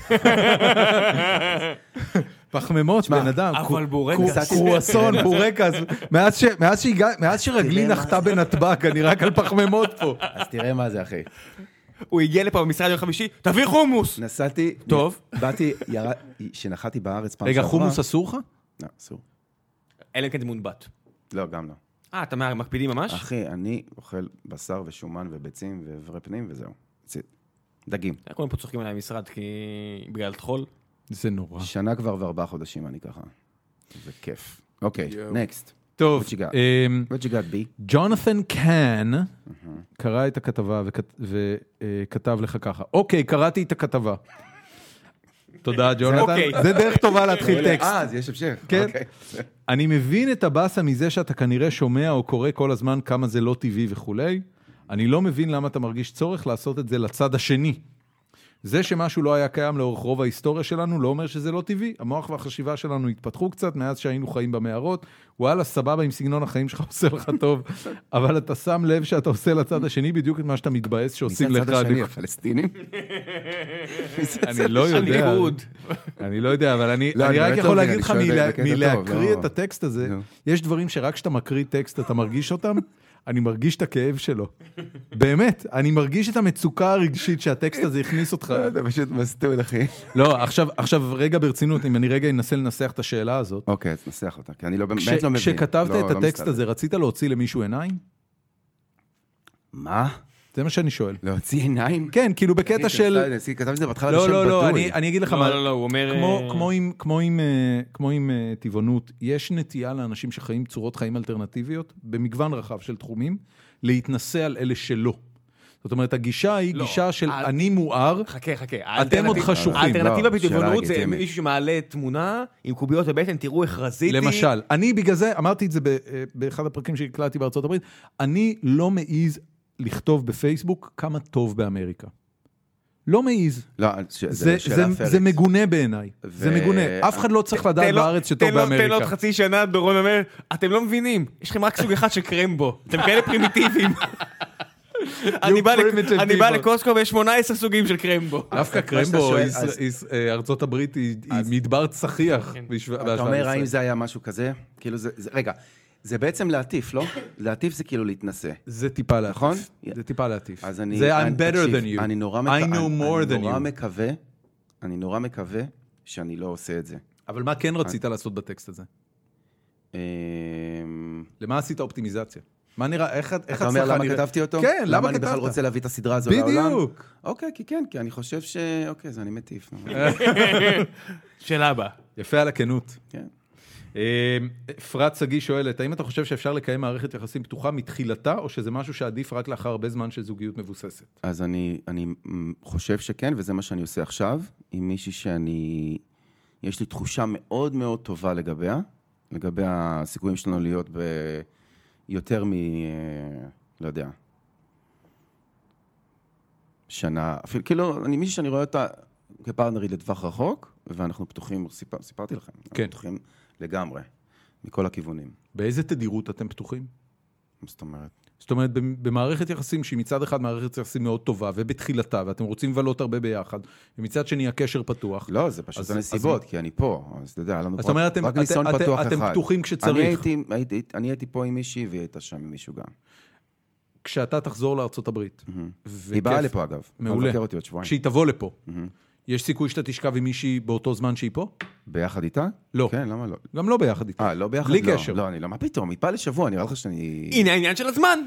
פחמימות, בן אדם. אבל בורקס. קרואסון, בורקס. מאז שרגלי נחתה בנתב"ג, אני רק על פחמימות פה. אז תראה מה זה, אחי. הוא הגיע לפה במשרד יום חמישי, תביא חומוס! נסעתי, טוב. באתי, שנחתי בארץ פעם שעברה. רגע, חומוס אסור לך? לא, אסור. אלא כן זה מונבט. לא, גם לא. אה, אתה מקפידים ממש? אחי, אני אוכל בשר ושומן וביצים ואיברי פנים וזהו. דגים. כולם פה צוחקים עליי משרד כי בגלל תחול. זה נורא. שנה כבר וארבעה חודשים אני ככה. זה כיף. אוקיי, נקסט. טוב. What you got? What you got, B? ג'ונת'ן קאן קרא את הכתבה וכתב לך ככה. אוקיי, קראתי את הכתבה. תודה, ג'ונת'ן. זה דרך טובה להתחיל טקסט. אה, אז יש המשך. כן. אני מבין את הבאסה מזה שאתה כנראה שומע או קורא כל הזמן כמה זה לא טבעי וכולי. אני לא מבין למה אתה מרגיש צורך לעשות את זה לצד השני. זה שמשהו לא היה קיים לאורך רוב ההיסטוריה שלנו, לא אומר שזה לא טבעי. המוח והחשיבה שלנו התפתחו קצת מאז שהיינו חיים במערות. וואלה, סבבה עם סגנון החיים שלך עושה לך טוב, אבל אתה שם לב שאתה עושה לצד השני בדיוק את מה שאתה מתבאס שעושים לך. מצד השני, הפלסטינים? אני לא יודע. אני לא יודע, אבל אני רק יכול להגיד לך מלהקריא את הטקסט הזה, יש דברים שרק כשאתה מקריא טקסט אתה מרגיש אותם, אני מרגיש את הכאב שלו. באמת, אני מרגיש את המצוקה הרגשית שהטקסט הזה הכניס אותך. אתה פשוט מסתול, אחי. לא, עכשיו רגע ברצינות, אם אני רגע אנסה לנסח את השאלה הזאת. אוקיי, אז נסח אותה, כי אני באמת לא מבין. כשכתבת את הטקסט הזה, רצית להוציא למישהו עיניים? מה? זה מה שאני שואל. להוציא עיניים? כן, כאילו בקטע של... כתבתי את זה בהתחלה לשם בדוי. לא, לא, לא, אני אגיד לך מה... לא, לא, לא, הוא אומר... כמו עם טבעונות, יש נטייה לאנשים שחיים צורות חיים אלטרנטיביות, במגוון רחב של תחומים, להתנסה על אלה שלא. זאת אומרת, הגישה היא גישה של אני מואר, חכה, חכה. אתם עוד חשוכים. האלטרנטיבה בטבעונות זה מישהו שמעלה תמונה עם קוביות בבטן, תראו איך רזיתי. למשל, אני בגלל זה, אמרתי את זה באחד הפרקים שהקלטתי בארצות הברית, אני לא מעיז לכתוב בפייסבוק כמה טוב באמריקה. לא מעיז. לא, זה שאלה אחרת. זה מגונה בעיניי. זה מגונה. אף אחד לא צריך לדעת בארץ שטוב באמריקה. תן לו עוד חצי שנה, דורון אומר, אתם לא מבינים, יש לכם רק סוג אחד של קרמבו. אתם כאלה פרימיטיביים. אני בא לקוסקו ויש שמונה עשרה סוגים של קרמבו. דווקא קרמבו, ארצות הברית היא מדבר צחיח. אתה אומר, האם זה היה משהו כזה? כאילו זה, רגע. זה בעצם להטיף, לא? להטיף זה כאילו להתנסה. זה טיפה להטיף. נכון? זה טיפה להטיף. אז אני... זה I'm better than you. אני נורא I know more than you. אני נורא מקווה, אני נורא מקווה שאני לא עושה את זה. אבל מה כן רצית לעשות בטקסט הזה? למה עשית אופטימיזציה? מה נראה, איך הצלחה נראה? אתה אומר למה כתבתי אותו? כן, למה כתבת? למה אני בכלל רוצה להביא את הסדרה הזו לעולם? בדיוק. אוקיי, כי כן, כי אני חושב ש... אוקיי, זה אני מטיף. שאלה הבאה. יפה על הכנות. כן. אפרת סגי שואלת, האם אתה חושב שאפשר לקיים מערכת יחסים פתוחה מתחילתה, או שזה משהו שעדיף רק לאחר הרבה זמן של זוגיות מבוססת? אז אני, אני חושב שכן, וזה מה שאני עושה עכשיו, עם מישהי שאני, יש לי תחושה מאוד מאוד טובה לגביה, לגבי הסיכויים שלנו להיות ביותר מ... לא יודע, שנה, אפילו, כאילו, אני מישהי שאני רואה אותה כפרטנרית לטווח רחוק, ואנחנו פתוחים, סיפר, סיפרתי לכם, כן. פתוחים לגמרי, מכל הכיוונים. באיזה תדירות אתם פתוחים? זאת אומרת? זאת אומרת, במערכת יחסים שהיא מצד אחד מערכת יחסים מאוד טובה, ובתחילתה, ואתם רוצים לבלות הרבה ביחד, ומצד שני הקשר פתוח. לא, זה פשוט הנסיבות, כי אני פה, אז אתה יודע, היה לנו רק ניסיון פתוח אחד. אתם פתוחים כשצריך. אני הייתי פה עם מישהי, והיא הייתה שם עם מישהו גם. כשאתה תחזור לארצות הברית. היא באה לפה אגב. מעולה. כשהיא תבוא לפה. יש סיכוי שאתה תשכב עם מישהי באותו זמן שהיא פה? ביחד איתה? לא. כן, למה לא? גם לא ביחד איתה. אה, לא ביחד? בלי לא. קשר. לא, אני לא, מה פתאום? היא באה לשבוע, אני רואה לך שאני... הנה העניין של הזמן.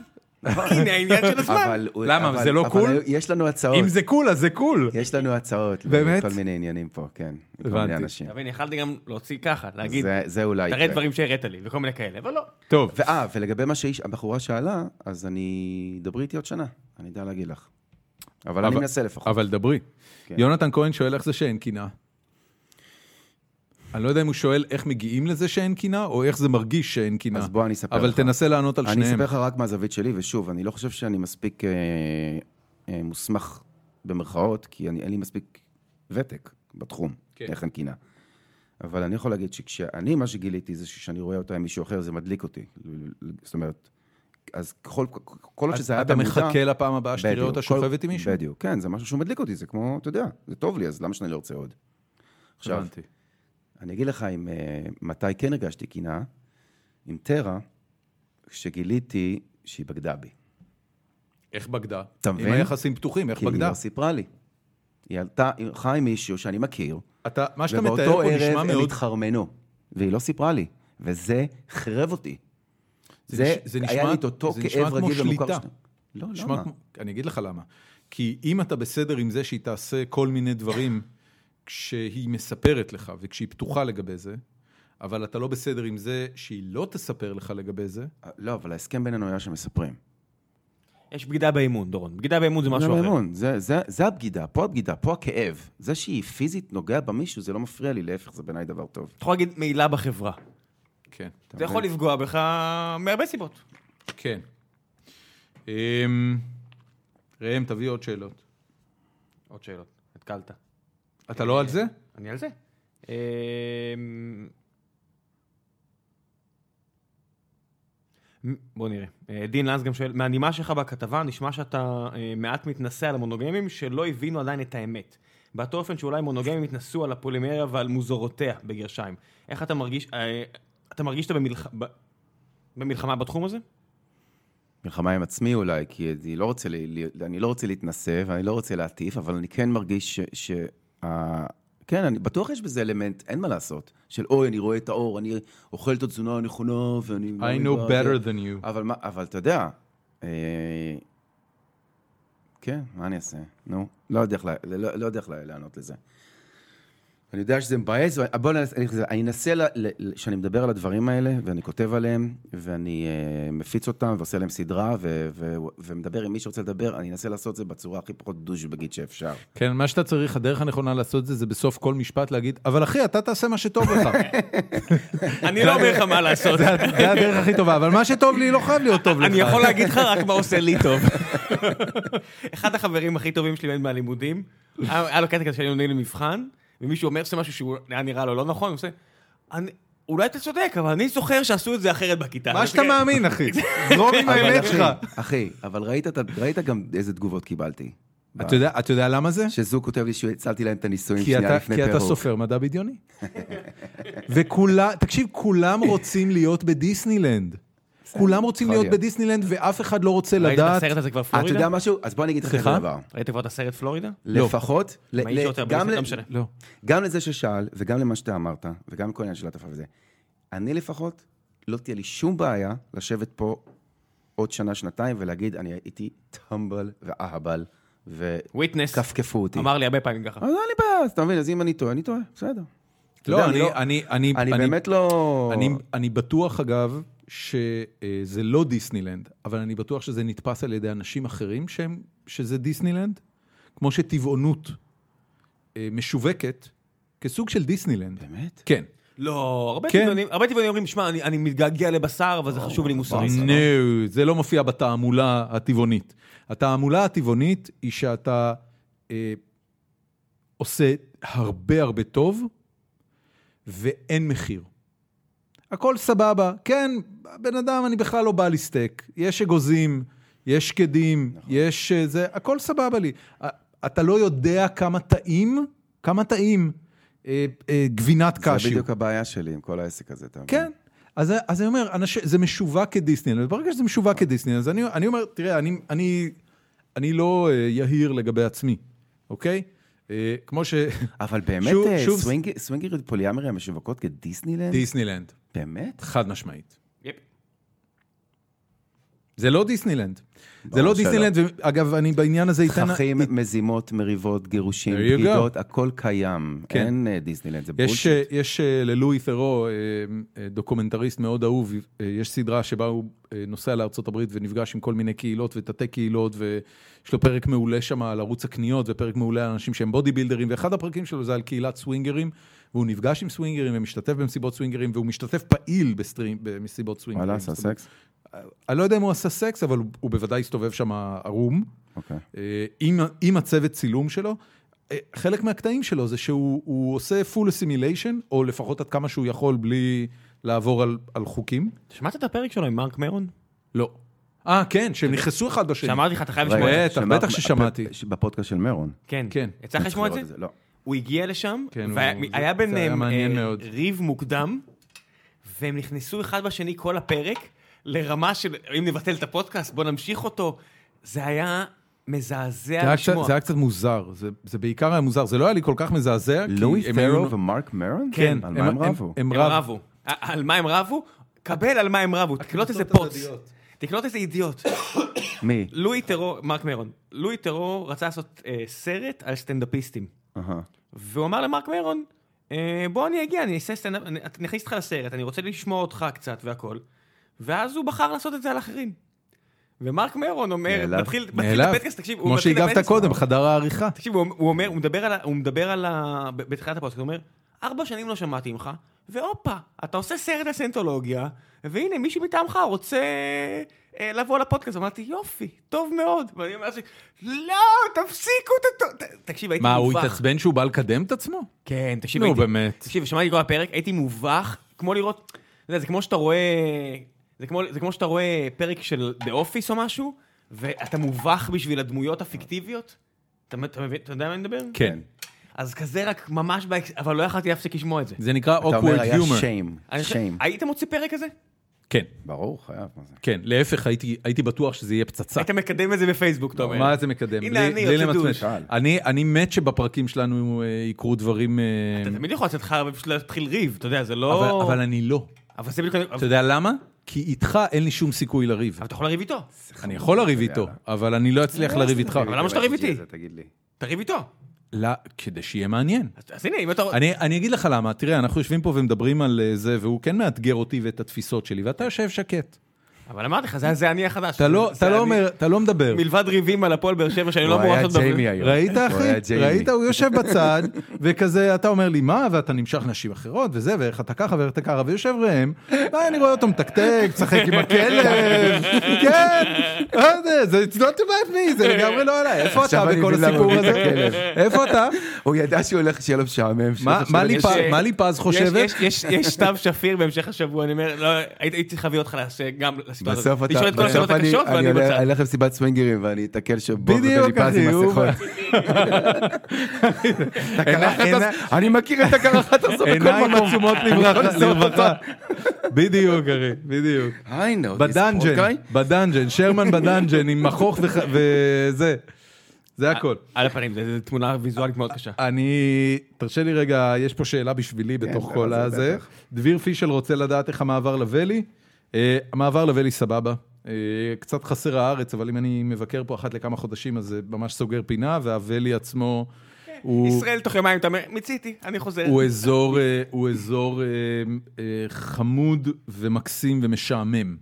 הנה העניין של הזמן. למה, זה לא קול? יש לנו הצעות. אם זה קול, אז זה קול. יש לנו הצעות. באמת? כל מיני עניינים פה, כן. הבנתי. אבל יכלתי גם להוציא ככה, להגיד, זה אולי תראה דברים שהראית לי, וכל מיני כאלה, אבל לא. טוב. ואה, ולגבי מה שהבחורה שאלה, אז אני, דברי איתי עוד שנה, אני יודע להגיד לך. אבל אני מנסה לפחות. אבל דברי. יונתן כהן שואל איך זה שאין קינה. אני לא יודע אם הוא שואל איך מגיעים לזה שאין קינה, או איך זה מרגיש שאין קינה. אז בוא אני אספר אבל לך. תנסה לענות על אני שניהם. אספר לך רק מהזווית שלי, ושוב, אני לא חושב שאני מספיק אה, אה, מוסמך במרכאות, כי אני, אין לי מספיק ותק בתחום, כן. איך אין קינה. אבל אני יכול להגיד שכשאני, מה שגיליתי זה שכשאני רואה אותה עם מישהו אחר, זה מדליק אותי. זאת אומרת, אז כל, כל עוד שזה היה אתה מחכה לפעם הבאה שתראה אותה שוכבת עם מישהו? בדיוק, כן, זה משהו שהוא מדליק אותי, זה כמו, אתה יודע, זה טוב לי, אז למה שאני לא רוצה עוד? עכשיו, אני אגיד לך עם, uh, מתי כן הרגשתי קינה, עם טרה, כשגיליתי שהיא בגדה בי. איך בגדה? אתה מבין? עם היחסים פתוחים, איך כי בגדה? היא לא סיפרה לי. היא עלתה, היא חי עם מישהו שאני מכיר, אתה, מה שאתה מתאר פה נשמע מאוד... ובאותו ערב הם התחרמנו, והיא לא סיפרה לי, וזה חרב אותי. זה, זה, זה נשמע, היה לי את אותו כאב רגיל ומוכר שני. לא, למה? כמו, אני אגיד לך למה. כי אם אתה בסדר עם זה שהיא תעשה כל מיני דברים, כשהיא מספרת לך, וכשהיא פתוחה לגבי זה, אבל אתה לא בסדר עם זה שהיא לא תספר לך לגבי זה. לא, אבל ההסכם בינינו היה שמספרים. יש בגידה באימון, דורון. בגידה באימון זה משהו אחר. באימון, זה, זה, זה הבגידה, פה הבגידה, פה הכאב. זה שהיא פיזית נוגע במישהו, זה לא מפריע לי, להפך, זה בעיניי דבר טוב. אתה יכול להגיד מעילה בחברה. כן. זה יכול לפגוע בך מהרבה סיבות. כן. ראם, תביא עוד שאלות. עוד שאלות. התקלת. אתה לא על זה? אני על זה. בוא נראה. דין לנס גם שואל, מהנימה שלך בכתבה נשמע שאתה מעט מתנסה על המונוגמים שלא הבינו עדיין את האמת. באותו אופן שאולי מונוגמים התנסו על הפולימריה ועל מוזורותיה בגרשיים. איך אתה מרגיש, אתה מרגיש שאתה במלחמה בתחום הזה? מלחמה עם עצמי אולי, כי אני לא רוצה, אני לא רוצה להתנסה ואני לא רוצה להטיף, אבל אני כן מרגיש ש... ש כן, אני בטוח יש בזה אלמנט, אין מה לעשות, של אוי, אני רואה את האור, אני אוכל את התזונה הנכונה, ואני... I know better than you. אבל, אבל אתה יודע, כן, מה אני אעשה? נו, לא יודע איך לענות לזה. אני יודע שזה מבאס, בוא אני אנסה שאני מדבר על הדברים האלה, ואני כותב עליהם, ואני מפיץ אותם, ועושה להם סדרה, ומדבר עם מי שרוצה לדבר, אני אנסה לעשות זה בצורה הכי פחות דושבגית שאפשר. כן, מה שאתה צריך, הדרך הנכונה לעשות את זה, זה בסוף כל משפט להגיד, אבל אחי, אתה תעשה מה שטוב לך. אני לא אומר לך מה לעשות. זה הדרך הכי טובה, אבל מה שטוב לי לא חייב להיות טוב לך. אני יכול להגיד לך רק מה עושה לי טוב. אחד החברים הכי טובים שלי מהלימודים, היה לו קטע כזה שאני עונה למבחן, ומישהו אומר שזה משהו שהוא נראה לו לא נכון, הוא עושה, אולי אתה צודק, אבל אני זוכר שעשו את זה אחרת בכיתה. מה שאתה מאמין, אחי. זרום עם האמת שלך. אחי, אבל ראית גם איזה תגובות קיבלתי. אתה יודע למה זה? שזו כותב לי שהצלתי להם את הניסויים שנייה לפני פירוק. כי אתה סופר מדע בדיוני. תקשיב, כולם רוצים להיות בדיסנילנד. כולם רוצים להיות בדיסנילנד, ואף אחד לא רוצה לדעת... ראית את הסרט הזה כבר פלורידה? אתה יודע משהו? אז בוא אני אגיד לך את הדבר. ראית כבר את הסרט פלורידה? לפחות, לא. גם לזה ששאל, וגם למה שאתה אמרת, וגם לכל עניין של התפה וזה, אני לפחות, לא תהיה לי שום בעיה לשבת פה עוד שנה, שנתיים, ולהגיד, אני הייתי טמבל ואהבל, וכפכפו אותי. אמר לי הרבה פעמים ככה. אז אין לי בעיה, אז אתה מבין, אז אם אני טועה, אני טועה, בסדר. לא, אני... אני באמת לא... אני בטוח, אגב, שזה לא דיסנילנד, אבל אני בטוח שזה נתפס על ידי אנשים אחרים שהם, שזה דיסנילנד, כמו שטבעונות משווקת כסוג של דיסנילנד. באמת? כן. לא, הרבה טבעונים, הרבה טבעונים אומרים, שמע, אני, אני מתגעגע לבשר, אבל זה חשוב לי מוסרית. No, זה לא מופיע בתעמולה הטבעונית. התעמולה הטבעונית היא שאתה אה, עושה הרבה הרבה טוב, ואין מחיר. הכל סבבה. כן, בן אדם, אני בכלל לא בא לסטייק. יש אגוזים, יש שקדים, נכון. יש זה, הכל סבבה לי. אתה לא יודע כמה טעים, כמה טעים אה, אה, גבינת קשיו. זה בדיוק הבעיה שלי עם כל העסק הזה. כן. אז, אז אני אומר, אנש, זה משווק כדיסנילנד. ברגע שזה משווק כדיסנילנד, אז אני, אני אומר, תראה, אני, אני, אני לא אה, יהיר לגבי עצמי, אוקיי? אה, כמו ש... אבל באמת, שוב, שוב... סווינג, סווינגריות פוליאמריה משווקות כדיסנילנד? דיסנילנד. באמת? חד משמעית. יפ. זה לא דיסנילנד. זה לא דיסנילנד, ואגב, אני בעניין הזה איתן... תככים, מזימות, מריבות, גירושים, בגידות, הכל קיים. אין דיסנילנד, זה בולשיט. יש ללואי ת'רו, דוקומנטריסט מאוד אהוב, יש סדרה שבה הוא נוסע לארצות הברית ונפגש עם כל מיני קהילות ותתי קהילות, ויש לו פרק מעולה שם על ערוץ הקניות, ופרק מעולה על אנשים שהם בודי בילדרים, ואחד הפרקים שלו זה על קהילת סווינגרים, והוא נפגש עם סווינגרים ומשתתף במסיבות סווינגרים, והוא משתתף פעיל במסיבות סווינגרים. וואלה, עשה סקס? אני לא יודע אם הוא עשה סקס, אבל הוא בוודאי הסתובב שם ערום, עם הצוות צילום שלו. חלק מהקטעים שלו זה שהוא עושה full assimilation, או לפחות עד כמה שהוא יכול בלי לעבור על חוקים. שמעת את הפרק שלו עם מרק מרון? לא. אה, כן, שהם נכנסו אחד בשני. שאמרתי לך, אתה חייב לשמוע את זה. בטח ששמעתי. בפודקאסט של מרון. כן. כן. יצא לך לשמוע את זה? לא. הוא הגיע לשם, והיה ביניהם ריב מוקדם, והם נכנסו אחד בשני כל הפרק, לרמה של, אם נבטל את הפודקאסט, בוא נמשיך אותו. זה היה מזעזע לשמוע. זה היה קצת מוזר, זה בעיקר היה מוזר, זה לא היה לי כל כך מזעזע. לואי ת'רו ומרק מרון? כן. על מה הם רבו? הם רבו. על מה הם רבו? קבל על מה הם רבו. תקלוט איזה פוץ. תקלוט איזה אידיוט. מי? לואי ת'רו, מרק מרון. לואי ת'רו רצה לעשות סרט על סטנדאפיסטים. והוא אמר למרק מרון, בוא אני אגיע, אני אעשה סטנדאפ, אני נכניס אותך לסרט, אני רוצה לשמוע אותך קצת והכל. ואז הוא בחר לעשות את זה על אחרים. ומרק מרון אומר, מתחיל לפודקאסט, תקשיב, כמו שהגבת קודם, חדר העריכה. תקשיב, הוא אומר, הוא מדבר על, הוא מדבר על, בתחילת הפודקאסט, הוא אומר, ארבע שנים לא שמעתי ממך, ואופה, אתה עושה סרט הסנטולוגיה, והנה, מישהו מטעמך רוצה לבוא לפודקאסט. אמרתי, יופי, טוב מאוד. ואני אומר, לא, תפסיקו את זה. תקשיב, הייתי מובך. מה, הוא התעצבן שהוא בא לקדם את עצמו? כן, תקשיב, נו, באמת. תקשיב, שמעתי כל הפרק, הייתי מובך, כמו לראות, זה כמו שאתה רואה, זה כמו, זה כמו שאתה רואה פרק של The Office או משהו, ואתה מובך בשביל הדמויות הפיקטיביות. אתה יודע מה אני מדבר? כן. אז כזה רק ממש, אבל לא יכולתי להפסיק לשמוע את זה. זה נקרא awkward humor. אתה אומר, היה shame. shame. היית מוציא פרק כזה? כן. ברור, חייב. כן, להפך, הייתי בטוח שזה יהיה פצצה. היית מקדם את זה בפייסבוק, אתה אומר. מה זה מקדם? הנה אני, עוד שדוש. אני מת שבפרקים שלנו יקרו דברים... אתה תמיד יכול לצאת לך להתחיל ריב, אתה יודע, זה לא... אבל אני לא. אתה יודע למה? כי איתך אין לי שום סיכוי לריב. אבל אתה יכול לריב איתו. אני יכול לריב איתו, אבל אני לא אצליח לריב איתך. אבל למה שאתה ריב איתי? תריב איתו. לא, כדי שיהיה מעניין. אז הנה, אם אתה... אני, אני אגיד לך למה, תראה, אנחנו יושבים פה ומדברים על זה, והוא כן מאתגר אותי ואת התפיסות שלי, ואתה יושב שקט. אבל אמרתי לך, זה אני החדש. אתה לא, אתה לא אומר, אתה לא מדבר. מלבד ריבים על הפועל באר שבע, שאני לא מורש עוד דבר. ראית, אחי? ראית, הוא יושב בצד, וכזה, אתה אומר לי, מה? ואתה נמשך נשים אחרות, וזה, ואיך אתה ככה, ואיך אתה ככה, ויושב רהם, ואני רואה אותו מתקתק, צחק עם הכלב, כן, זה לא תובעת מי, זה לגמרי לא עליי. איפה אתה בכל הסיפור הזה? איפה אתה? הוא ידע שהוא הולך שיהיה לו משעמם. מה ליפז חושבת? יש סתיו שפיר בהמשך השבוע, אני אומר, לא, הייתי צריך להביא אותך גם בסוף אני אלך למסיבת סווינגרים ואני אתקל שבוך וליפז עם מסכות. אני מכיר את הקרחת הזאת עיניים עצומות לברכה. בדיוק, הרי, בדיוק. בדנג'ן, בדנג'ן, שרמן בדנג'ן עם מחוך וזה. זה הכל. על הפנים, זו תמונה ויזואלית מאוד קשה. אני, תרשה לי רגע, יש פה שאלה בשבילי בתוך כל הזה. דביר פישל רוצה לדעת איך המעבר לוואלי. המעבר לוואלי סבבה, קצת חסר הארץ, אבל אם אני מבקר פה אחת לכמה חודשים, אז זה ממש סוגר פינה, והוואלי עצמו הוא... ישראל תוך יומיים, אתה אומר, מציתי, אני חוזר. הוא אזור, הוא אזור חמוד ומקסים ומשעמם.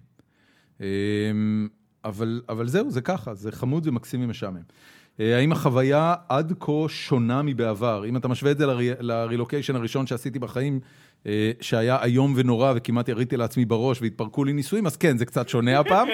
אבל, אבל זהו, זה ככה, זה חמוד ומקסים ומשעמם. האם החוויה עד כה שונה מבעבר? אם אתה משווה את זה לרילוקיישן הראשון שעשיתי בחיים, שהיה היום ונורא, וכמעט יריתי לעצמי בראש, והתפרקו לי ניסויים, אז כן, זה קצת שונה הפעם.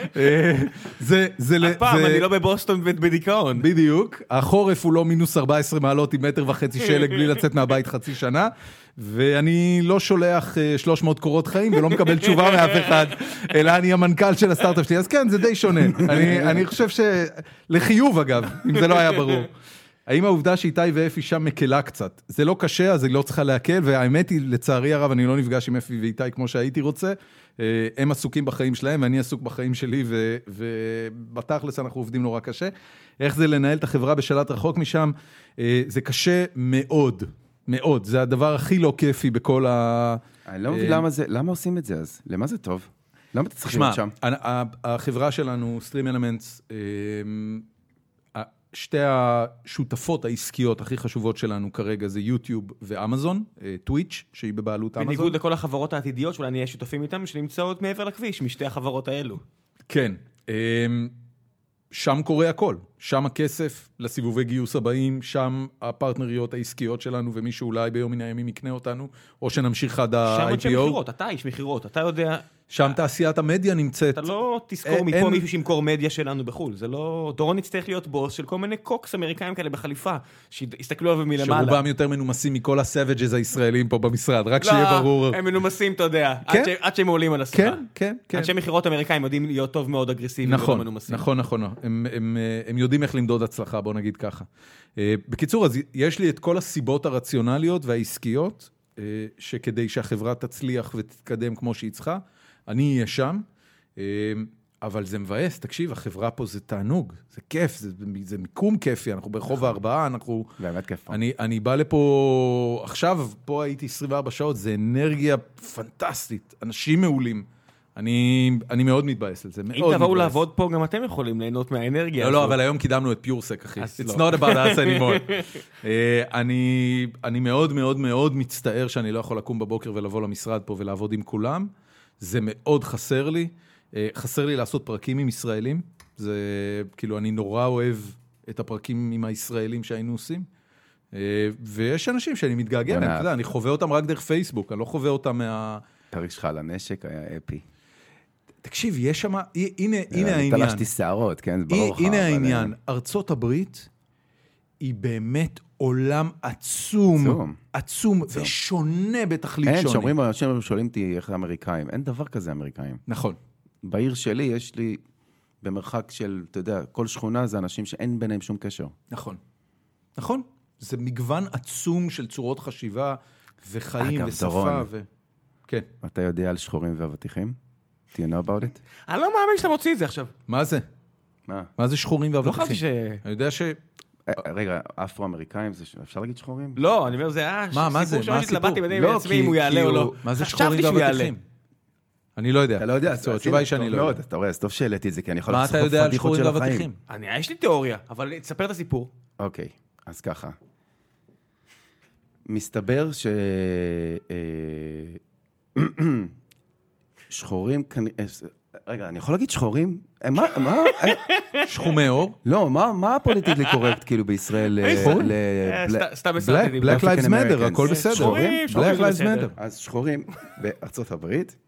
הפעם, אני לא בבוסטון ובדיכאון. בדיוק. החורף הוא לא מינוס ארבע עשרה מעלות עם מטר וחצי שלג, בלי לצאת מהבית חצי שנה, ואני לא שולח שלוש מאות קורות חיים, ולא מקבל תשובה מאף אחד, אלא אני המנכ"ל של הסטארט-אפ שלי, אז כן, זה די שונה. אני חושב שלחיוב, אגב, אם זה לא היה ברור. האם העובדה שאיתי ואפי שם מקלה קצת? זה לא קשה, אז היא לא צריכה להקל, והאמת היא, לצערי הרב, אני לא נפגש עם אפי ואיתי כמו שהייתי רוצה. הם עסוקים בחיים שלהם, ואני עסוק בחיים שלי, ובתכלס אנחנו עובדים נורא קשה. איך זה לנהל את החברה בשלט רחוק משם? זה קשה מאוד, מאוד. זה הדבר הכי לא כיפי בכל ה... אני לא מבין למה זה, למה עושים את זה אז? למה זה טוב? למה אתה צריך להיות שם? החברה שלנו, Stream Elements, שתי השותפות העסקיות הכי חשובות שלנו כרגע זה יוטיוב ואמזון, טוויץ' שהיא בבעלות אמזון. בניגוד לכל החברות העתידיות שאולי נהיה שותפים איתם, שנמצאות מעבר לכביש, משתי החברות האלו. כן. שם קורה הכל. שם הכסף לסיבובי גיוס הבאים, שם הפרטנריות העסקיות שלנו, ומי שאולי ביום מן הימים יקנה אותנו, או שנמשיך עד ה-איי פי או. שם אנשי מחירות, אתה איש מחירות, אתה יודע... שם תעשיית המדיה נמצאת. אתה לא תזכור מפה מישהו שימכור מדיה שלנו בחול. זה לא... דורון יצטרך להיות בוס של כל מיני קוקס אמריקאים כאלה בחליפה, שיסתכלו עליו מלמעלה. שרובם יותר מנומסים מכל הסאבג'ז הישראלים פה במשרד, רק שיהיה ברור. לא, הם מנומסים, אתה יודע, עד שהם עולים על השיחה. כן, כן, כן. אנשי מחירות אמריקאים יודעים להיות טוב מאוד אגרסיביים. נכון, נכון, נכון. הם יודעים איך למדוד הצלחה, בוא נגיד ככה. בקיצור, אז יש לי את כל הסיבות הרציונליות והעסקיות, שכדי שהחברה תצליח ותתקדם כמו שהיא צריכה, אני אהיה שם, אבל זה מבאס, תקשיב, החברה פה זה תענוג, זה כיף, זה, זה מיקום כיפי, אנחנו ברחוב הארבעה, אנחנו... באמת כיף. אני, אני בא לפה, עכשיו, פה הייתי עשרים וארבע שעות, זה אנרגיה פנטסטית, אנשים מעולים. אני, אני מאוד מתבאס על זה, מאוד מתבאס. אם תבואו לעבוד פה, גם אתם יכולים ליהנות מהאנרגיה. לא, לא, אבל היום קידמנו את פיורסק, אחי. It's not about us anymore. אני, אני מאוד מאוד מאוד מצטער שאני לא יכול לקום בבוקר ולבוא למשרד פה ולעבוד עם כולם. זה מאוד חסר לי. חסר לי לעשות פרקים עם ישראלים. זה, כאילו, אני נורא אוהב את הפרקים עם הישראלים שהיינו עושים. ויש אנשים שאני מתגעגע, אני יודע, אני חווה אותם רק דרך פייסבוק, אני לא חווה אותם מה... הפרק שלך על הנשק היה אפי. תקשיב, יש שם, הנה, הנה העניין. תלשתי שערות, כן, זה ברור לך. הנה העניין, ארצות הברית היא באמת עולם עצום, עצום ושונה בתכלית שונה. אין, שאומרים, אנשים שואלים אותי איך האמריקאים, אין דבר כזה אמריקאים. נכון. בעיר שלי יש לי, במרחק של, אתה יודע, כל שכונה זה אנשים שאין ביניהם שום קשר. נכון. נכון. זה מגוון עצום של צורות חשיבה וחיים ושפה ו... כן. אתה יודע על שחורים ואבטיחים? Do you know about it? אני לא מאמין שאתה מוציא את זה עכשיו. מה זה? מה? מה זה שחורים ואבטיחים? לא חשבתי ש... אני יודע ש... רגע, אפרו-אמריקאים, אפשר להגיד שחורים? לא, אני אומר, זה היה סיפור שאני התלבטתי ביניהם לעצמי אם הוא יעלה או לא. מה זה שחורים ואבטיחים? אני לא יודע. אתה לא יודע, התשובה היא שאני לא יודע. אתה רואה, אז טוב שהעליתי את זה, כי אני יכול לחשוף פדיחות של החיים. יש לי תיאוריה, אבל תספר את הסיפור. אוקיי, אז ככה. מסתבר ש... שחורים, רגע, אני יכול להגיד שחורים? מה, מה? שחומי אור? לא, מה הפוליטיקלי קורקט כאילו בישראל? סתם מסתדדים. Black Lives Matter, הכל בסדר. שחורים, Black Lives Matter. אז שחורים בארצות הברית,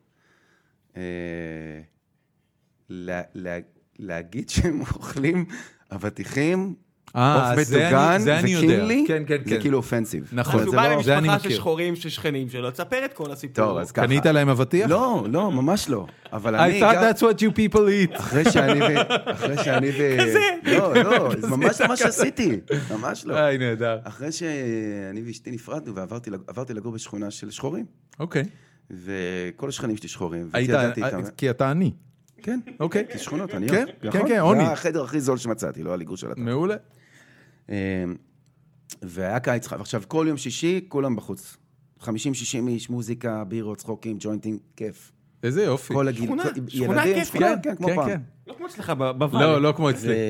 להגיד שהם אוכלים אבטיחים, עוף מטוגן וקינלי, זה כאילו אופנסיב. נכון, הוא בא למשפחה של שחורים של שכנים שלו, תספר את כל הסיפור. טוב, אז ככה. קנית להם אבטיח? לא, לא, ממש לא. אבל אני... I thought that's what you people eat. אחרי שאני ו... אחרי שאני ו... כזה. לא, לא, ממש מה שעשיתי. ממש לא. איי, נהדר. אחרי שאני ואשתי נפרדנו ועברתי לגור בשכונה של שחורים. אוקיי. וכל השכנים שלי שחורים. כי אתה עני. כן. אוקיי. כי שכונות עניות. כן, כן, כן, עוני. זה החדר הכי זול שמצאתי, לא הליגור של התא. מעולה. והיה קיץ חם. עכשיו, כל יום שישי, כולם בחוץ. חמישים שישים איש, מוזיקה, בירות, צחוקים, ג'וינטים, כיף. איזה יופי. כל הגיל. שכונה, שכונה כיף. כן, כן, כמו פעם. לא כמו אצלך בוואלי. לא, לא כמו אצלי.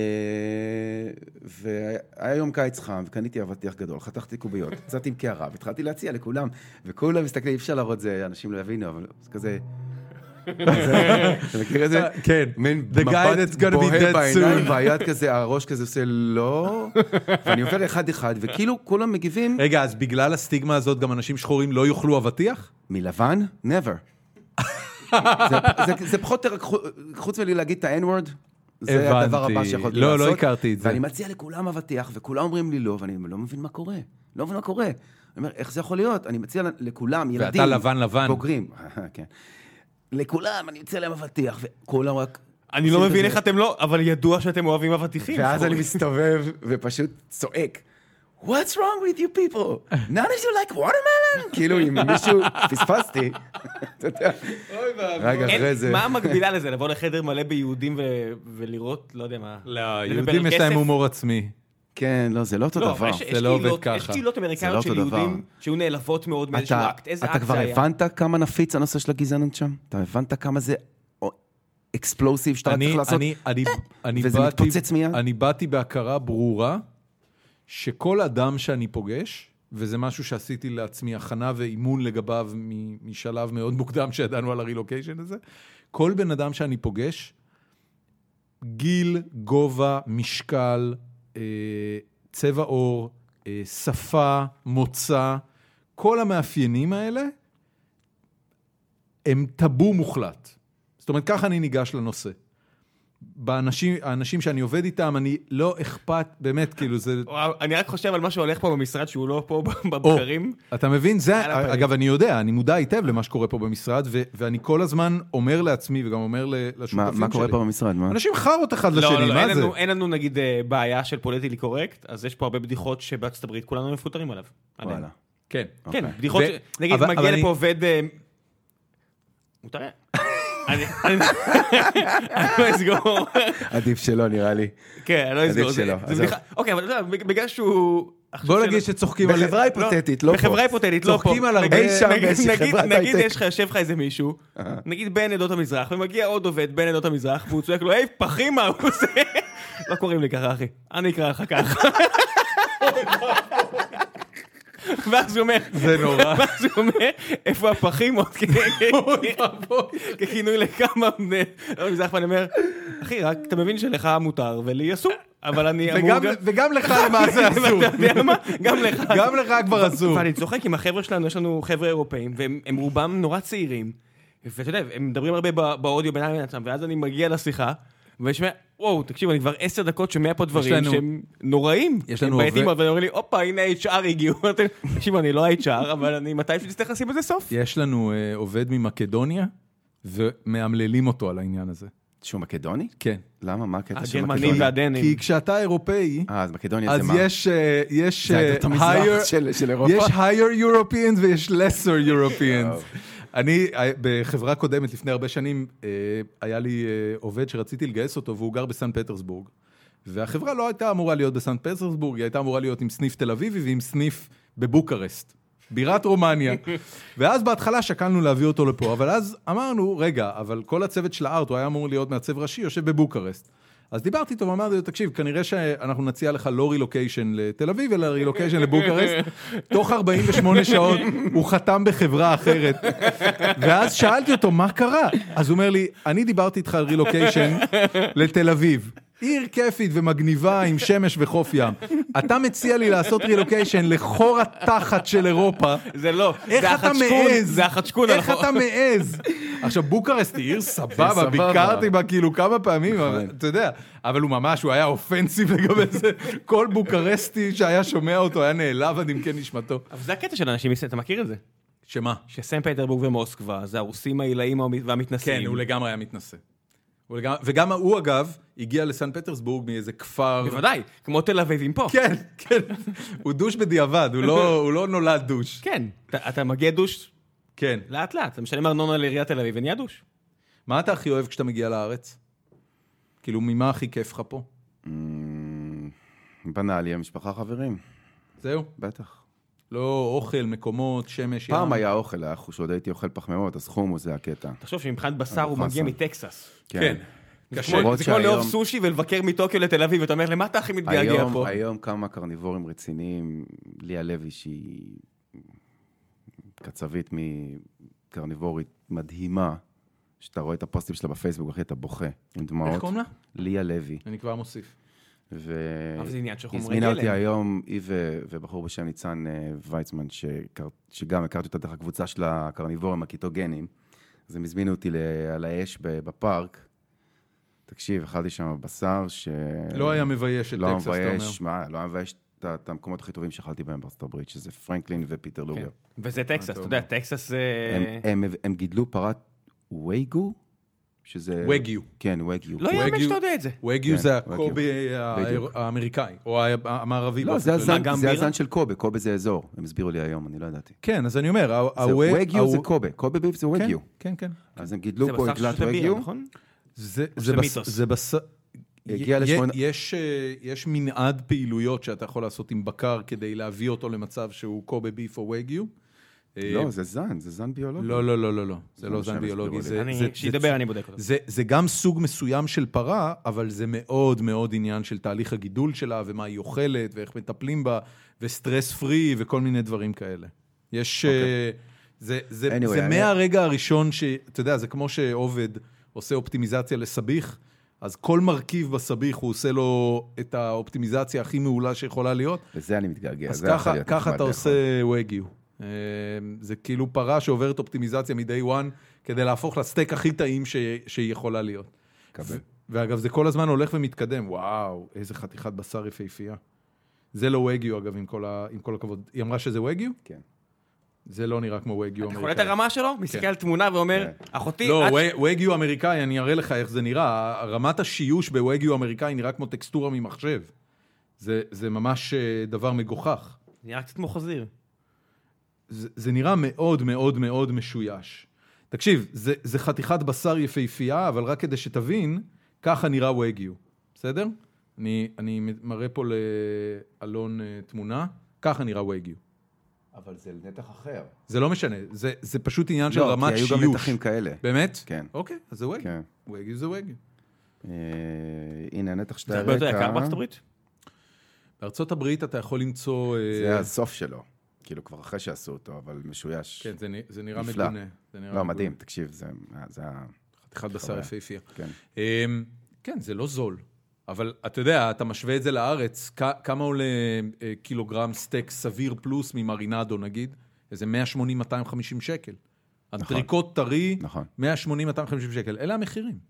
והיה יום קיץ חם, וקניתי אבטיח גדול, חתכתי קוביות, יצאתי עם קערה, והתחלתי להציע לכולם, וכולם מסתכלים, אפשר להראות זה, אנשים לא יבינו, אבל זה כזה... אתה מכיר את זה? כן. The guy that's gonna be dead soon. והיד כזה, הראש כזה עושה לא, ואני עובר אחד אחד, וכאילו כולם מגיבים... רגע, אז בגלל הסטיגמה הזאת גם אנשים שחורים לא יאכלו אבטיח? מלבן? never. זה פחות, חוץ מלי להגיד את ה-N-word, זה הדבר הבא שיכולתי לעשות. לא, לא הכרתי את זה. ואני מציע לכולם אבטיח, וכולם אומרים לי לא, ואני לא מבין מה קורה. לא מבין מה קורה. אני אומר, איך זה יכול להיות? אני מציע לכולם, ילדים, ואתה לבן לבן. בוגרים. כן. לכולם, אני יוצא להם אבטיח, וכולם רק... אני לא מבין איך אתם לא, אבל ידוע שאתם אוהבים אבטיחים. ואז אני מסתובב ופשוט צועק, What's wrong with you people? None of you like watermelon? כאילו, אם מישהו פספסתי, אתה יודע. רגע, אחרי זה... מה המקבילה לזה? לבוא לחדר מלא ביהודים ולראות, לא יודע מה... לא, יהודים יש להם הומור עצמי. כן, לא, זה לא אותו דבר. זה לא עובד ככה. יש קהילות אמריקאיות של יהודים שהיו נעלבות מאוד מאיזשהו אקט. איזה אקט אתה כבר הבנת כמה נפיץ הנושא של הגזענות שם? אתה הבנת כמה זה אקספלוסיב שאתה צריך לעשות, וזה מתפוצץ מיד. אני באתי בהכרה ברורה, שכל אדם שאני פוגש, וזה משהו שעשיתי לעצמי הכנה ואימון לגביו משלב מאוד מוקדם שידענו על הרילוקיישן הזה, כל בן אדם שאני פוגש, גיל, גובה, משקל, צבע עור, שפה, מוצא, כל המאפיינים האלה, הם טאבו מוחלט. זאת אומרת, ככה אני ניגש לנושא. באנשים, האנשים שאני עובד איתם, אני לא אכפת, באמת, כאילו זה... אני רק חושב על מה שהולך פה במשרד, שהוא לא פה בבקרים. אתה מבין? זה, אגב, אני יודע, אני מודע היטב למה שקורה פה במשרד, ואני כל הזמן אומר לעצמי, וגם אומר לשותפים שלי. מה קורה פה במשרד? אנשים חרות אחד לשני, מה זה? אין לנו, נגיד, בעיה של פוליטיקלי קורקט, אז יש פה הרבה בדיחות שבארצות הברית כולנו מפוטרים עליו. וואלה. כן. כן, בדיחות, נגיד, מגיע לפה עובד... מותר? אני לא אסגור. עדיף שלא, נראה לי. כן, אני לא אסגור. עדיף שלא. אוקיי, אבל אתה יודע, בגלל שהוא... בוא נגיד שצוחקים על... בחברה היפותטית, לא פה. בחברה היפותטית, לא פה. צוחקים על הרבה... נגיד יש לך, יושב לך איזה מישהו, נגיד בין עדות המזרח, ומגיע עוד עובד בין עדות המזרח, והוא צועק לו, היי, פחים מה הוא עושה? לא קוראים לי ככה, אחי. אני אקרא לך ככה. ואז הוא אומר, זה נורא. ואז הוא אומר, איפה הפחים עוד ככינוי לכמה בני, לא מזרח, ואני אומר, אחי, רק אתה מבין שלך מותר ולי אסור, אבל אני אמור גם... וגם לך למעשה אסור. אתה יודע מה? גם לך. גם לך כבר אסור. ואני צוחק עם החבר'ה שלנו, יש לנו חבר'ה אירופאים, והם רובם נורא צעירים, ואתה יודע, הם מדברים הרבה באודיו בינם לבין עצמם, ואז אני מגיע לשיחה, ושמע, וואו, תקשיב, אני כבר עשר דקות שומע פה דברים שהם נוראים. יש לנו עובד... ואני אומר לי, הופה, הנה ה-אייץ' אר הגיעו. תקשיב, אני לא ה-אייץ' אר, אבל אני מתי שתצטרך לשים בזה סוף. יש לנו עובד ממקדוניה, ומאמללים אותו על העניין הזה. שהוא מקדוני? כן. למה? מה הקטע של מקדוניה? מקדוניה? והדנים. כי כשאתה אירופאי, אה, אז מקדוניה זה מה? אז יש... יש זה עדות המזרח של אירופה? יש higher Europeans ויש lesser Europeans. אני, בחברה קודמת, לפני הרבה שנים, היה לי עובד שרציתי לגייס אותו, והוא גר בסן פטרסבורג. והחברה לא הייתה אמורה להיות בסן פטרסבורג, היא הייתה אמורה להיות עם סניף תל אביבי, ועם סניף בבוקרסט, בירת רומניה. ואז בהתחלה שקלנו להביא אותו לפה, אבל אז אמרנו, רגע, אבל כל הצוות של הארט, הוא היה אמור להיות מעצב ראשי, יושב בבוקרסט. אז דיברתי איתו ואמרתי לו, תקשיב, כנראה שאנחנו נציע לך לא רילוקיישן לתל אביב, אלא רילוקיישן לבוקרסט. תוך ארבעים ושמונה שעות הוא חתם בחברה אחרת. ואז שאלתי אותו, מה קרה? אז הוא אומר לי, אני דיברתי איתך על רילוקיישן לתל אביב. עיר כיפית ומגניבה עם שמש וחוף ים. אתה מציע לי לעשות רילוקיישן לחור התחת של אירופה. זה לא, זה החדשקון. זה החדשקון. איך אתה מעז? עכשיו, בוקרסט היא עיר סבבה, ביקרתי בה כאילו כמה פעמים, אתה יודע, אבל הוא ממש, הוא היה אופנסיב לגבי זה. כל בוקרסטי שהיה שומע אותו היה נעלב עד אם כן נשמתו. אבל זה הקטע של אנשים, אתה מכיר את זה? שמה? שסן פטרסבורג ומוסקבה, זה הרוסים העילאים והמתנסים. כן, הוא לגמרי היה מתנסה. וגם הוא אגב הגיע לסן פטרסבורג מאיזה כפר... בוודאי, כמו תל אביבים פה. כן, כן. הוא דוש בדיעבד, הוא לא נולד דוש. כן, אתה מגיע דוש... כן. לאט לאט, אתה משלם ארנונה לעיריית תל אביב ונהיה דוש. מה אתה הכי אוהב כשאתה מגיע לארץ? כאילו, ממה הכי כיף לך פה? בנאלי, המשפחה חברים. זהו? בטח. לא אוכל, מקומות, שמש, פעם היה אוכל, היה שעוד הייתי אוכל פחמימות, אז חומוס זה הקטע. תחשוב שמבחינת בשר הוא מגיע מטקסס. כן. זה כמו לאהוב סושי ולבקר מטוקיו לתל אביב, ואתה אומר, למה אתה הכי מתגעגע פה? היום כמה קרניבורים רציניים, ליה לוי שהיא קצבית מקרניבורית מדהימה, שאתה רואה את הפוסטים שלה בפייסבוק, אחי, אתה בוכה עם דמעות. איך קוראים לה? ליה לוי. אני כבר מוסיף. והזמינה אותי היום, היא ובחור בשם ניצן ויצמן, שגם הכרתי אותה דרך הקבוצה של הקרניבורים הקיטוגנים, אז הם הזמינו אותי על האש בפארק. תקשיב, אכלתי שם בשר ש... לא היה מבייש את טקסס, אתה אומר. לא מבייש, מה? לא היה מבייש את המקומות הכי טובים שאכלתי בהם בארצות הברית, שזה פרנקלין ופיטר לוגר. וזה טקסס, אתה יודע, טקסס זה... הם גידלו פרת וייגו, שזה... וגיו. כן, וגיו. לא יאמן שאתה יודע את זה. וגיו זה הקובי האמריקאי, או המערבי. לא, זה הזן של קובה, קובה זה אזור. הם הסבירו לי היום, אני לא ידעתי. כן, אז אני אומר... וגיו זה קובה, קובה ביף זה וגיו. כן, כן. אז הם גידלו פה עגלת וגיו. זה בס... יש מנעד פעילויות שאתה יכול לעשות עם בקר כדי להביא אותו למצב שהוא קובה ביף או וגיו. לא, זה זן, זה זן ביולוגי. לא, לא, לא, לא, לא, זה לא זן ביולוגי. שידבר, אני בודק אותו. זה גם סוג מסוים של פרה, אבל זה מאוד מאוד עניין של תהליך הגידול שלה, ומה היא אוכלת, ואיך מטפלים בה, וסטרס פרי, וכל מיני דברים כאלה. יש... זה מהרגע הראשון ש... אתה יודע, זה כמו שעובד עושה אופטימיזציה לסביך, אז כל מרכיב בסביך הוא עושה לו את האופטימיזציה הכי מעולה שיכולה להיות. וזה אני מתגעגע. אז ככה אתה עושה וגיו. זה כאילו פרה שעוברת אופטימיזציה מ-day one, כדי להפוך לסטייק הכי טעים שהיא יכולה להיות. ואגב, זה כל הזמן הולך ומתקדם. וואו, איזה חתיכת בשר יפהפייה. זה לא וגיו, אגב, עם כל הכבוד. היא אמרה שזה וגיו? כן. זה לא נראה כמו וגיו אמריקאי. אתה יכול את הרמה שלו? מסתכל על תמונה ואומר, אחותי... לא, וגיו אמריקאי, אני אראה לך איך זה נראה. רמת השיוש בוגיו אמריקאי נראה כמו טקסטורה ממחשב. זה ממש דבר מגוחך. נראה קצת כמו חזיר. זה נראה מאוד מאוד מאוד משויש. תקשיב, זה חתיכת בשר יפהפייה, אבל רק כדי שתבין, ככה נראה וגיו. בסדר? אני מראה פה לאלון תמונה, ככה נראה וגיו. אבל זה נתח אחר. זה לא משנה, זה, זה פשוט עניין של רמת שיוש. לא, כי היו גם נתחים כאלה. באמת? כן. אוקיי, אז זה וגיו. כן. וגיו זה וגיו. הנה, הנתח שאתה הרקע. זה הרבה יותר יקר בארצות הברית? בארצות הברית אתה יכול למצוא... זה הסוף שלו. כאילו, כבר אחרי שעשו אותו, אבל משויש. כן, זה, זה נראה מגונה. זה נראה לא, מגונה. מדהים, תקשיב, זה... זה חתיכת בשר יפהפייה. כן. כן, זה לא זול. אבל אתה יודע, אתה משווה את זה לארץ, כמה עולה קילוגרם סטייק סביר פלוס ממרינדו נגיד? איזה מאה שמונים עד מאתיים וחמישים שקל. אנטריקוט טרי, מאה שמונים עד מאתיים וחמישים שקל. אלה המחירים.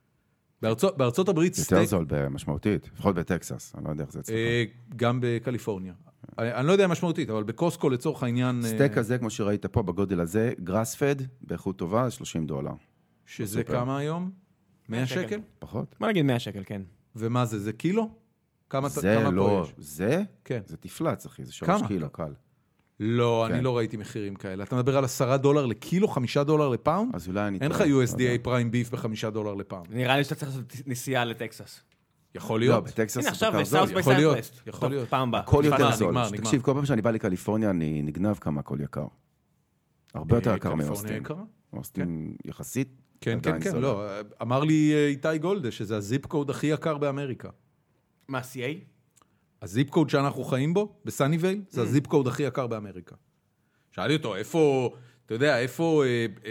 בארצות הברית סטייק... יותר זול במשמעותית, לפחות בטקסס, אני לא יודע איך זה אצלך. גם בקליפורניה. אני לא יודע משמעותית, אבל בקוסקו לצורך העניין... סטייק הזה, כמו שראית פה, בגודל הזה, גראס פד, באיכות טובה, שלושים דולר. שזה כמה היום? מאה שקל? פחות. בוא נגיד מאה שקל, כן. ומה זה? זה קילו? כמה, זה כמה לא, פה יש? זה? כן. זה תפלץ, אחי, זה שלוש קילו, קל. לא, כן. אני לא ראיתי מחירים כאלה. אתה מדבר על עשרה דולר לקילו, חמישה דולר לפאונד? אז אולי אני... אין לך יו אס די איי פריים ביף בחמישה דולר לפאונד. נראה לי שאתה צריך לעשות נסיעה לטקסס. יכול להיות. לא, בטקסס הנה עכשיו, זה בסאוס יותר יכול בסאוט להיות, ווסט. יכול להיות. פעם בה. הכל יותר זול. נגמר, נגמר. תקשיב, כל פעם שאני בא לקליפורניה, אני נגנב כמה הכל יקר. הרבה יותר יקר מאוסטין. אוסטין יחסית. כן, כן, כן, לא. אמר לי איתי גולדה, שזה הזיפ קוד הכי יקר באמריקה. מה, סי איי? הזיפ קוד שאנחנו חיים בו, בסניווייל, זה הזיפ קוד הכי יקר באמריקה. שאלתי אותו, איפה, אתה יודע, איפה,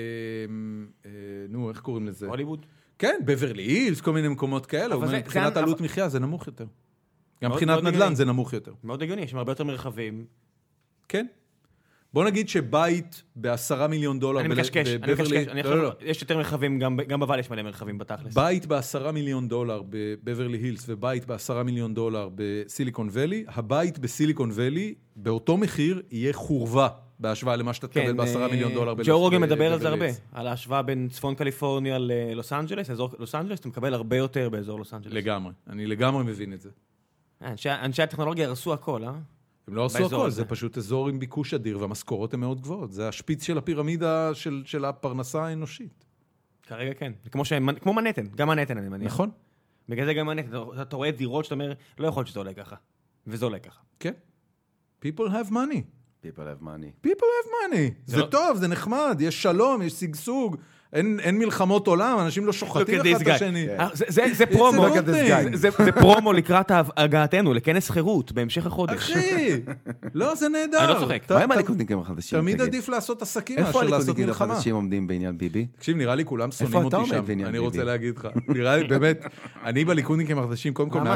נו, איך קוראים לזה? הוליווד? כן, בברלי הילס, כל מיני מקומות כאלה. מבחינת עלות מחיה זה נמוך יותר. גם מבחינת נדל"ן זה נמוך יותר. מאוד הגיוני, יש הרבה יותר מרחבים. כן. בוא נגיד שבית בעשרה מיליון דולר... אני מקשקש, אני מקשקש. יש יותר מרחבים, גם בבל יש מלא מרחבים בתכלס. בית בעשרה מיליון דולר בברלי הילס ובית בעשרה מיליון דולר בסיליקון ולי, הבית בסיליקון ולי, באותו מחיר, יהיה חורבה בהשוואה למה שאתה תקבל בעשרה מיליון דולר. ג'ו רוגן מדבר על זה הרבה, על ההשוואה בין צפון קליפורניה ללוס אנג'לס, אזור לוס אנג'לס, אתה מקבל הרבה יותר באזור לוס אנג'לס. לגמרי, אני לגמרי מבין את זה. אנשי הטכנולוגיה הרסו הכל, אה? הם לא עשו הכל, זה פשוט אזור עם ביקוש אדיר, והמשכורות הן מאוד גבוהות. זה השפיץ של הפירמידה של הפרנסה האנושית. כרגע כן. כמו מנהטן, גם מנהטן אני מניח. נכון. בגלל זה גם מנהטן, אתה רואה דירות שאתה אומר, לא יכול להיות שזה עולה ככה. וזה עולה ככה. כן. People have money. People have money. People have money. זה טוב, זה נחמד, יש שלום, יש סגסוג. אין מלחמות עולם, אנשים לא שוחטים אחד את השני. זה פרומו, זה פרומו לקראת הגעתנו, לכנס חירות, בהמשך החודש. אחי, לא, זה נהדר. אני לא צוחק. מה עם הליכודניקים החדשים? תמיד עדיף לעשות עסקים מאשר איפה לעשות הליכודניקים מלחמה. החדשים עומדים בעניין ביבי? תקשיב, נראה לי כולם שונאים אותי שם. אני רוצה להגיד לך. נראה לי, באמת, אני בליכודניקים החדשים, קודם כל,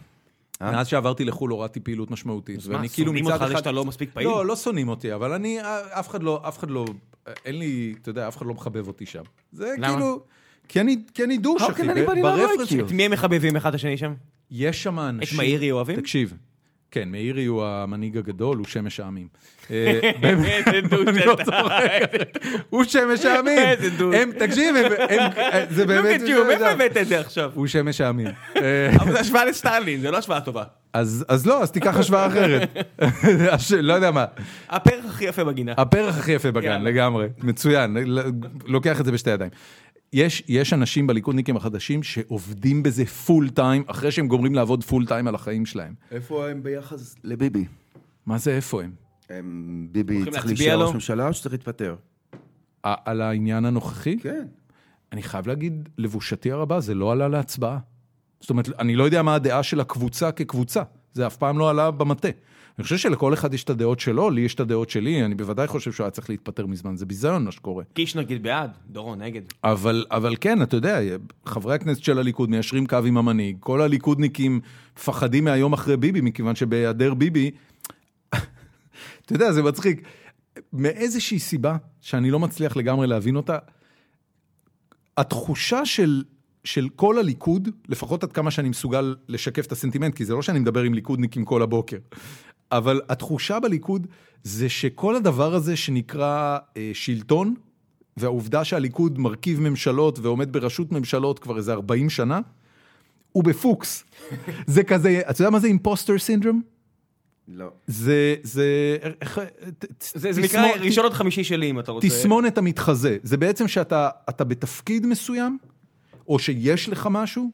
מאז שעברתי לחול, הורדתי פעילות משמעותית. מה, שונאים אותך שאתה לא מספיק פעיל? לא, לא שונאים אותי, אבל אני, אף אחד לא, אף אחד לא, אין לי, אתה יודע, אף אחד לא מחבב אותי שם. זה כאילו, כי אני דוש, אחי, ברפרנס. את מי הם מחבבים אחד השני שם? יש שם אנשים... את מאירי אוהבים? תקשיב. כן, מאירי הוא המנהיג הגדול, הוא שמש העמים. איזה דוש אתה. הוא שמש העמים. איזה דוש. תקשיב, זה באמת... לא קטשום, איפה הבאת את זה עכשיו? הוא שמש העמים. אבל זה השוואה לסטלין, זה לא השוואה טובה. אז לא, אז תיקח השוואה אחרת. לא יודע מה. הפרח הכי יפה בגינה. הפרח הכי יפה בגן, לגמרי. מצוין, לוקח את זה בשתי ידיים. יש, יש אנשים בליכודניקים החדשים שעובדים בזה פול טיים, אחרי שהם גומרים לעבוד פול טיים על החיים שלהם. איפה הם ביחס לביבי? מה זה איפה הם? ביבי צריך להישאר ראש ממשלה או שצריך להתפטר? על העניין הנוכחי? כן. אני חייב להגיד, לבושתי הרבה, זה לא עלה להצבעה. זאת אומרת, אני לא יודע מה הדעה של הקבוצה כקבוצה. זה אף פעם לא עלה במטה. אני חושב שלכל אחד יש את הדעות שלו, לי יש את הדעות שלי, אני בוודאי חושב שהוא היה צריך להתפטר מזמן, זה ביזיון מה שקורה. קיש נגיד בעד, דורון נגד. אבל, אבל כן, אתה יודע, חברי הכנסת של הליכוד מיישרים קו עם המנהיג, כל הליכודניקים פחדים מהיום אחרי ביבי, מכיוון שבהיעדר ביבי, אתה יודע, זה מצחיק, מאיזושהי סיבה, שאני לא מצליח לגמרי להבין אותה, התחושה של, של כל הליכוד, לפחות עד כמה שאני מסוגל לשקף את הסנטימנט, כי זה לא שאני מדבר עם ליכודניקים כל הבוקר, אבל התחושה בליכוד זה שכל הדבר הזה שנקרא אה, שלטון, והעובדה שהליכוד מרכיב ממשלות ועומד בראשות ממשלות כבר איזה ארבעים שנה, הוא בפוקס. זה כזה, אתה יודע מה זה אימפוסטר סינדרום? לא. זה, זה, זה, זה נקרא ראשון עוד חמישי שלי, אם אתה רוצה. תסמונת המתחזה. זה בעצם שאתה, אתה בתפקיד מסוים, או שיש לך משהו,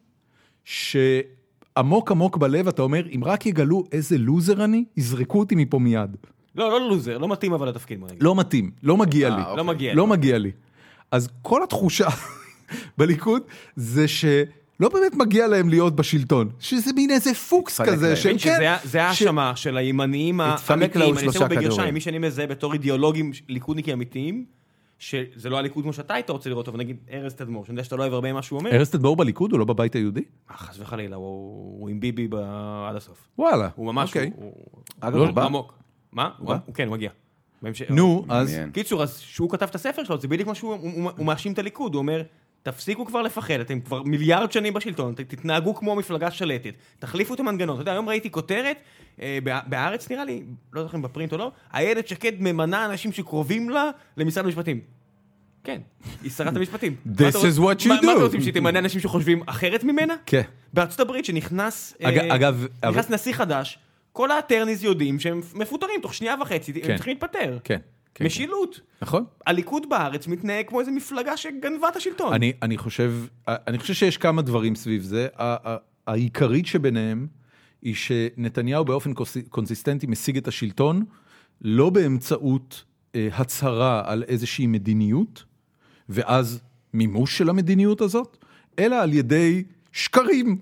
שעמוק עמוק בלב אתה אומר, אם רק יגלו איזה לוזר אני, יזרקו אותי מפה מיד. לא, לא לוזר, לא מתאים אבל לתפקיד. לא מתאים, לא מגיע לי. לא מגיע לי. לא מגיע לי. אז כל התחושה בליכוד, זה ש... לא באמת מגיע להם להיות בשלטון, שזה מין איזה פוקס כזה, של כן. זה האשמה של הימניים האמיתיים, אני אצטרך בגרשיים, מי שאני מזהה בתור אידיאולוגים ליכודניקים אמיתיים, שזה לא הליכוד כמו שאתה היית רוצה לראות, אבל נגיד ארז תדמור, שאני יודע שאתה לא אוהב הרבה מה שהוא אומר. ארז תדמור בליכוד, הוא לא בבית היהודי? חס וחלילה, הוא עם ביבי עד הסוף. וואלה. הוא ממש, הוא עמוק. מה? כן, הוא מגיע. נו, אז... קיצור, אז שהוא כתב את הספר שלו, זה בדיוק מה שהוא מאשים את הליכוד, הוא אומר, תפסיקו כבר לפחד, אתם כבר מיליארד שנים בשלטון, תתנהגו כמו מפלגה שלטת, תחליפו את המנגנון. אתה יודע, היום ראיתי כותרת, בארץ נראה לי, לא זוכרים בפרינט או לא, איילת שקד ממנה אנשים שקרובים לה למשרד המשפטים. כן, היא שרת המשפטים. This is what you do. מה אתם רוצים, שתמנה אנשים שחושבים אחרת ממנה? כן. בארצות הברית שנכנס, אגב, נכנס נשיא חדש, כל האטרניז יודעים שהם מפוטרים תוך שנייה וחצי, הם צריכים להתפטר. כן. משילות. נכון. הליכוד בארץ מתנהג כמו איזו מפלגה שגנבה את השלטון. אני, אני חושב, אני חושב שיש כמה דברים סביב זה. העיקרית שביניהם היא שנתניהו באופן קונסיסטנטי משיג את השלטון, לא באמצעות הצהרה על איזושהי מדיניות, ואז מימוש של המדיניות הזאת, אלא על ידי שקרים.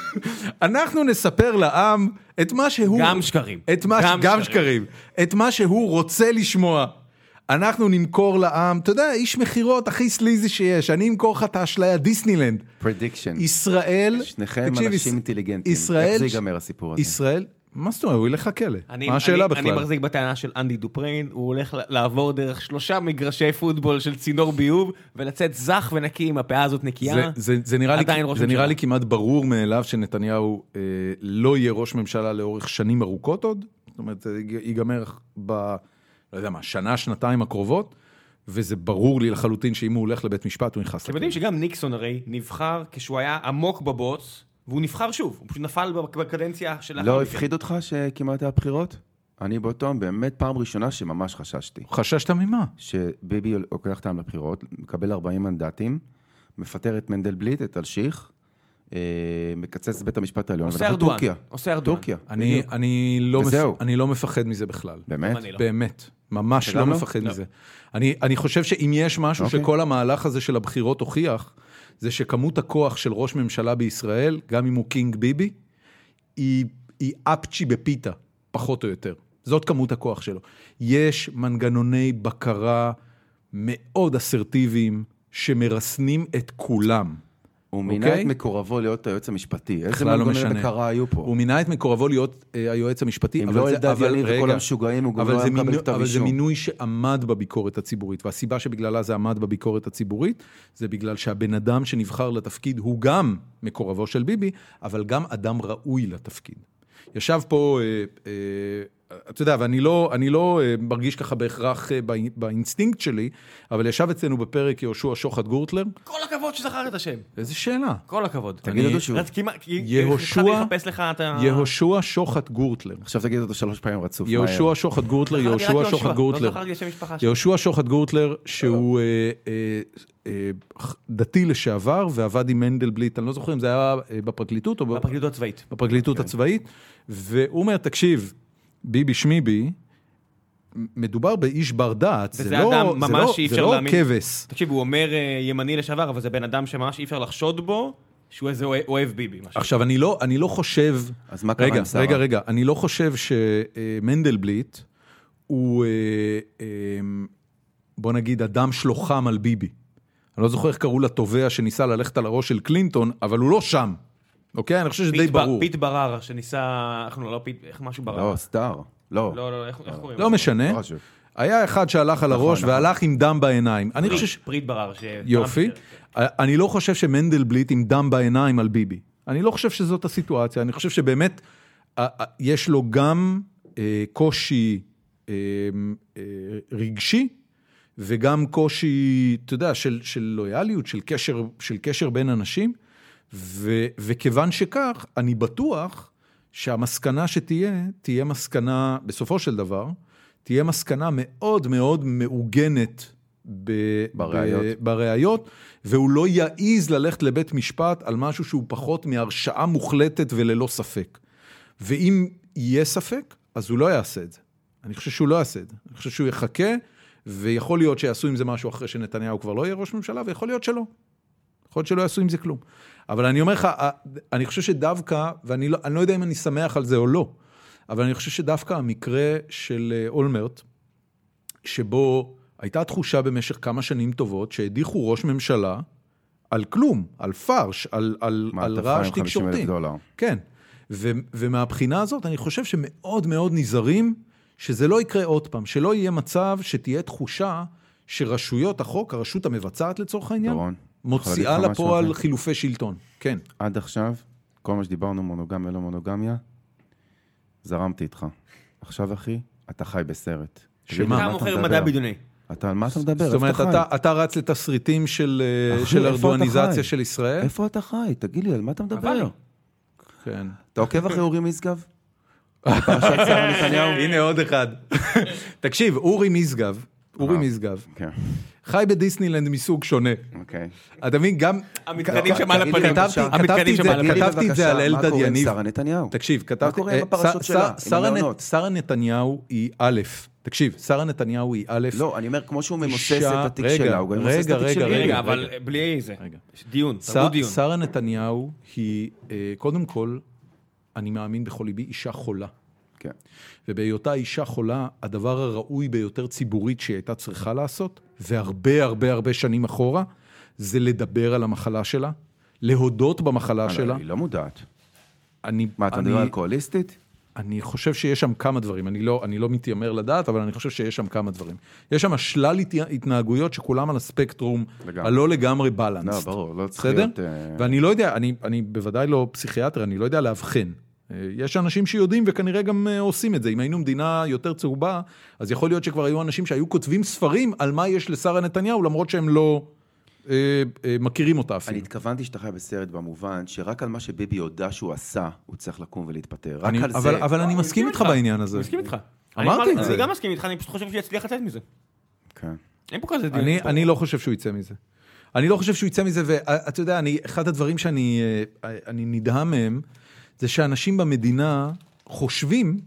אנחנו נספר לעם את מה שהוא... גם שקרים. את מה, גם, גם שקרים. שקרים. את מה שהוא רוצה לשמוע. אנחנו נמכור לעם, אתה יודע, איש מחירות הכי סליזי שיש, אני אמכור לך את האשליה דיסנילנד. פרדיקשן. ישראל... שניכם תקשיב, אנשים אינטליגנטים. ישראל... איך זה ייגמר הסיפור הזה? ישראל... מה זאת אומרת? הוא ילך לכלא. מה השאלה בכלל? אני מחזיק בטענה של אנדי דופריין, הוא הולך לעבור דרך שלושה מגרשי פוטבול של צינור ביוב, ולצאת זך ונקי עם הפאה הזאת נקייה. זה נראה לי כמעט ברור מאליו שנתניהו לא יהיה ראש ממשלה לאורך שנים ארוכות עוד, זאת אומרת, זה ייגמר ב... לא יודע מה, שנה, שנתיים הקרובות, וזה ברור לי לחלוטין שאם הוא הולך לבית משפט, הוא נכנס לכלא. אתם יודעים שגם ניקסון הרי נבחר כשהוא היה עמוק בבוץ, והוא נבחר שוב, הוא פשוט נפל בקדנציה של... לא הפחיד אותך שכמעט היה בחירות? אני באותו באמת פעם ראשונה שממש חששתי. חששת ממה? שביבי לוקח אותם לבחירות, מקבל ארבעים מנדטים, מפטר את מנדלבליט, את אלשיך, מקצץ בית המשפט העליון. עושה ארדואן. עושה ארדואן. טורקיה. אני לא מפחד מזה בכלל. באמת? באמת. ממש לא מפחד מזה. אני חושב שאם יש משהו שכל המהלך הזה של הבחירות הוכיח, זה שכמות הכוח של ראש ממשלה בישראל, גם אם הוא קינג ביבי, היא, היא אפצ'י בפיתה, פחות או יותר. זאת כמות הכוח שלו. יש מנגנוני בקרה מאוד אסרטיביים, שמרסנים את כולם. הוא מינה את מקורבו להיות היועץ המשפטי. איזה מנגנוני בקרה היו פה? הוא מינה את מקורבו להיות היועץ המשפטי. אם לא אלדד יניב וכל המשוגעים, הוא גם לא היה מקבל כתב אישום. אבל זה מינוי שעמד בביקורת הציבורית, והסיבה שבגללה זה עמד בביקורת הציבורית, זה בגלל שהבן אדם שנבחר לתפקיד הוא גם מקורבו של ביבי, אבל גם אדם ראוי לתפקיד. ישב פה... אתה יודע, ואני לא, אני לא מרגיש ככה בהכרח באינסטינקט שלי, אבל ישב אצלנו בפרק יהושע שוחט גורטלר. כל הכבוד שזכר את השם. איזה שאלה. כל הכבוד. תגיד אותו שוב. יהושע שוחט גורטלר. עכשיו תגיד אותו שלוש פעמים רצוף. יהושע שוחט גורטלר, יהושע שוחט גורטלר. יהושע שוחט גורטלר, שהוא דתי לשעבר, ועבד עם מנדלבליט, אני לא זוכר אם זה היה בפרקליטות או בפרקליטות הצבאית. בפרקליטות הצבאית, והוא אומר, תקשיב, ביבי שמיבי, מדובר באיש בר דעת, זה וזה אדם לא, ממש זה לא, שאי זה אפשר לא להאמין. כבש. תקשיב, הוא אומר אה, ימני לשעבר, אבל זה בן אדם שממש אי אפשר לחשוד בו, שהוא איזה אוהב, אוהב ביבי. משהו. עכשיו, אני לא, אני לא חושב... אז מה קרה רגע, עם שרה? רגע, רגע, אני לא חושב שמנדלבליט הוא, אה, אה, בוא נגיד, אדם שלוחם על ביבי. אני לא זוכר איך קראו לתובע שניסה ללכת על הראש של קלינטון, אבל הוא לא שם. אוקיי? אני חושב שזה די ברור. פיט ברר, שניסה, איך לא פיט, איך משהו ברר? לא, סטאר. לא. לא, לא, איך קוראים? לא משנה. היה אחד שהלך על הראש והלך עם דם בעיניים. אני חושב ש... פריט ברר. יופי. אני לא חושב שמנדלבליט עם דם בעיניים על ביבי. אני לא חושב שזאת הסיטואציה. אני חושב שבאמת יש לו גם קושי רגשי, וגם קושי, אתה יודע, של, של לויאליות, של קשר, של קשר בין אנשים, ו, וכיוון שכך, אני בטוח שהמסקנה שתהיה, תהיה מסקנה, בסופו של דבר, תהיה מסקנה מאוד מאוד מעוגנת ב, בראיות. ב, בראיות, והוא לא יעיז ללכת לבית משפט על משהו שהוא פחות מהרשעה מוחלטת וללא ספק. ואם יהיה ספק, אז הוא לא יעשה את זה. אני חושב שהוא לא יעשה את זה. אני חושב שהוא יחכה, ויכול להיות שיעשו עם זה משהו אחרי שנתניהו כבר לא יהיה ראש ממשלה, ויכול להיות שלא. יכול להיות שלא יעשו עם זה כלום. אבל אני אומר לך, אני חושב שדווקא, ואני לא, אני לא יודע אם אני שמח על זה או לא, אבל אני חושב שדווקא המקרה של אולמרט, שבו הייתה תחושה במשך כמה שנים טובות, שהדיחו ראש ממשלה על כלום, על פרש, על, על, על רעש תקשורתי. כן. ו, ומהבחינה הזאת, אני חושב שמאוד מאוד נזהרים, שזה לא יקרה עוד פעם, שלא יהיה מצב שתהיה תחושה שרשויות החוק, הרשות המבצעת לצורך העניין, דורון, מוציאה לפועל חילופי שלטון. כן. עד עכשיו, כל מה שדיברנו מונוגמיה לא מונוגמיה, זרמתי איתך. עכשיו אחי, אתה חי בסרט. שמה? אתה מוכר מדע בדיוני. אתה, על מה אתה מדבר? זאת אומרת, אתה, אתה רץ לתסריטים של, של ארדואניזציה של ישראל? איפה אתה חי? תגיד לי, על מה אתה מדבר? כן. אתה עוקב אחרי אורי משגב? פרשת שרה נתניהו? הנה עוד אחד. תקשיב, אורי משגב, אורי משגב, חי בדיסנילנד מסוג שונה. אוקיי. אתה מבין, גם... המתקנים שמעל הפנים. כתבתי את זה על אלדד יניב. שרה נתניהו? תקשיב, כתבתי... מה קורה עם הפרשות שלה? שרה נתניהו היא א', תקשיב, שרה נתניהו היא א', לא, אני אומר, כמו שהוא ממוסס את התיק שלה, הוא גם ממוסס את התיק שלה. רגע, אבל בלי זה. דיון, תרבות דיון. שרה נתניהו היא, קודם כל, אני מאמין בכל ליבי, אישה חולה. כן. ובהיותה אישה חולה, הדבר הראוי ביותר ציבורית שהיא הייתה צריכה לעשות, והרבה הרבה הרבה שנים אחורה, זה לדבר על המחלה שלה, להודות במחלה שלה. היא לא מודעת. אני, מה, אתה מדבר על קואליסטית? אני חושב שיש שם כמה דברים, אני לא, אני לא מתיימר לדעת, אבל אני חושב שיש שם כמה דברים. יש שם שלל התנהגויות שכולם על הספקטרום, הלא לגמרי בלנס. לא, ברור, לא צריך להיות... ואני לא יודע, אני, אני בוודאי לא פסיכיאטר, אני לא יודע להבחן. יש אנשים שיודעים וכנראה גם עושים את זה. אם היינו מדינה יותר צהובה, אז יכול להיות שכבר היו אנשים שהיו כותבים ספרים על מה יש לשרה נתניהו, למרות שהם לא אה, אה, מכירים אותה אפילו. אני התכוונתי שאתה חי בסרט במובן, שרק על מה שביבי יודע שהוא עשה, הוא צריך לקום ולהתפטר. רק אני, על אבל, זה... אבל אני מסכים איתך בעניין הזה. אני מסכים איתך. אמרתי את זה. אני גם מסכים איתך, אני פשוט חושב שהוא יצליח לצאת מזה. כן. אין פה כזה דיון. אני, אני לא חושב שהוא יצא מזה. אני לא חושב שהוא יצא מזה, ואתה יודע, אני, אחד הדברים שאני אני נדהם מהם, זה שאנשים במדינה חושבים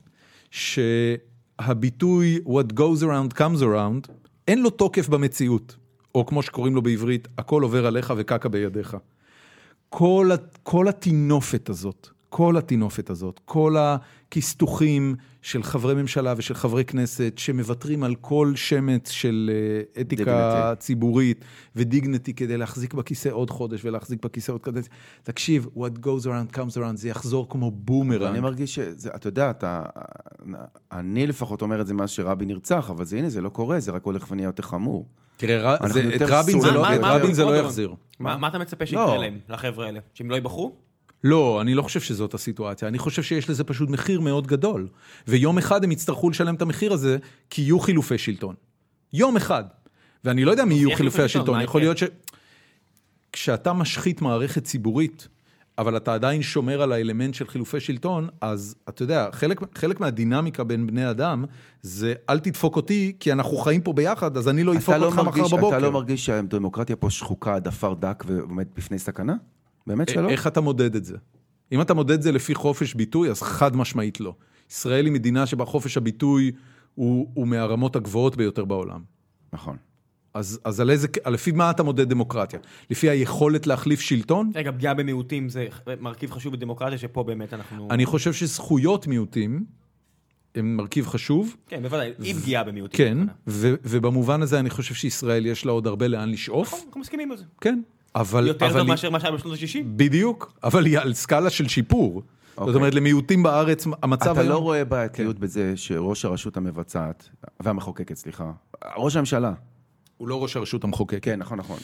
שהביטוי what goes around comes around, אין לו תוקף במציאות, או כמו שקוראים לו בעברית, הכל עובר עליך וקקה בידיך. כל, כל התינופת הזאת, כל התינופת הזאת, כל הכסתוחים של חברי ממשלה ושל חברי כנסת, שמוותרים על כל שמץ של אתיקה ציבורית ודיגניטי, כדי להחזיק בכיסא עוד חודש ולהחזיק בכיסא עוד כדי... תקשיב, what goes around comes around, זה יחזור כמו בומרנג. אני מרגיש שזה, אתה יודע, אתה, אני לפחות אומר את זה מאז שרבין נרצח, אבל זה, הנה, זה לא קורה, זה רק הולך ונהיה יותר חמור. תראה, את רבין זה לא יחזיר. מה אתה מצפה שיקרה להם, לחבר'ה האלה? שהם לא יבחרו? לא, אני לא חושב שזאת הסיטואציה. אני חושב שיש לזה פשוט מחיר מאוד גדול. ויום אחד הם יצטרכו לשלם את המחיר הזה, כי יהיו חילופי שלטון. יום אחד. ואני לא יודע מי יהיו חילופי השלטון. יכול להיות ש... כשאתה משחית מערכת ציבורית, אבל אתה עדיין שומר על האלמנט של חילופי שלטון, אז אתה יודע, חלק, חלק מהדינמיקה בין בני אדם, זה אל תדפוק אותי, כי אנחנו חיים פה ביחד, אז אני לא אדפוק אותך לא מחר בבוקר. אתה לא מרגיש שהדמוקרטיה פה שחוקה עד אפר דק ועומד בפני סכנה? באמת שלא? איך אתה מודד את זה? אם אתה מודד את זה לפי חופש ביטוי, אז חד משמעית לא. ישראל היא מדינה שבה חופש הביטוי הוא, הוא מהרמות הגבוהות ביותר בעולם. נכון. אז, אז על איזה, לפי מה אתה מודד דמוקרטיה? לפי היכולת להחליף שלטון? רגע, פגיעה במיעוטים זה מרכיב חשוב בדמוקרטיה, שפה באמת אנחנו... אני חושב שזכויות מיעוטים הם מרכיב חשוב. כן, בוודאי, אי פגיעה במיעוטים. כן, ו, ובמובן הזה אני חושב שישראל יש לה עוד הרבה לאן לשאוף. נכון, אנחנו מסכימים על זה. כן, אבל... יותר טוב מאשר מה שהיה בשנות ה-שישים. בדיוק, אבל היא על סקאלה של שיפור. זאת אומרת, למיעוטים בארץ, המצב... אתה לא רואה בעייתיות בזה שראש הרשות המבצעת, והמחוקקת, סליחה, ראש הממשלה. הוא לא ראש הרשות המחוקקת. כן, נכון, נכון.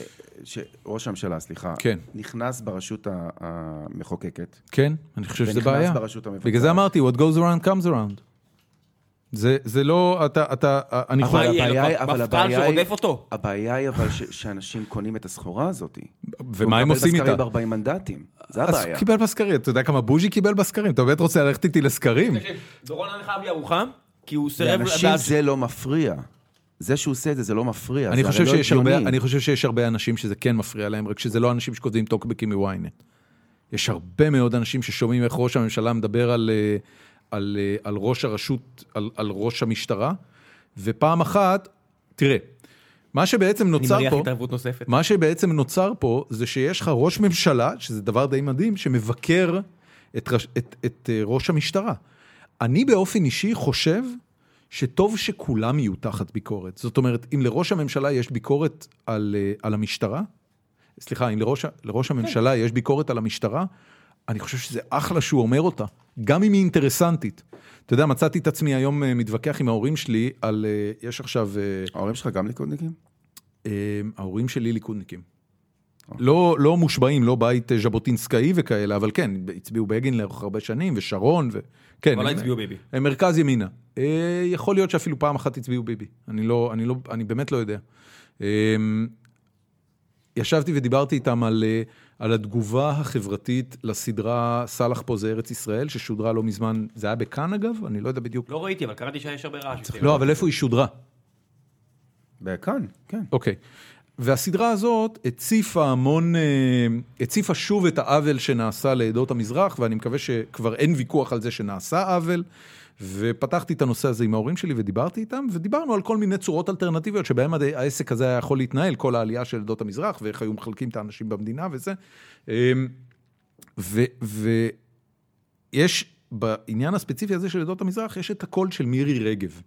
שראש הממשלה, סליחה, כן. נכנס ברשות המחוקקת. כן, אני חושב שזה בעיה. ונכנס ברשות המבצעת. בגלל זה אמרתי, what goes around comes around. זה, זה לא, אתה, אתה, אני אבל חושב... הבעיה היא, אבל הבעיה היא, הבעיה היא אבל שאנשים קונים את הסחורה הזאת. ומה הם עושים איתה? הוא קיבל בסקרים ב-ארבעים מנדטים, זה הבעיה. אז קיבל בסקרים, אתה יודע כמה בוז'י קיבל בסקרים? אתה באמת רוצה ללכת איתי לסקרים? דורון אני חייב לי ארוחה, כי הוא סירב לדעת... לאנשים זה לא מפריע. זה שהוא עושה את זה, זה לא מפריע. אני חושב שיש הרבה, אני חושב שיש הרבה אנשים שזה כן מפריע להם, רק שזה לא אנשים שכותבים טוקבקים מוויינט. יש הרבה מאוד אנשים ששומעים איך ראש הממשלה מדבר על... על, על ראש הרשות, על, על ראש המשטרה, ופעם אחת, תראה, מה שבעצם נוצר פה, מה שבעצם נוצר פה, זה שיש לך ראש ממשלה, שזה דבר די מדהים, שמבקר את, את, את ראש המשטרה. אני באופן אישי חושב, שטוב שכולם יהיו תחת ביקורת. זאת אומרת, אם לראש הממשלה יש ביקורת על, על המשטרה, סליחה, אם לראש, לראש הממשלה יש ביקורת על המשטרה, אני חושב שזה אחלה שהוא אומר אותה, גם אם היא אינטרסנטית. אתה יודע, מצאתי את עצמי היום מתווכח עם ההורים שלי על, יש עכשיו... ההורים שלך גם ליכודניקים? ההורים שלי ליכודניקים. לא, לא מושבעים, לא בית ז'בוטינסקאי וכאלה, אבל כן, הצביעו בגין לאורך הרבה שנים, ושרון, ו... כן, אבל לא הצביעו ביבי. הם מרכז ימינה. יכול להיות שאפילו פעם אחת הצביעו ביבי. אני לא, אני לא, אני באמת לא יודע. ישבתי ודיברתי איתם על, על התגובה החברתית לסדרה סלח פה זה ארץ ישראל, ששודרה לא מזמן, זה היה בכאן אגב? אני לא יודע בדיוק. לא ראיתי, אבל קראתי שיש הרבה רעש. לא, אבל איפה היא שודרה? בכאן, כן. אוקיי. והסדרה הזאת הציפה המון, הציפה שוב את העוול שנעשה לעדות המזרח, ואני מקווה שכבר אין ויכוח על זה שנעשה עוול, ופתחתי את הנושא הזה עם ההורים שלי ודיברתי איתם, ודיברנו על כל מיני צורות אלטרנטיביות, שבהם העסק הזה היה יכול להתנהל, כל העלייה של עדות המזרח, ואיך היו מחלקים את האנשים במדינה וזה. ויש, בעניין הספציפי הזה של עדות המזרח, יש את הקול של מירי רגב.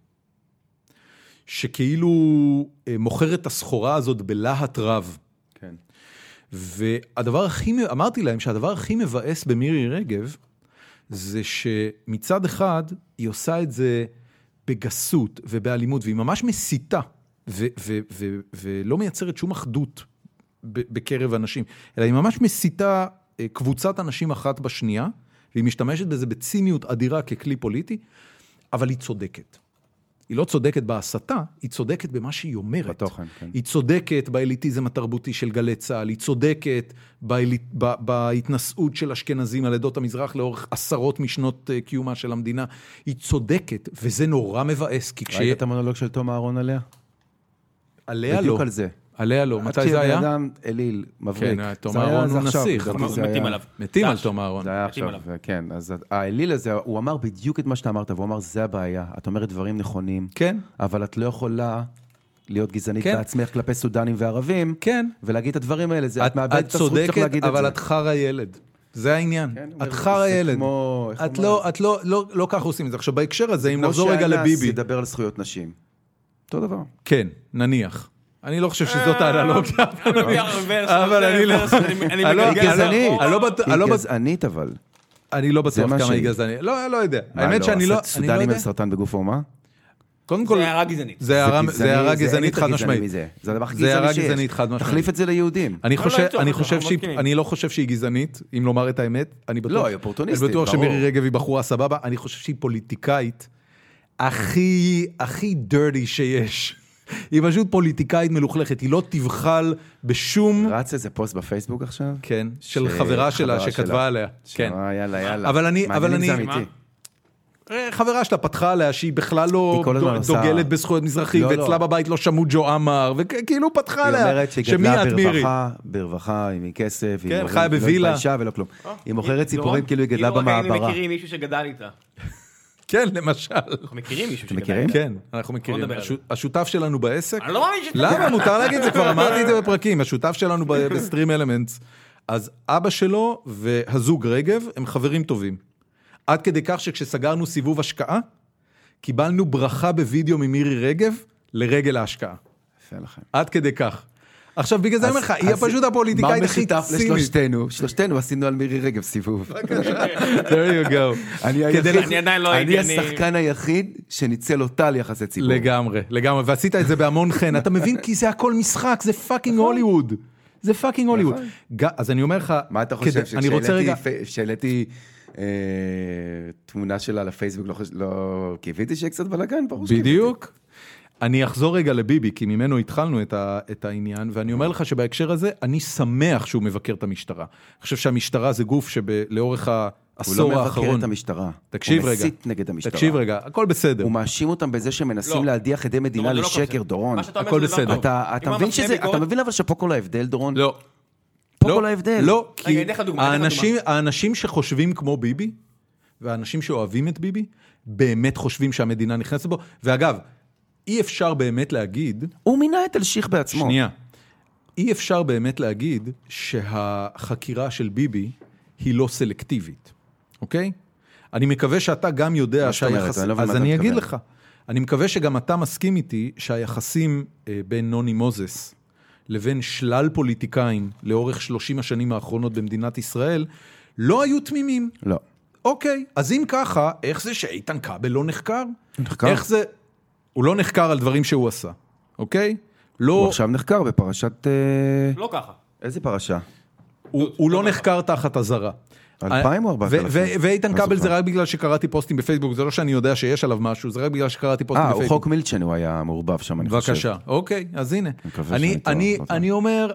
שכאילו מוכר את הסחורה הזאת בלהט רב. כן. והדבר הכי, אמרתי להם שהדבר הכי מבאס במירי רגב, זה שמצד אחד היא עושה את זה בגסות ובאלימות, והיא ממש מסיתה, ו- ו- ו- ולא מייצרת שום אחדות בקרב אנשים, אלא היא ממש מסיתה קבוצת אנשים אחת בשנייה, והיא משתמשת בזה בציניות אדירה ככלי פוליטי, אבל היא צודקת. היא לא צודקת בהסתה, היא צודקת במה שהיא אומרת. בתוכן, כן. היא צודקת באליטיזם התרבותי של גלי צהל, היא צודקת באליט, ב, בהתנסות של אשכנזים על עדות המזרח לאורך עשרות משנות קיומה של המדינה. היא צודקת, וזה נורא מבאס. ראית כש... את המונולוג של תום אהרון עליה? עליה לא. בדיוק על זה. עליה לא. מתי זה היה? אדם אליל, מבריק. כן, תום אהרון הוא נסיך. מתים עליו. מתים על תום אהרון. זה היה עכשיו, כן. אז האליל הזה, הוא אמר בדיוק את מה שאתה אמרת, והוא אמר, זה הבעיה. את אומרת דברים נכונים. כן. אבל את לא יכולה להיות גזענית בעצמך כלפי סודנים וערבים. כן. ולהגיד את הדברים האלה. את מאבדת את הזכות שלך להגיד את זה. אבל את חר הילד. זה העניין. את חר הילד. את לא ככה עושים את זה. עכשיו, בהקשר הזה, אם נחזור רגע לביבי. כמו שאנס ידבר על זכויות נשים. אותו דבר. כן, נניח. אני לא חושב שזאת האנלוגיה, אבל אני לא... היא גזענית. היא גזענית, אבל. אני לא בטוח כמה היא גזענית. לא, לא יודע. האמת שאני לא... סודנים הם סרטן בגוף האומה? קודם כל... זה הערה גזענית. זה הערה גזענית חד משמעית. זה הדבר הכי גזעני שיש. תחליף את זה ליהודים. אני לא חושב שהיא גזענית, אם לומר את האמת. לא, היא אופורטוניסטית. אני בטוח שמירי רגב היא בחורה סבבה. אני חושב שהיא פוליטיקאית הכי, הכי dirty שיש. היא פשוט פוליטיקאית מלוכלכת, היא לא תבחל בשום... רץ איזה פוסט בפייסבוק עכשיו? כן, של חברה שלה שכתבה עליה. כן. יאללה, יאללה. אבל אני... מעניין זה אמיתי. חברה שלה פתחה עליה שהיא בכלל לא דוגלת בזכויות מזרחי, ואצלה בבית לא שמעו ג'ו אמר, וכאילו פתחה עליה. היא אומרת שהיא גדלה ברווחה, ברווחה, עם כסף, כן, חיה בווילה. ולא כלום. היא מוכרת ציפורים כאילו היא גדלה במעברה. כאילו מכירים מישהו שגדל איתה. כן, למשל. אנחנו מכירים מישהו אתם מכירים? כן, אנחנו מכירים. השותף שלנו בעסק. אני לא מאמין שאתה... למה? מותר להגיד, זה כבר אמרתי את זה בפרקים. השותף שלנו בסטרים אלמנטס. אז אבא שלו והזוג רגב הם חברים טובים. עד כדי כך שכשסגרנו סיבוב השקעה, קיבלנו ברכה בווידאו ממירי רגב לרגל ההשקעה. יפה לכם. עד כדי כך. עכשיו, בגלל זה אני אומר לך, היא פשוט הפוליטיקאית הכי צינית. מה משותף לשלושתנו? שלושתנו עשינו על מירי רגב סיבוב. There you go. אני עדיין לא הייתי. אני השחקן היחיד שניצל אותה על יחסי ציבור. לגמרי, לגמרי. ועשית את זה בהמון חן. אתה מבין? כי זה הכל משחק, זה פאקינג הוליווד. זה פאקינג הוליווד. אז אני אומר לך... מה אתה חושב? שכשהעליתי תמונה שלה לפייסבוק, לא קיוויתי שיהיה קצת בלגן? בדיוק. אני אחזור רגע לביבי, כי ממנו התחלנו את, ה, את העניין, ואני אומר לך שבהקשר הזה, אני שמח שהוא מבקר את המשטרה. אני חושב שהמשטרה זה גוף שלאורך העשור האחרון... הוא לא מבקר את המשטרה. תקשיב רגע. הוא מסית נגד המשטרה. תקשיב רגע, הכל בסדר. הוא מאשים אותם בזה שמנסים לא. להדיח עדי מדינה לא, לשקר, לא דורון. הכל בסדר. אתה, אתה מבין שזה, אתה מבין אבל שפה כל ההבדל, דורון? לא. פה לא, כל ההבדל. לא, כי האנשים, האנשים שחושבים כמו ביבי, והאנשים שאוהבים את ביבי, באמת חושבים שהמדינה נכנסת בו, ואגב, אי אפשר באמת להגיד... הוא מינה את אלשיך בעצמו. שנייה. אי אפשר באמת להגיד שהחקירה של ביבי היא לא סלקטיבית. אוקיי? אני מקווה שאתה גם יודע שהיחס... אז אני אגיד לך. אני מקווה שגם אתה מסכים איתי שהיחסים בין נוני מוזס לבין שלל פוליטיקאים לאורך שלושים השנים האחרונות במדינת ישראל לא היו תמימים. לא. אוקיי. אז אם ככה, איך זה שאיתן כבל לא נחקר? נחקר. איך זה... הוא לא נחקר על דברים שהוא עשה, אוקיי? לא... הוא עכשיו נחקר בפרשת... לא ככה. איזה פרשה? הוא, הוא לא נחקר תחת הזרה. אלפיים או ארבעת אלפים? ואיתן כבל זה רק בגלל שקראתי פוסטים בפייסבוק, זה לא שאני יודע שיש עליו משהו, זה רק בגלל שקראתי פוסטים בפייסבוק. אה, הוא חוק מילצ'ן, הוא היה מעורבב שם, אני חושב. בבקשה, אוקיי, אז הנה. אני, אני, אני אומר,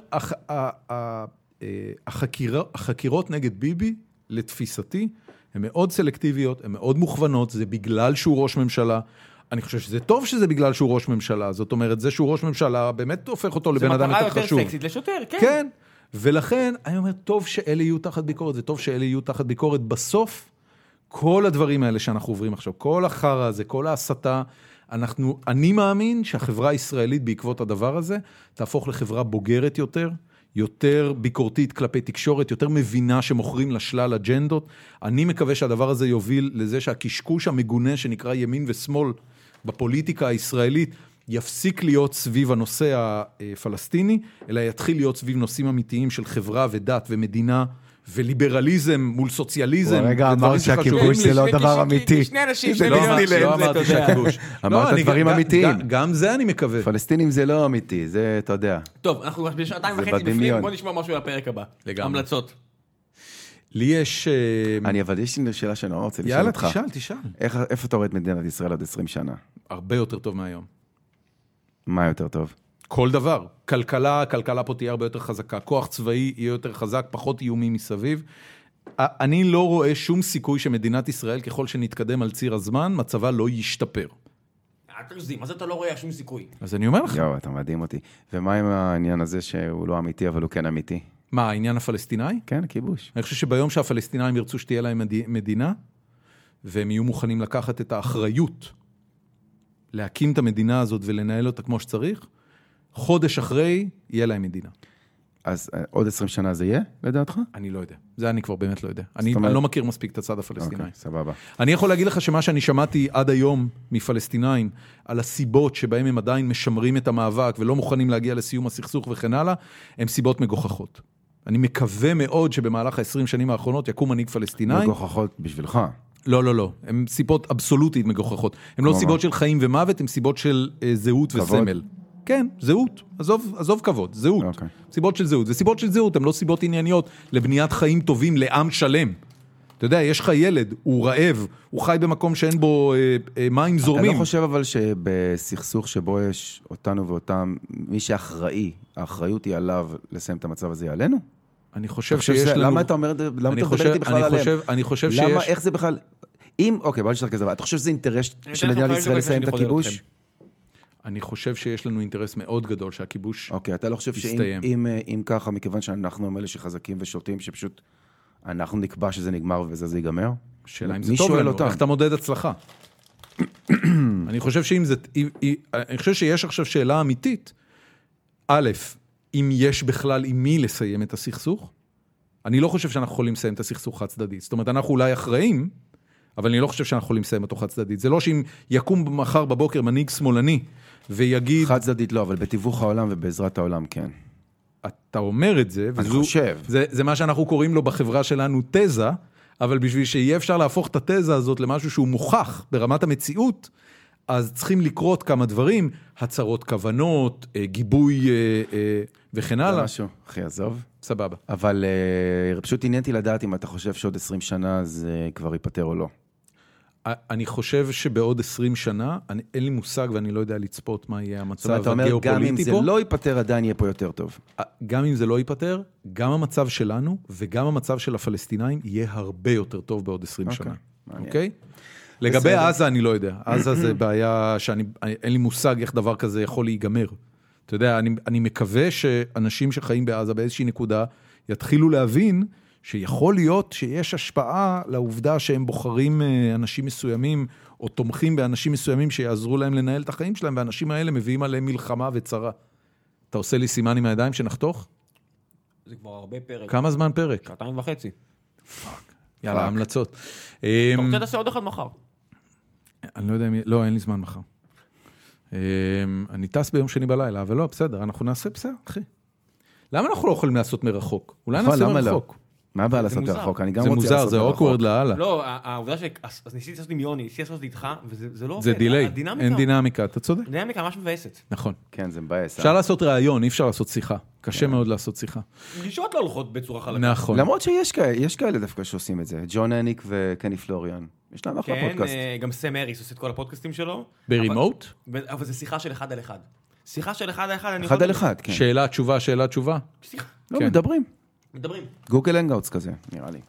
החקירות נגד ביבי, לתפיסתי, הן מאוד סלקטיביות, הן מאוד מוכוונות, זה בגלל שהוא ראש ממשלה, אני חושב שזה טוב שזה בגלל שהוא ראש ממשלה, זאת אומרת, זה שהוא ראש ממשלה, באמת הופך אותו לבן אדם יותר חשוב. זה מטרה יותר סקסית לשוטר, כן. כן, ולכן, אני אומר, טוב שאלה יהיו תחת ביקורת, זה טוב שאלה יהיו תחת ביקורת. בסוף, כל הדברים האלה שאנחנו עוברים עכשיו, כל החרא הזה, כל ההסתה, אנחנו, אני מאמין שהחברה הישראלית בעקבות הדבר הזה, תהפוך לחברה בוגרת יותר, יותר ביקורתית כלפי תקשורת, יותר מבינה שמוכרים לשלל אג'נדות. אני מקווה שהדבר הזה יוביל לזה שהקשקוש המגונה שנקרא ימין ושמאל בפוליטיקה הישראלית, יפסיק להיות סביב הנושא הפלסטיני, אלא יתחיל להיות סביב נושאים אמיתיים של חברה ודת ומדינה, וליברליזם מול סוציאליזם. רגע, אמרת שהכיבוש זה לא דבר אמיתי. שני אנשים לא אמרתי שהכיבוש. אמרת דברים אמיתיים. גם זה אני מקווה. פלסטינים זה לא אמיתי, זה אתה יודע. טוב, אנחנו בשעתיים וחצי בפנים, בוא נשמע משהו לפרק הבא. המלצות. לי יש... אני אבל יש לי שאלה שאני רוצה לשאול אותך. יאללה, תשאל, תשאל. איפה אתה רואה את מדינת ישראל עוד עשרים שנה? הרבה יותר טוב מהיום. מה יותר טוב? כל דבר. כלכלה, כלכלה פה תהיה הרבה יותר חזקה. כוח צבאי יהיה יותר חזק, פחות איומים מסביב. אני לא רואה שום סיכוי שמדינת ישראל, ככל שנתקדם על ציר הזמן, מצבה לא ישתפר. אז אתה לא רואה שום סיכוי. אז אני אומר לך. יואו, אתה מדהים אותי. ומה עם העניין הזה שהוא לא אמיתי, אבל הוא כן אמיתי? מה, העניין הפלסטיני? כן, הכיבוש. אני חושב שביום שהפלסטינאים ירצו שתהיה להם מדינה, והם יהיו מוכנים לקחת את האחריות, להקים את המדינה הזאת ולנהל אותה כמו שצריך, חודש אחרי יהיה להם מדינה. אז עוד עשרים שנה זה יהיה, לדעתך? אני לא יודע. זה אני כבר באמת לא יודע. אני לא מכיר מספיק את הצד הפלסטיני. אוקיי, סבבה. אני יכול להגיד לך שמה שאני שמעתי עד היום מפלסטינאים, על הסיבות שבהם הם עדיין משמרים את המאבק, ולא מוכנים להגיע לסיום הסכסוך וכן הלאה, הם סיבות מגוחכות. אני מקווה מאוד שבמהלך ה-עשרים שנים האחרונות יקום מנהיג פלסטיני. מגוחכות בשבילך. לא, לא, לא. הן סיבות אבסולוטית מגוחכות. הן לא סיבות של חיים ומוות, הן סיבות של זהות וסמל. כן, זהות. עזוב, עזוב כבוד, זהות. Okay. סיבות של זהות. וסיבות של זהות הן לא סיבות ענייניות לבניית חיים טובים לעם שלם. אתה יודע, יש לך ילד, הוא רעב, הוא חי במקום שאין בו אה, אה, מים זורמים. אני לא חושב אבל שבסכסוך שבו יש אותנו ואותם, מי שאחראי, האחריות היא עליו לסיים את המצב הזה, עלינו? אני חושב שיש לנו... למה אתה אומר, למה אתה מדבר איתי בכלל עליהם? אני חושב שיש... למה, איך זה בכלל... אם, אוקיי, בוא נשאר כזה, אתה חושב שזה אינטרס של מדינת ישראל לסיים את הכיבוש? אני חושב שיש לנו אינטרס מאוד גדול שהכיבוש יסתיים. אוקיי, אתה לא חושב שאם ככה, מכיוון שאנחנו אלה שחזקים ושוטים, שפשוט אנחנו נקבע שזה נגמר וזה זה ייגמר? שאלה אם זה טוב לנו, איך אתה מודד הצלחה? אני חושב שאם זה, אני חושב שיש עכשיו שאלה אמיתית, א', אם יש בכלל עם מי לסיים את הסכסוך, אני לא חושב שאנחנו יכולים לסיים את הסכסוך חד צדדית, זאת אומרת, אנחנו אולי אחראים, אבל אני לא חושב שאנחנו יכולים לסיים אותו חד צדדית, זה לא שאם יקום מחר בבוקר מנהיג שמאלני, ויגיד... חד צדדית לא, אבל בתיווך העולם ובעזרת העולם כן. אתה אומר את זה, אני חושב. זה, זה מה שאנחנו קוראים לו בחברה שלנו תזה, אבל בשביל שיהיה אפשר להפוך את התזה הזאת למשהו שהוא מוכח ברמת המציאות, אז צריכים לקרות כמה דברים, הצהרות כוונות, גיבוי וכן הלאה. זה משהו, אחי, עזוב. סבבה. אבל פשוט עניינתי לדעת אם אתה חושב שעוד עשרים שנה זה כבר ייפטר או לא. אני חושב שבעוד עשרים שנה, אני, אין לי מושג ואני לא יודע לצפות מה יהיה המצב הגיאופוליטי פה. גם אם זה לא ייפטר, עדיין יהיה פה יותר טוב. גם אם זה לא ייפטר, גם המצב שלנו וגם המצב של הפלסטינאים יהיה הרבה יותר טוב בעוד עשרים שנה. אוקיי? לגבי עזה אני לא יודע. עזה זה בעיה שאני, אין לי מושג איך דבר כזה יכול להיגמר. אתה יודע, אני, אני מקווה שאנשים שחיים בעזה באיזושהי נקודה יתחילו להבין שיכול להיות שיש השפעה לעובדה שהם בוחרים אנשים מסוימים, או תומכים באנשים מסוימים שיעזרו להם לנהל את החיים שלהם, והאנשים האלה מביאים עליהם מלחמה וצרה. אתה עושה לי סימן עם הידיים שנחתוך? זה כבר הרבה פרק. כמה זמן פרק? שעתיים וחצי. פאק. יאללה, המלצות. אתה רוצה לעשות עוד אחד מחר? אני לא יודע, לא, אין לי זמן מחר. אני טס ביום שני בלילה, אבל לא, בסדר, אנחנו נעשה בסדר, אחי. למה אנחנו לא יכולים לעשות מרחוק? אולי נעשה מרחוק. מה הבעיה לעשות מרחוק? אני גם רוצה לעשות מרחוק. זה מוזר, זה אוקוורד לאללה. לא, העובדה ש... אז ניסיתי לעשות עם יוני, ניסיתי לעשות איתך, וזה לא עובד. זה דילי, אין דינמיקה, אתה צודק. דינמיקה ממש מבאסת. נכון. כן, זה מבאס. אפשר לעשות רעיון, אי אפשר לעשות שיחה. קשה מאוד לעשות שיחה. פגישות לא הולכות בצורה חלקה. נכון. למרות שיש כאלה, יש כאלה דווקא שעושים את זה. ג'ון הניק וקני פלוריאן. יש להם אחלה פודקאסט. כן, גם סם אריס עושה את כל הפודקאסטים שלו. ברימוט? אבל זה שיחה של אחד על אחד. שיחה של אחד על אחד. אחד על אחד, כן. שאלה, תשובה, שאלה, תשובה. שיחה. לא, מדברים. מדברים. גוגל הנגאוטס כזה, נראה לי.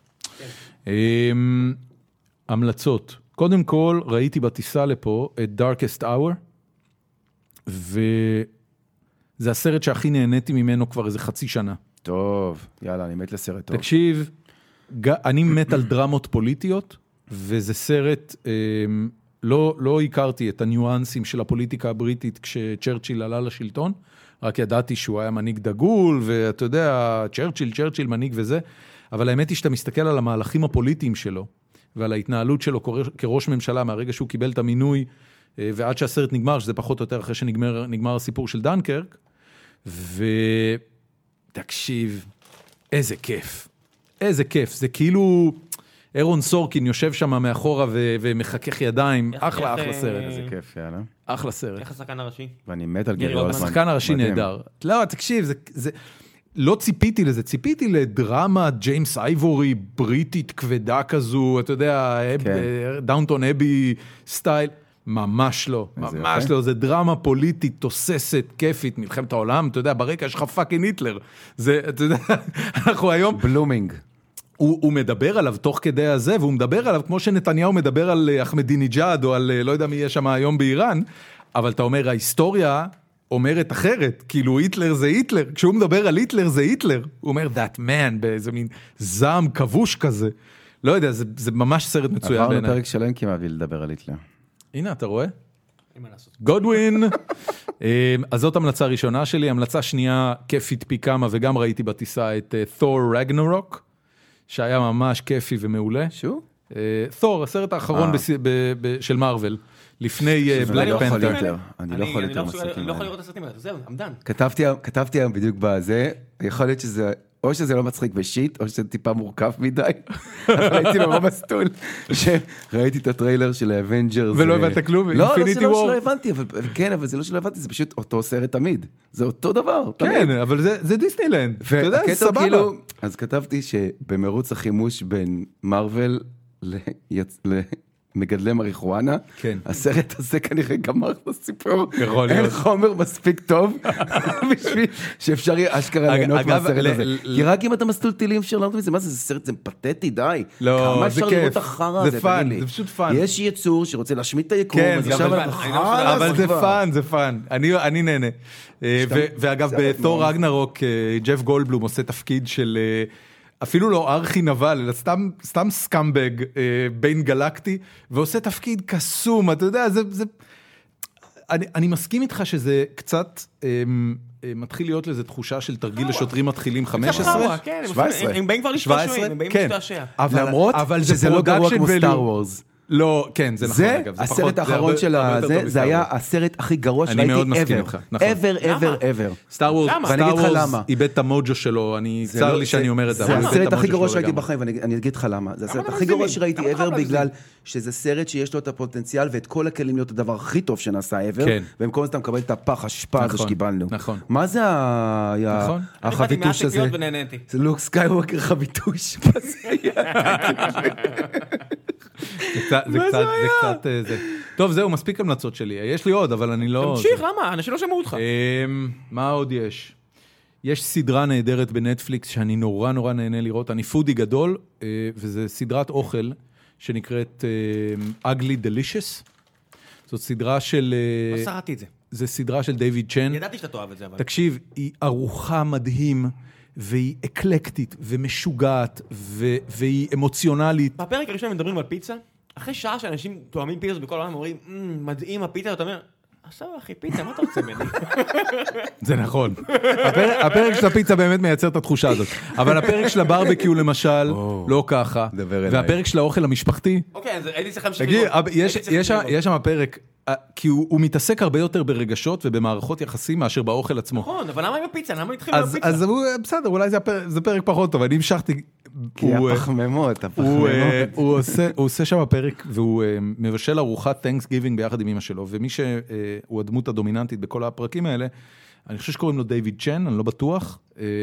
המלצות. קודם כל, ראיתי בטיסה לפה את Darkest Hour, וזה הסרט שהכי נהניתי ממנו כבר איזה חצי שנה. טוב, יאללה, אני מת לסרט טוב. תקשיב, אני מת על דרמות פוליטיות, וזה סרט, לא, לא הכרתי את הניואנסים של הפוליטיקה הבריטית כשצ'רצ'יל עלה לשלטון, רק ידעתי שהוא היה מנהיג דגול, ואתה יודע, צ'רצ'יל, צ'רצ'יל מנהיג וזה, אבל האמת היא שאתה מסתכל על המהלכים הפוליטיים שלו, ועל ההתנהלות שלו כראש ממשלה, מהרגע שהוא קיבל את המינוי, ועד שהסרט נגמר, שזה פחות או יותר אחרי שנגמר הסיפור של דנקרק, ותקשיב, איזה כיף, איזה כיף, זה כאילו, אירון סורקין יושב שם מאחורה ומחכך ידיים, אחלה, אחלה סרט. איזה כיף, יאללה. אחלה סרט. איך השחקן הראשי? ואני מת על גרי אולדמן. השחקן הראשי נהדר. לא, תקשיב, זה... לא ציפיתי לזה, ציפיתי לדרמה ג'יימס אייבורי, בריטית כבדה כזו, אתה יודע, דאונטון אבי סטייל, ממש לא, ממש לא, זה דרמה פוליטית, תוססת, כיפית, מלחמת העולם, אתה יודע, ברקע יש לך פאקינג היטלר, זה, אתה יודע, אנחנו היום... בלומינג. הוא, הוא מדבר עליו תוך כדי הזה, והוא מדבר עליו כמו שנתניהו מדבר על אחמדינג'אד, או על לא יודע מי יהיה שם היום באיראן, אבל אתה אומר, ההיסטוריה אומרת אחרת, כאילו היטלר זה היטלר, כשהוא מדבר על היטלר זה היטלר, הוא אומר, that man, באיזה מין זעם כבוש כזה, לא יודע, זה, זה ממש סרט מצוין. עברנו פרק שלם כמעט לדבר על היטלר. הנה, אתה רואה? גודווין. אז זאת המלצה ראשונה שלי, המלצה שנייה, כיפית פי כמה, וגם ראיתי בטיסה את תור רגנרוק, שהיה ממש כיפי ומעולה. שהוא? תור, הסרט האחרון של מארוול, לפני בלק פנת'ר. אני לא יכול יותר מסרטים האלה. אני לא יכול לראות את הסרטים האלה, זהו, עמדן. כתבתי היום בדיוק בזה, יכול להיות שזה, או שזה לא מצחיק בשיט, או שזה טיפה מורכב מדי. אז ראיתי לו במסטול, שראיתי את הטריילר של האבנג'רס. ולא הבנת כלום, לא, לא שלא הבנתי, כן, אבל זה לא שלא הבנתי, זה פשוט אותו סרט תמיד. זה אותו דבר, תמיד. כן, אבל זה דיסנילנד. אתה יודע, סבבה. אז כתבתי שבמרוץ החימוש בין מארוול למגדלי מריחואנה, הסרט הזה כנראה גמר את הסיפור. אין חומר מספיק טוב בשביל שאפשר יהיה אשכרה ליהנות מהסרט הזה. כי רק אם אתה מסלול טילים אפשר ליהנות מזה, מה זה, זה סרט, זה פתטי, די. לא, זה כיף. זה פאן, זה פשוט פאן. יש יצור שרוצה להשמיד את היקום, אבל זה פאן, זה פאן. אני נהנה. ואגב, בתור רגנרוק, ג'ף גולדבלום עושה תפקיד של... אפילו לא ארכי נבל, אלא סתם, סתם סקמבג בין גלקטי, ועושה תפקיד קסום, אתה יודע, זה, זה... אני, אני מסכים איתך שזה קצת מתחיל להיות לזה תחושה של תרגיל לשוטרים מתחילים חמש עשרה, שבע עשרה. הם באים כבר לשתעשע, הם באים לשתעשע. למרות שזה לא גרוע כמו סטאר וורס. לא, כן, זה נכון, אגב. זה הסרט האחרון של זה, זה היה הסרט הכי גרוע שראיתי ever. ever, ever, ever. סטאר וורס, סטאר וורס איבד את המוג'ו שלו, אני צר לי שאני אומר את זה. זה הסרט הכי גרוע שראיתי בחיים, ואני אגיד לך למה. זה הסרט הכי גרוע שראיתי ever, בגלל שזה סרט שיש לו את הפוטנציאל, ואת כל הכלים להיות הדבר הכי טוב שנעשה ever, במקום זה אתה מקבל את הפח השפע הזה שקיבלנו. מה זה החביטוש הזה? זה לוק סקייווקר חביטוש. זה קצת, זה קצת, זה. טוב, זהו, מספיק המלצות שלי. יש לי עוד, אבל אני לא... תמשיך, למה? אנשים לא שמעו אותך. מה עוד יש? יש סדרה נהדרת בנטפליקס שאני נורא נורא נהנה לראות. אני פודי גדול, וזה סדרת אוכל שנקראת Ugly Delicious. זאת סדרה של... לא שרתי את זה. זה סדרה של דיוויד צ'ן. ידעתי שאתה תאהב את זה, אבל... תקשיב, היא ארוחה מדהים. והיא אקלקטית ומשוגעת והיא אמוציונלית. בפרק הראשון מדברים על פיצה, אחרי שעה שאנשים תואמים פיצה בכל העולם אומרים, מדהים הפיצה, ואתה אומר, עכשיו אחי, פיצה, מה אתה רוצה ממני? זה נכון. הפרק של הפיצה באמת מייצר את התחושה הזאת. אבל הפרק של הברבקיו למשל, לא ככה. והפרק של האוכל המשפחתי. אוקיי, אז הייתי צריכה תגיד, יש שם הפרק, כי הוא מתעסק הרבה יותר ברגשות ובמערכות יחסים מאשר באוכל עצמו. נכון, אבל למה עם הפיצה? למה התחילו עם הפיצה? אז בסדר, אולי זה פרק פחות טוב, אני המשכתי... כי הפחממות, הפחממות. הוא עושה שם פרק, והוא מבשל ארוחת Thanksgiving ביחד עם אמא שלו, ומי שהוא הדמות הדומיננטית בכל הפרקים האלה, אני חושב שקוראים לו דיוויד צ'ן, אני לא בטוח,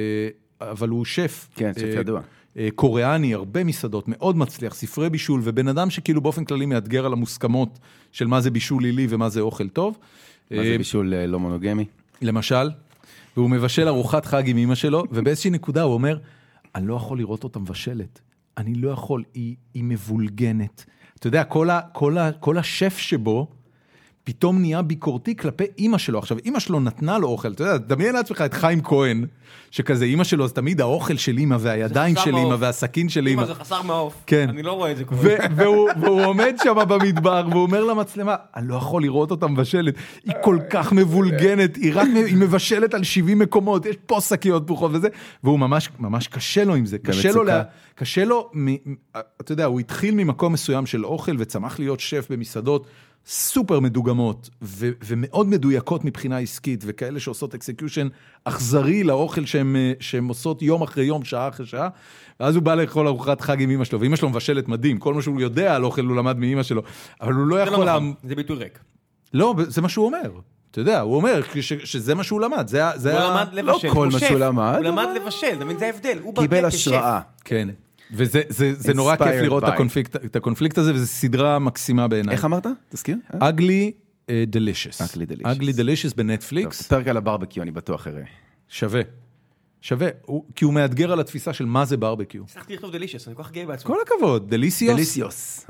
אבל הוא שף. כן, שף ידוע. קוריאני, הרבה מסעדות, מאוד מצליח, ספרי בישול, ובן אדם שכאילו באופן כללי מאתגר על המוסכמות של מה זה בישול לילי ומה זה אוכל טוב. מה זה בישול לא מונוגמי? למשל, והוא מבשל ארוחת חג עם אמא שלו, ובאיזושהי נקודה הוא אומר, אני לא יכול לראות אותה מבשלת, אני לא יכול, היא, היא מבולגנת. אתה יודע, כל, ה, כל, ה, כל השף שבו, פתאום נהיה ביקורתי כלפי אמא שלו. עכשיו, אמא שלו נתנה לו אוכל, אתה יודע, דמיין לעצמך את חיים כהן, שכזה אמא שלו, אז תמיד האוכל של אמא, והידיים של אמא, והסכין של אמא. אמא זה חסר מעוף. כן. אני לא רואה את זה קורה. והוא, והוא עומד שם במדבר, והוא אומר למצלמה, אני לא יכול לראות אותה מבשלת, היא כל כך מבולגנת, היא רק, היא מבשלת על שבעים מקומות, יש פה שקיות פוחות וזה, והוא ממש, ממש קשה לו עם זה, קשה לו, לה, קשה לו, אתה יודע, הוא התחיל ממקום מסוים של אוכל, וצמח להיות שף במסעדות, סופר מדוגמות ו- ומאוד מדויקות מבחינה עסקית, וכאלה שעושות אקסקיושן אכזרי לאוכל שהם, שהם עושות יום אחרי יום, שעה אחרי שעה, ואז הוא בא לאכול ארוחת חג עם אמא שלו, ואמא שלו מבשלת מדהים, כל מה שהוא יודע על אוכל הוא למד מאמא שלו, אבל הוא לא יכול... זה לא נכון, זה ביטוי ריק. לא, זה מה שהוא אומר. אתה יודע, הוא אומר ש- שזה מה שהוא למד, זה, זה הוא ה... למד לבשל, לא כל מה שהוא למד. הוא למד לבשל, זה, זה ההבדל, הוא קיבל השראה. כן. וזה זה, זה נורא כיף לראות את הקונפליקט, את הקונפליקט הזה, וזו סדרה מקסימה בעיניי. איך אמרת? תזכיר? Ugly Delicious. Ugly Delicious. Ugly Delicious בנטפליקס. פרק על הברבקיו, אני בטוח אראה. שווה. שווה. כי הוא מאתגר על התפיסה של מה זה ברבקיו. הצלחתי לכתוב דלישיוס, אני כל כך גאה בעצמי. כל הכבוד, דליסיוס. דליסיוס.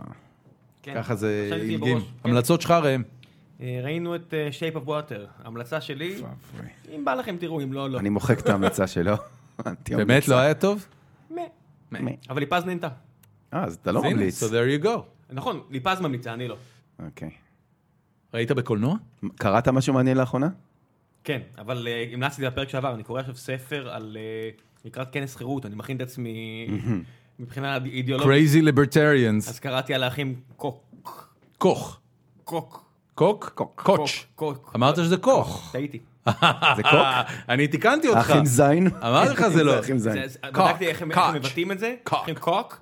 ככה זה ילגים. המלצות שלך ראם. ראינו את Shape of Water, המלצה שלי. אם בא לכם תראו, אם לא, לא. אני מוחק את ההמלצה שלו. באמת לא היה טוב? אבל ליפז נהנתה. אה, אז אתה לא ממליץ. So there you go. נכון, ליפז ממליצה, אני לא. אוקיי. ראית בקולנוע? קראת משהו מעניין לאחרונה? כן, אבל המלצתי לפרק שעבר, אני קורא עכשיו ספר על לקראת כנס חירות, אני מכין את עצמי מבחינה אידיאולוגית. Crazy Libertarians. אז קראתי על האחים קוק. קוך. קוק. קוק? קוץ'. אמרת שזה קוך. טעיתי. זה קוק? אני תיקנתי אותך. אחים זין? אמרתי לך זה לא. בדקתי איך הם מבטאים את זה. אחים קוק.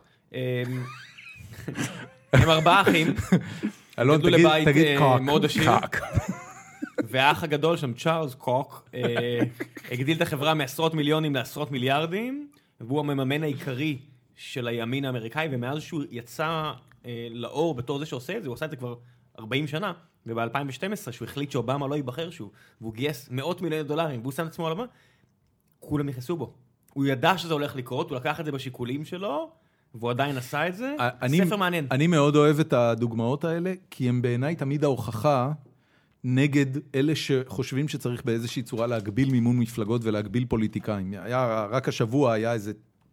הם ארבעה אחים. אלון, תגיד קוק. מאוד עשיר. והאח הגדול שם, צ'ארלס קוק, הגדיל את החברה מעשרות מיליונים לעשרות מיליארדים, והוא המממן העיקרי של הימין האמריקאי, ומאז שהוא יצא לאור בתור זה שעושה את זה, הוא עושה את זה כבר ארבעים שנה, וב-אלפיים ושתים עשרה, שהוא החליט שאובמה לא ייבחר שוב, והוא גייס מאות מיליוני דולרים, והוא שם את עצמו על הבמה, כולם נכנסו בו. הוא ידע שזה הולך לקרות, הוא לקח את זה בשיקולים שלו, והוא עדיין עשה את זה. ספר מעניין. אני מאוד אוהב את הדוגמאות האלה, כי הם בעיניי תמיד ההוכחה נגד אלה שחושבים שצריך באיזושהי צורה להגביל מימון מפלגות ולהגביל פוליטיקאים. היה, רק השבוע היה איזה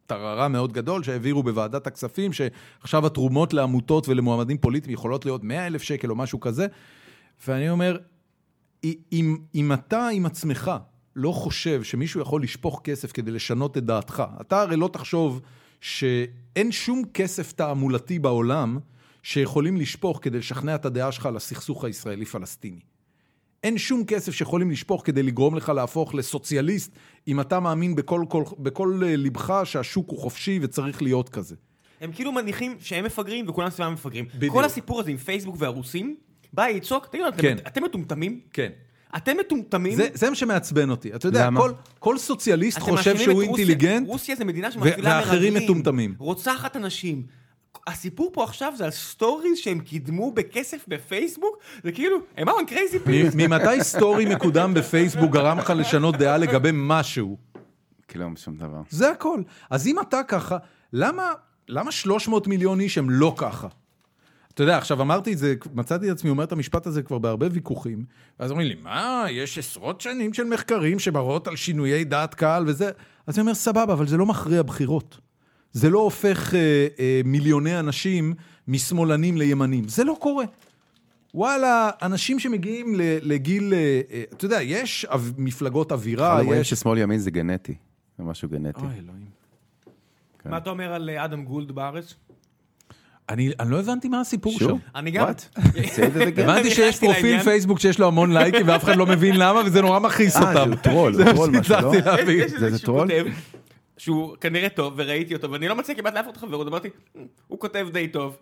טררה מאוד גדול שהעבירו בוועדת הכספים, שעכשיו התרומות לעמותות ולמועמדים פוליטיים יכולות להיות מאה אלף שקל או משהו כזה, ואני אומר, אם, אם אתה עם עצמך לא חושב שמישהו יכול לשפוך כסף כדי לשנות את דעתך, אתה הרי לא תחשוב שאין שום כסף תעמולתי בעולם שיכולים לשפוך כדי לשכנע את הדעה שלך לסכסוך הישראלי-פלסטיני. אין שום כסף שיכולים לשפוך כדי לגרום לך להפוך לסוציאליסט, אם אתה מאמין בכל, כל, בכל לבך שהשוק הוא חופשי וצריך להיות כזה. הם כאילו מניחים שהם מפגרים וכולם סביבם מפגרים. בדיוק. כל הסיפור הזה עם פייסבוק והרוסים, בא יצוק, תגידו, כן. אתם, אתם מטומטמים? כן. אתם מטומטמים? זה, זה מה שמעצבן אותי. אתה יודע, כל, כל סוציאליסט חושב שהוא אינטליגנט, רוסיה זה מדינה שמפעילה ואחרים מטומטמים. רוצחת אנשים. הסיפור פה עכשיו זה על סטוריז שהם קידמו בכסף בפייסבוק, זה כאילו, הם אמרו קרייזי פיס. ממתי סטורי מקודם בפייסבוק גרם לך לשנות דעה לגבי משהו? כלום, שום דבר. זה הכל. אז אם אתה ככה, למה, למה שלוש מאות מיליון איש הם לא ככה? אתה יודע, עכשיו אמרתי את זה, מצאתי את עצמי, אומר את המשפט הזה כבר בהרבה ויכוחים, ואז אומרים לי, מה, יש עשרות שנים של מחקרים שמראות על שינויי דעת קהל וזה, אז אני אומר, סבבה, אבל זה לא מכריע בחירות. זה לא הופך אה, אה, מיליוני אנשים משמאלנים לימנים. זה לא קורה. וואלה, אנשים שמגיעים לגיל, אה, אה, אתה יודע, יש מפלגות אווירה, יש... רואים יש... ששמאל ימין זה גנטי, זה משהו גנטי. אוי, אלוהים. כן. מה אתה אומר על אדם גולד בארץ? אני, אני לא הבנתי מה הסיפור שם. אני גם. הבנתי שיש פרופיל פייסבוק שיש לו המון לייקים, ואף אחד לא מבין למה, וזה נורא מכעיס אותם. אה, זה טרול, זה טרול משהו, לא? זה טרול? שהוא כנראה טוב, וראיתי אותו, ואני לא מצא כמעט להפות חברות, אמרתי, הוא כותב די טוב.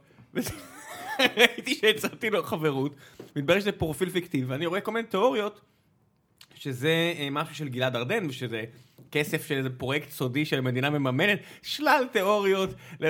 ראיתי שהצעתי לו חברות, מתברר שזה פרופיל פיקטיבי, ואני רואה כל מיני תיאוריות, שזה משהו של גלעד ארדן, ושזה כסף של איזה פרויקט סודי של מדינה מממנת, שלל תיאוריות,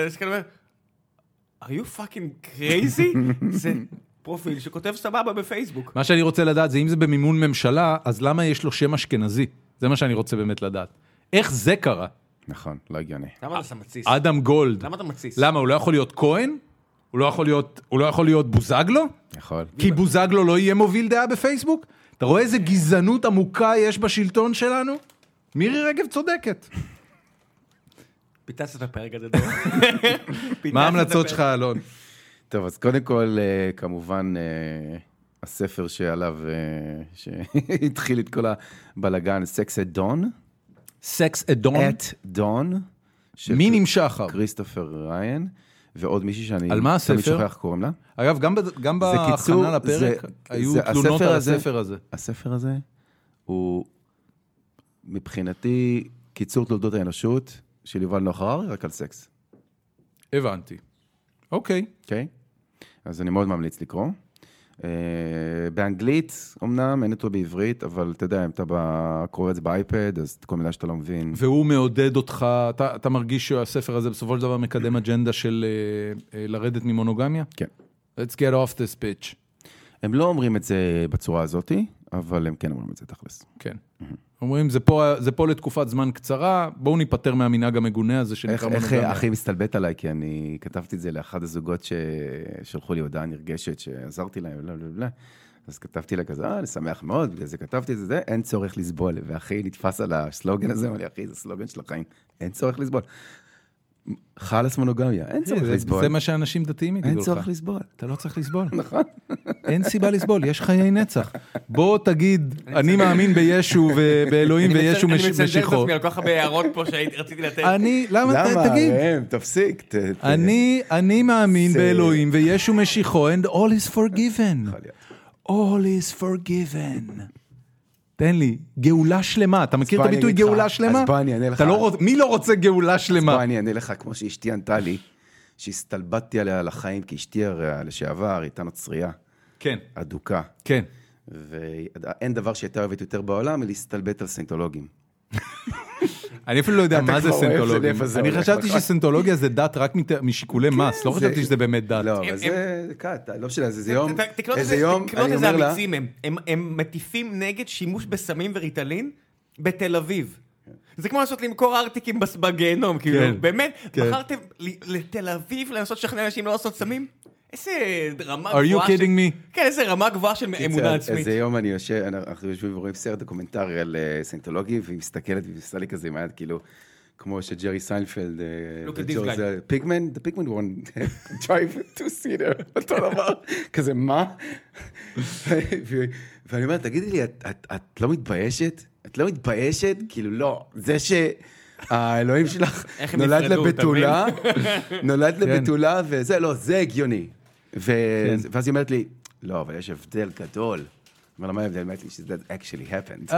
are you fucking crazy? זה פרופיל שכותב סבבה בפייסבוק. מה שאני רוצה לדעת זה אם זה במימון ממשלה, אז למה יש לו שם אשכנזי? זה מה שאני רוצה באמת לדעת. איך זה קרה? נכון, לא הגיוני. למה אתה מתסיס? אדם גולד. למה אתה מתסיס? למה? הוא לא יכול להיות כהן? הוא לא יכול להיות, הוא לא יכול להיות בוזגלו? יכול. כי בוזגלו לא יהיה מוביל דעה בפייסבוק? אתה רואה איזה גזענות עמוקה יש בשלטון שלנו? מירי רגב צודקת. פיתצת את הפרק הזה, דור. מה ההמלצות שלך, אלון? טוב, אז קודם כל, כמובן, הספר שעליו, שהתחיל את כל הבלגן, Sex at Dawn. Sex at Dawn? at Dawn. מי נמשך? כריסטופר ריין, ועוד מישהי שאני... על מה הספר? תמיד שוכח קוראים לה. אגב, גם בהכנה לפרק, היו תלונות על הספר הזה. הספר הזה הוא, מבחינתי, קיצור תולדות האנושות, של יובל נוח הררי, רק על סקס. הבנתי. אוקיי. אוקיי? אז אני מאוד ממליץ לקרוא. באנגלית, אמנם, אין אותו בעברית, אבל אתה יודע, אם אתה קורא את זה באייפד, אז כל מילה שאתה לא מבין. והוא מעודד אותך, אתה, אתה מרגיש שהספר הזה בסופו של דבר מקדם אג'נדה של לרדת ממונוגמיה? כן. Let's get off this bitch. הם לא אומרים את זה בצורה הזאת, אבל הם כן אומרים את זה תכלס. כן. אומרים, זה פה, זה פה לתקופת זמן קצרה, בואו ניפטר מהמנהג המגונה הזה שנקרא מונוגמיה. איך הכי מסתלבט עליי, כי אני כתבתי את זה לאחד הזוגות ששלחו לי הודעה נרגשת, שעזרתי להם, לא, לא, לא. אז כתבתי לה כזה, אה, אני שמח מאוד, בגלל זה כתבתי את זה, אין צורך לסבול. ואחי נתפס על הסלוגן הזה, אמר לי, אחי, זה סלוגן של החיים, אין צורך לסבול. חלס מונוגמיה, אין צורך לסבול. זה מה שאנשים דתיים יגידו לך. אין צורך לסבול. אתה לא צריך לסבול. נכון. אין סיבה לסבול, יש חיי נצח. בוא תגיד, אני מאמין בישו ובאלוהים וישו משיחו. אני מצנדר את עצמי על כל כך הרבה הערות פה שרציתי לתת. אני, למה, תגיד. למה? תפסיק. אני מאמין באלוהים וישו משיחו, and all is forgiven. all is forgiven. תן לי, גאולה שלמה. אתה מכיר את הביטוי גאולה שלמה? אז בוא אני אענה לך. מי לא רוצה גאולה שלמה? אז בוא אני אענה לך, כמו שאשתי ענתה לי, שהסתלבטתי עליה לחיים, כי אשתי לשעבר, הייתה נוצרייה. כן. אדוקה. כן. ואין דבר שהייתה אוהבת יותר בעולם, היא להסתלבט על סנטולוגים. אני אפילו לא יודע מה זה סנטולוגיה. אני חשבתי שסנטולוגיה זה דת רק משיקולי מס, לא חשבתי שזה באמת דת. לא, אבל זה קאט, לא משנה, זה יום, איזה יום, תקלוט איזה אמיצים הם, הם מטיפים נגד שימוש בסמים וריטלין בתל אביב. זה כמו לעשות למכור ארטיקים בגיהנום, כאילו, באמת, בחרתם לתל אביב לנסות לשכנע אנשים לא לעשות סמים? איזה רמה גבוהה... Are you kidding me? כן, איזה רמה גבוהה של אמונה עצמית. איזה יום אני יושב, אנחנו יושבים ורואים סרט דוקומנטרי על סנטולוגי, והיא מסתכלת והיא עושה לי כזה עם היד, כאילו, כמו שג'רי סיינפלד, פיגמן, the pigman one, drive to see there, אותו דבר, כזה מה? ואני אומר, תגידי לי, את לא מתביישת? את לא מתביישת? כאילו לא, זה שהאלוהים שלך נולד לבתולה, נולד לבתולה, וזה, לא, זה הגיוני. ואז היא אומרת לי, לא, אבל יש הבדל גדול. אבל מה ההבדל? אמרתי לי שזה actually happened.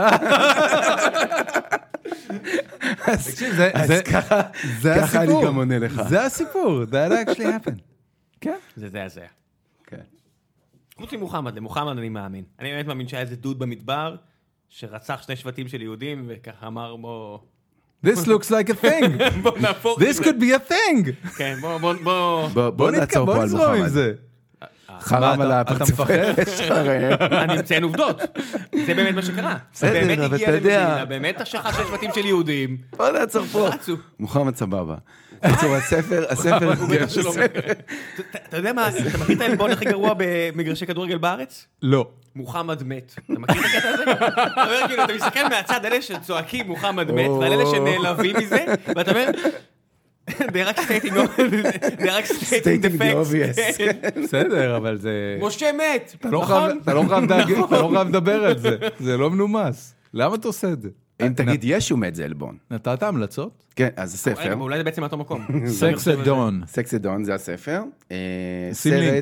אז ככה אני גם עונה לך. זה הסיפור, that actually happened. כן. זה זה זה. כן. חוץ ממוחמד, למוחמד אני מאמין. אני באמת מאמין שהיה איזה דוד במדבר, שרצח שני שבטים של יהודים, וככה אמר בוא... This looks like a thing. This could be a thing. כן, בוא, בוא, בוא... בוא נעצור פה על מוחמד. חרם על הפרצוף שלך. אני מציין עובדות. זה באמת מה שקרה. בסדר, אבל אתה יודע. באמת השחר של שבטים של יהודים. בוא נעצור פה. מוחמד סבבה. בקיצור, הספר, הספר... אתה יודע מה, אתה מכיר את העלבון הכי גרוע במגרשי כדורגל בארץ? לא. מוחמד מת. אתה מכיר את הקטע הזה? אתה אומר, כאילו, אתה מסתכל מהצד, אלה שצועקים מוחמד מת, ועל אלה שנעלבים מזה, ואתה אומר... They're like stating they're like stating the facts. בסדר, אבל זה... משה מת, נכון? אתה לא חייב לדבר על זה, זה לא מנומס. למה אתה עושה את זה? אם תגיד ישו מת זה אלבון. נתת המלצות? כן, אז הספר. אולי זה בעצם מאותו מקום. סקסדון. סקסדון זה הספר. שים לינק.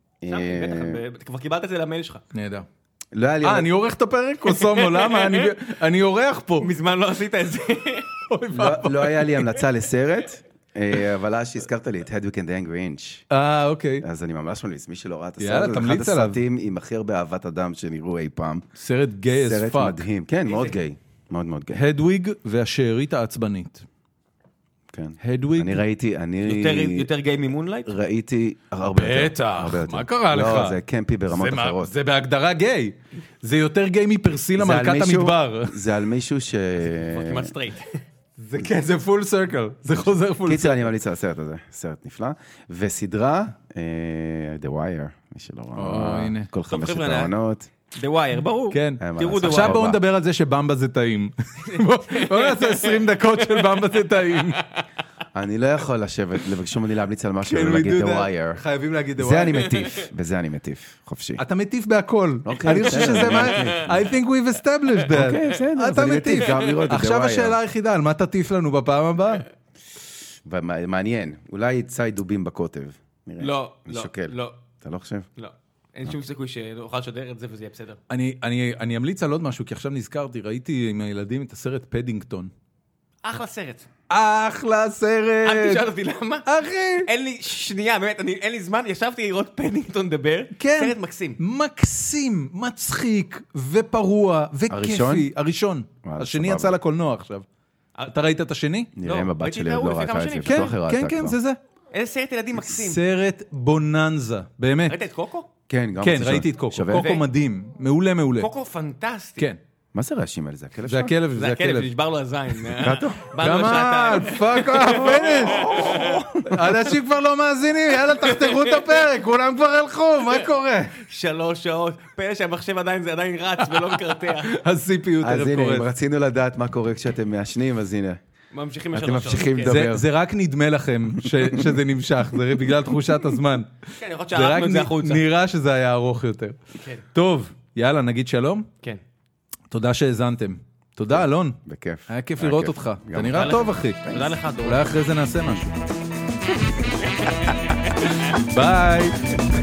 סרט. כבר קיבלת את זה למייל שלך. נהדר. אה, אני עורך את הפרק? קוסומו, למה? אני עורך פה. מזמן לא עשית את זה. לא היה לי המלצה לסרט, אבל אז שהזכרת לי את Hedwig and the Angry Inch. אה, אוקיי. אז אני ממש מלמיס, מי שלא ראה את הסרט, יאללה, תמליץ עליו. אחד הסרטים עם הכי הרבה אהבת אדם שנראו אי פעם. סרט גיי as fuck. סרט מדהים, כן, מאוד גיי. מאוד מאוד גיי. הדוויג והשארית העצבנית. כן. הדוויג. אני ראיתי, אני... יותר גיי ממונלייט? ראיתי הרבה יותר. בטח, מה קרה לך? לא, זה קמפי ברמות אחרות. זה בהגדרה גיי. זה יותר גיי מפרסילה מלכת המדבר. זה על מישהו ש... כמעט סטרייט. זה כן, זה פול סרקל. זה חוזר פול סרקל. קיצר, אני ממליץ על הסרט הזה. סרט נפלא. וסדרה, The Wire, מי שלא ראה. כל חמשת העונות. The Wire, ברור. כן. עכשיו בואו נדבר על זה שבמבה זה טעים. בואו נעשה עשרים דקות של במבה זה טעים. אני לא יכול לשבת, לבקשום אני להמליץ על משהו ולהגיד The Wire. חייבים להגיד The Wire. זה אני מטיף, בזה אני מטיף, חופשי. אתה מטיף בהכל. אני חושב שזה מה... I think we've established that. אוקיי, בסדר. אתה מטיף. עכשיו השאלה היחידה, על מה תטיף לנו בפעם הבאה? מעניין. אולי צי דובים בקוטב. לא, לא, לא. אתה לא חושב? לא. אין שום סיכוי שנוכל לשדר את זה וזה יהיה בסדר. אני אמליץ על עוד משהו, כי עכשיו נזכרתי, ראיתי עם הילדים את הסרט פדינגטון. אחלה סרט. אחלה סרט. אל תשאל אותי למה. אחי. אין לי, שנייה, באמת, אין לי זמן, ישבתי לראות פדינגטון דבר. כן. סרט מקסים. מקסים, מצחיק ופרוע וכיפי. הראשון? השני יצא לקולנוע עכשיו. אתה ראית את השני? נראה אם הבת שלי לא ראתה את זה. כן, כן, כן, זה זה. איזה סרט ילדים מקסים. סרט בוננזה, באמת. ראית את קוקו? כן, גם כן, ראיתי את קוקו. קוקו מדהים, מעולה, מעולה. קוקו פנטסטי. כן. מה זה רעשים האלה? זה הכלב זה הכלב, זה הכלב, נשבר לו הזין. קאטו? גמל, פאק אוף, פניש. אנשים כבר לא מאזינים, יאללה, תחתכו את הפרק, כולם כבר הלכו, מה קורה? שלוש שעות, פלא שהמחשב עדיין, זה עדיין רץ ולא מקרטע. ה-סי פי יו תרף קורס. אז הנה, אם רצינו לדעת מה קורה כשאתם מעשנים, אז הנה. ממשיכים אתם ממשיכים לדבר. זה רק נדמה לכם שזה נמשך, זה בגלל תחושת הזמן. כן, יכול להיות שערכנו את זה החוצה. נראה שזה היה ארוך יותר. טוב, יאללה, נגיד שלום. כן. תודה שהאזנתם. תודה, אלון. בכיף. היה כיף לראות אותך. אתה נראה טוב, אחי. תודה לך, דור. אולי אחרי זה נעשה משהו. ביי.